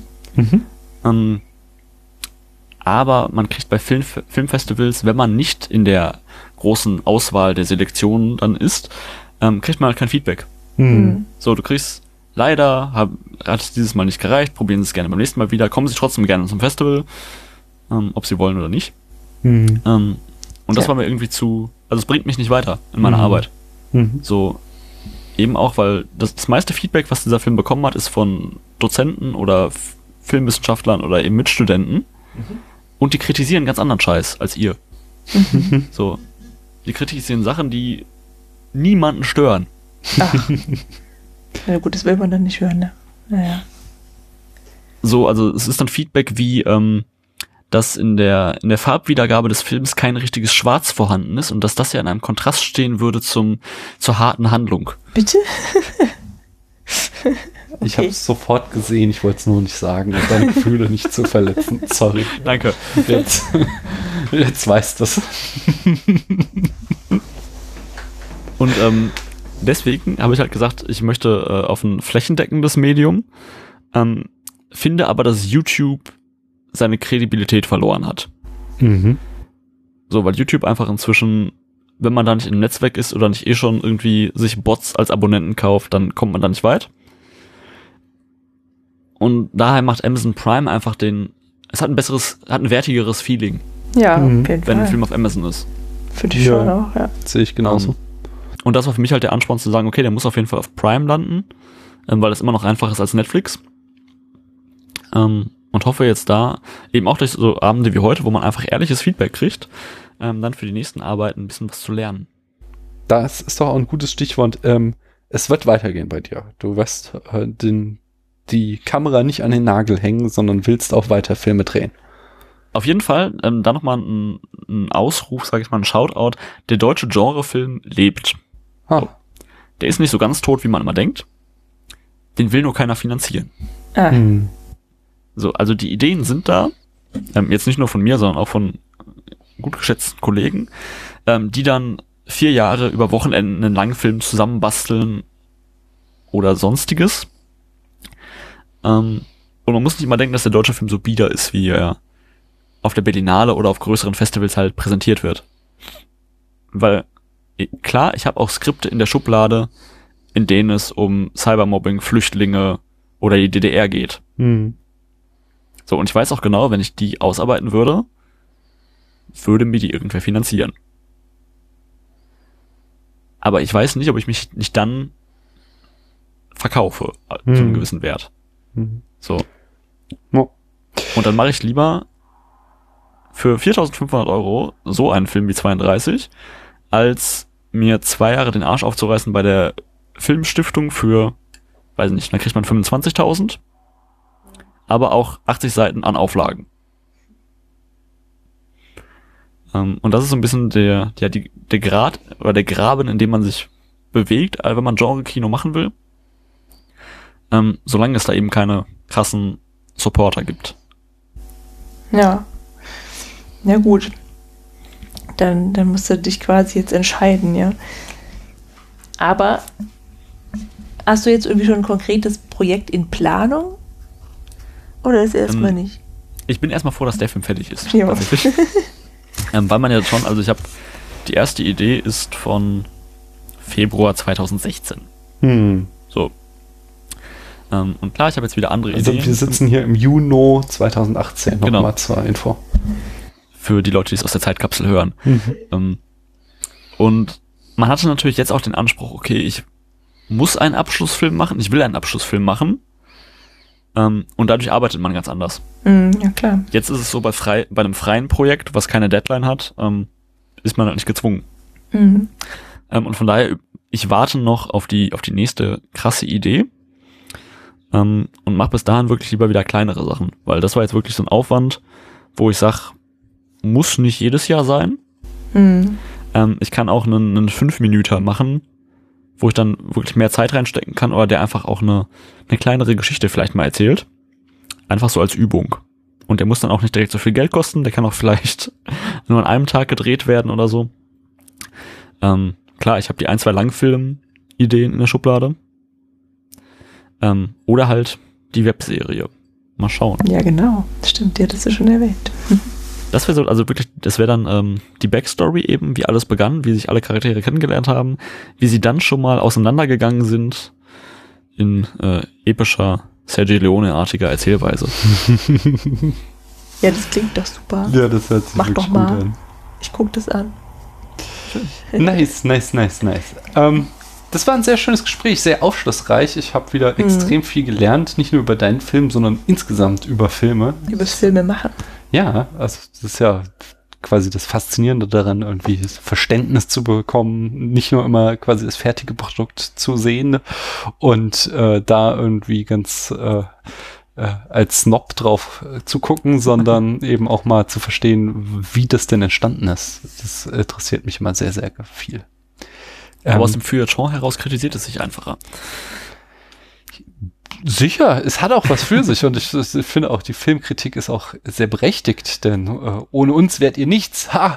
[SPEAKER 3] Aber man kriegt bei Filmfestivals, wenn man nicht in der großen Auswahl der Selektionen dann ist, kriegt man halt kein Feedback. So, du kriegst leider, hat es dieses Mal nicht gereicht, probieren Sie es gerne beim nächsten Mal wieder, kommen Sie trotzdem gerne zum Festival, ob Sie wollen oder nicht. Und das war mir irgendwie also es bringt mich nicht weiter in meiner Arbeit. So, eben auch, weil das meiste Feedback, was dieser Film bekommen hat, ist von Dozenten oder Filmwissenschaftlern oder eben Mitstudenten. Und die kritisieren ganz anderen Scheiß als ihr. So, die kritisieren Sachen, die niemanden stören.
[SPEAKER 2] Ach. Ja gut, das will man dann nicht hören, ne? Naja.
[SPEAKER 3] So, also es ist dann Feedback wie, dass in der Farbwiedergabe des Films kein richtiges Schwarz vorhanden ist und dass das ja in einem Kontrast stehen würde zur harten Handlung.
[SPEAKER 2] Bitte?
[SPEAKER 1] Ich habe es sofort gesehen, ich wollte es nur nicht sagen, um deine Gefühle nicht zu verletzen. Sorry.
[SPEAKER 3] Danke.
[SPEAKER 1] Jetzt weißt du es.
[SPEAKER 3] Und deswegen habe ich halt gesagt, ich möchte auf ein flächendeckendes Medium, finde aber, dass YouTube seine Kredibilität verloren hat. So, weil YouTube einfach inzwischen, wenn man da nicht im Netzwerk ist oder nicht schon irgendwie sich Bots als Abonnenten kauft, dann kommt man da nicht weit. Und daher macht Amazon Prime einfach es hat ein wertigeres Feeling.
[SPEAKER 2] Ja, auf jeden Fall.
[SPEAKER 3] Wenn ein Film auf Amazon ist.
[SPEAKER 2] Finde ich schon auch, ja.
[SPEAKER 1] Sehe ich genauso.
[SPEAKER 3] Und das war für mich halt der Ansporn zu sagen, okay, der muss auf jeden Fall auf Prime landen, weil das immer noch einfacher ist als Netflix. Und hoffe jetzt da, eben auch durch so Abende wie heute, wo man einfach ehrliches Feedback kriegt, dann für die nächsten Arbeiten ein bisschen was zu lernen.
[SPEAKER 1] Das ist doch auch ein gutes Stichwort. Es wird weitergehen bei dir. Du wirst die Kamera nicht an den Nagel hängen, sondern willst auch weiter Filme drehen.
[SPEAKER 3] Auf jeden Fall, da nochmal ein Ausruf, sage ich mal, ein Shoutout. Der deutsche Genrefilm lebt. So. Der ist nicht so ganz tot, wie man immer denkt. Den will nur keiner finanzieren. So, also die Ideen sind da. Jetzt nicht nur von mir, sondern auch von gut geschätzten Kollegen, die dann 4 Jahre über Wochenenden einen Langfilm zusammenbasteln oder sonstiges. Und man muss nicht mal denken, dass der deutsche Film so bieder ist, wie er auf der Berlinale oder auf größeren Festivals halt präsentiert wird. Weil klar, ich habe auch Skripte in der Schublade, in denen es um Cybermobbing, Flüchtlinge oder die DDR geht. So, und ich weiß auch genau, wenn ich die ausarbeiten würde mir die irgendwer finanzieren. Aber ich weiß nicht, ob ich mich nicht dann verkaufe zu einem gewissen Wert. So.
[SPEAKER 1] Oh.
[SPEAKER 3] Und dann mache ich lieber für 4.500 Euro so einen Film wie 32, als mir 2 Jahre den Arsch aufzureißen bei der Filmstiftung für, weiß nicht, dann kriegt man 25.000, aber auch 80 Seiten an Auflagen. Und das ist so ein bisschen der Grad oder der Graben, in dem man sich bewegt, wenn man Genre-Kino machen will. Solange es da eben keine krassen Supporter gibt.
[SPEAKER 2] Ja. Ja gut. Dann musst du dich quasi jetzt entscheiden, ja. Aber hast du jetzt irgendwie schon ein konkretes Projekt in Planung? Oder ist erstmal nicht?
[SPEAKER 3] Ich bin erstmal froh, dass der Film fertig ist.
[SPEAKER 2] Ja.
[SPEAKER 3] Weil man ja schon, also die erste Idee ist von Februar 2016. So. Und klar, ich habe jetzt wieder andere Ideen.
[SPEAKER 1] Also wir sitzen hier im Juni 2018, nochmal zur Info.
[SPEAKER 3] Für die Leute, die es aus der Zeitkapsel hören. Und man hatte natürlich jetzt auch den Anspruch, okay, ich muss einen Abschlussfilm machen, ich will einen Abschlussfilm machen. Und dadurch arbeitet man ganz anders.
[SPEAKER 2] Ja, klar.
[SPEAKER 3] Jetzt ist es so, bei einem freien Projekt, was keine Deadline hat, ist man halt nicht gezwungen. Und von daher, ich warte noch auf die nächste krasse Idee und mache bis dahin wirklich lieber wieder kleinere Sachen. Weil das war jetzt wirklich so ein Aufwand, wo ich sage, muss nicht jedes Jahr sein. Ich kann auch einen 5-Minüter machen, wo ich dann wirklich mehr Zeit reinstecken kann oder der einfach auch eine kleinere Geschichte vielleicht mal erzählt. Einfach so als Übung. Und der muss dann auch nicht direkt so viel Geld kosten, der kann auch vielleicht nur an einem Tag gedreht werden oder so. Klar, ich habe die 1, 2 Langfilm-Ideen in der Schublade. Oder halt die Webserie. Mal schauen.
[SPEAKER 2] Ja, genau. Stimmt, die hattest du schon erwähnt.
[SPEAKER 3] Das wäre so, also wirklich, das wäre dann die Backstory eben, wie alles begann, wie sich alle Charaktere kennengelernt haben, wie sie dann schon mal auseinandergegangen sind in epischer Sergio Leone-artiger Erzählweise.
[SPEAKER 2] Ja, das klingt doch super.
[SPEAKER 1] Ja, das hört sich
[SPEAKER 2] Mach
[SPEAKER 1] wirklich
[SPEAKER 2] doch mal.
[SPEAKER 1] gut an.
[SPEAKER 2] Ich guck das an.
[SPEAKER 1] Nice. Das war ein sehr schönes Gespräch, sehr aufschlussreich. Ich habe wieder extrem viel gelernt, nicht nur über deinen Film, sondern insgesamt über Filme.
[SPEAKER 2] Übers Filme machen.
[SPEAKER 1] Ja, also das ist ja quasi das Faszinierende daran, irgendwie das Verständnis zu bekommen, nicht nur immer quasi das fertige Produkt zu sehen und da irgendwie ganz als Snob drauf zu gucken, sondern eben auch mal zu verstehen, wie das denn entstanden ist. Das interessiert mich immer sehr, sehr viel.
[SPEAKER 3] Aber aus dem Feuilleton heraus kritisiert es sich einfacher.
[SPEAKER 1] Sicher, es hat auch was für sich und ich finde auch, die Filmkritik ist auch sehr berechtigt, denn ohne uns wärt ihr nichts. Ha!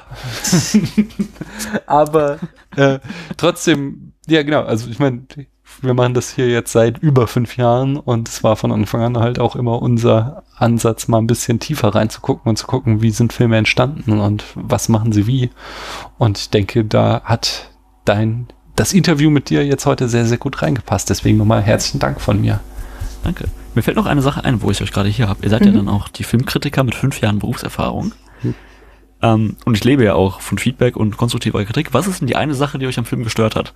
[SPEAKER 1] Aber trotzdem, ja genau, also ich meine, wir machen das hier jetzt seit über 5 Jahren und es war von Anfang an halt auch immer unser Ansatz, mal ein bisschen tiefer reinzugucken und zu gucken, wie sind Filme entstanden und was machen sie wie. Und ich denke, da hat das Interview mit dir jetzt heute sehr, sehr gut reingepasst. Deswegen nochmal herzlichen Dank von mir.
[SPEAKER 3] Danke. Mir fällt noch eine Sache ein, wo ich euch gerade hier habe. Ihr seid ja dann auch die Filmkritiker mit 5 Jahren Berufserfahrung. Und ich lebe ja auch von Feedback und konstruktiver Kritik. Was ist denn die eine Sache, die euch am Film gestört hat?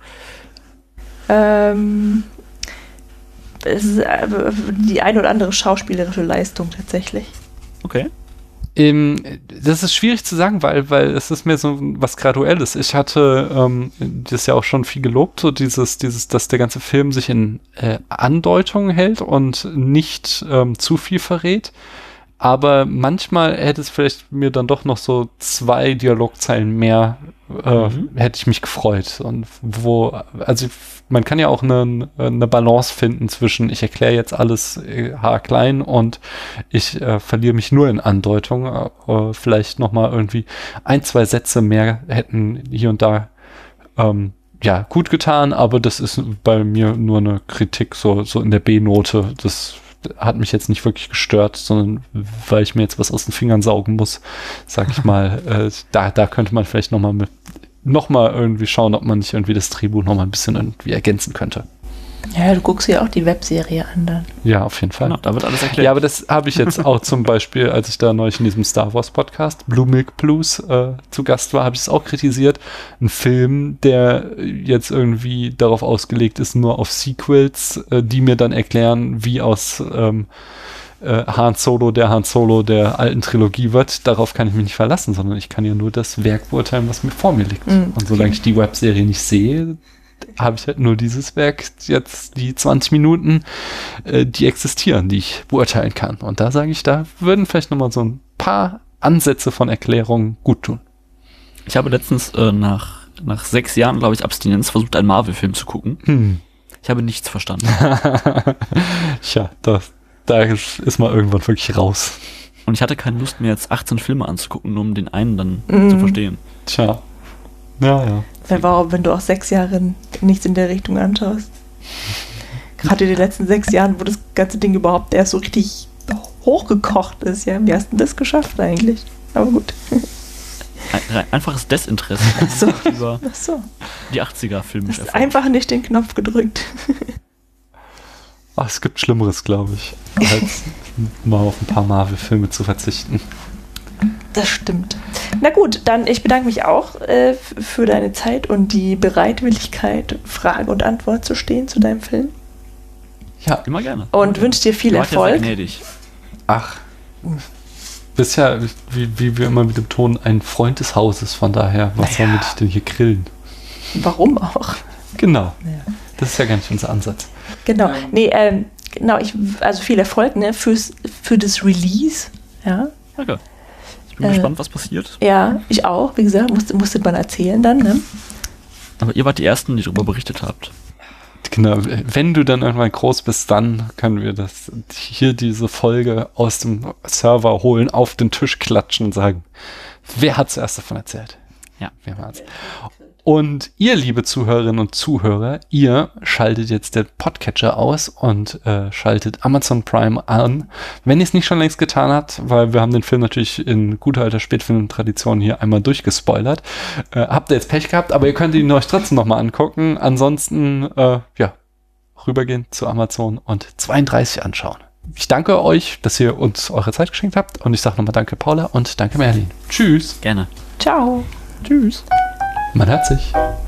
[SPEAKER 2] Es ist die eine oder andere schauspielerische Leistung tatsächlich.
[SPEAKER 3] Okay.
[SPEAKER 1] Das ist schwierig zu sagen, weil es ist mehr so was Graduelles. Ich hatte das ja auch schon viel gelobt, so dieses, dass der ganze Film sich in Andeutungen hält und nicht zu viel verrät. Aber manchmal hätte es vielleicht mir dann doch noch so 2 Dialogzeilen mehr, hätte ich mich gefreut. Und man kann ja auch eine Balance finden zwischen, ich erkläre jetzt alles haarklein und ich verliere mich nur in Andeutung. Vielleicht nochmal irgendwie 1, 2 Sätze mehr hätten hier und da gut getan, aber das ist bei mir nur eine Kritik, so in der B-Note. Das hat mich jetzt nicht wirklich gestört, sondern weil ich mir jetzt was aus den Fingern saugen muss, sag ich mal, da könnte man vielleicht nochmal nochmal irgendwie schauen, ob man nicht irgendwie das Drehbuch nochmal ein bisschen irgendwie ergänzen könnte.
[SPEAKER 2] Ja, du guckst ja auch die Webserie an dann.
[SPEAKER 1] Ja, auf jeden Fall.
[SPEAKER 3] Genau, da wird alles erklärt.
[SPEAKER 1] Ja, aber das habe ich jetzt auch zum Beispiel, als ich da neulich in diesem Star Wars Podcast Blue Milk Blues zu Gast war, habe ich es auch kritisiert. Ein Film, der jetzt irgendwie darauf ausgelegt ist, nur auf Sequels, die mir dann erklären, wie aus Han Solo der alten Trilogie wird, darauf kann ich mich nicht verlassen, sondern ich kann ja nur das Werk beurteilen, was mir vor mir liegt. Und solange ich die Webserie nicht sehe, habe ich halt nur dieses Werk, jetzt die 20 Minuten, die existieren, die ich beurteilen kann. Und da sage ich, da würden vielleicht nochmal so ein paar Ansätze von Erklärungen gut tun.
[SPEAKER 3] Ich habe letztens nach 6 Jahren, glaube ich, Abstinenz versucht, einen Marvel-Film zu gucken. Ich habe nichts verstanden.
[SPEAKER 1] Tja, da ist man irgendwann wirklich raus.
[SPEAKER 3] Und ich hatte keine Lust mehr, jetzt 18 Filme anzugucken, nur um den einen dann zu verstehen.
[SPEAKER 1] Tja. Ja.
[SPEAKER 2] Warum, wenn du auch 6 Jahre nichts in der Richtung anschaust? Gerade in den letzten 6 Jahren, wo das ganze Ding überhaupt erst so richtig hochgekocht ist, ja. Wie hast du das geschafft eigentlich? Aber gut.
[SPEAKER 3] Einfaches Desinteresse über die 80er-Filme.
[SPEAKER 2] Du hast einfach nicht den Knopf gedrückt.
[SPEAKER 1] Ach, es gibt Schlimmeres, glaube ich, als mal auf ein paar Marvel-Filme zu verzichten.
[SPEAKER 2] Das stimmt. Na gut, dann ich bedanke mich auch für deine Zeit und die Bereitwilligkeit, Frage und Antwort zu stehen zu deinem Film.
[SPEAKER 3] Ja, immer gerne.
[SPEAKER 2] Und wünsche dir viel Erfolg.
[SPEAKER 3] Ja, sehr gnädig.
[SPEAKER 1] Ach, bist ja, wie wir immer mit dem Ton, ein Freund des Hauses, von daher, was soll ich denn hier grillen?
[SPEAKER 2] Warum auch?
[SPEAKER 1] Genau. Ja. Das ist ja gar nicht unser Ansatz.
[SPEAKER 2] Genau. Also viel Erfolg, ne, für das Release. Ja.
[SPEAKER 3] Okay. Ich bin gespannt, was passiert.
[SPEAKER 2] Ja, ich auch. Wie gesagt, musstet man erzählen dann, ne?
[SPEAKER 3] Aber ihr wart die Ersten, die darüber berichtet habt.
[SPEAKER 1] Genau, wenn du dann irgendwann groß bist, dann können wir hier diese Folge aus dem Server holen, auf den Tisch klatschen und sagen, wer hat zuerst davon erzählt?
[SPEAKER 3] Ja.
[SPEAKER 1] Wer war's? Und ihr, liebe Zuhörerinnen und Zuhörer, ihr schaltet jetzt den Podcatcher aus und schaltet Amazon Prime an, wenn ihr es nicht schon längst getan habt, weil wir haben den Film natürlich in guter alter Spätfilm-Tradition hier einmal durchgespoilert. Habt ihr jetzt Pech gehabt, aber ihr könnt ihn euch trotzdem nochmal angucken. Ansonsten, rübergehen zu Amazon und 32 anschauen. Ich danke euch, dass ihr uns eure Zeit geschenkt habt und ich sage nochmal danke Paula und danke Merlin. Tschüss.
[SPEAKER 3] Gerne.
[SPEAKER 2] Ciao.
[SPEAKER 3] Tschüss.
[SPEAKER 1] Man hört sich.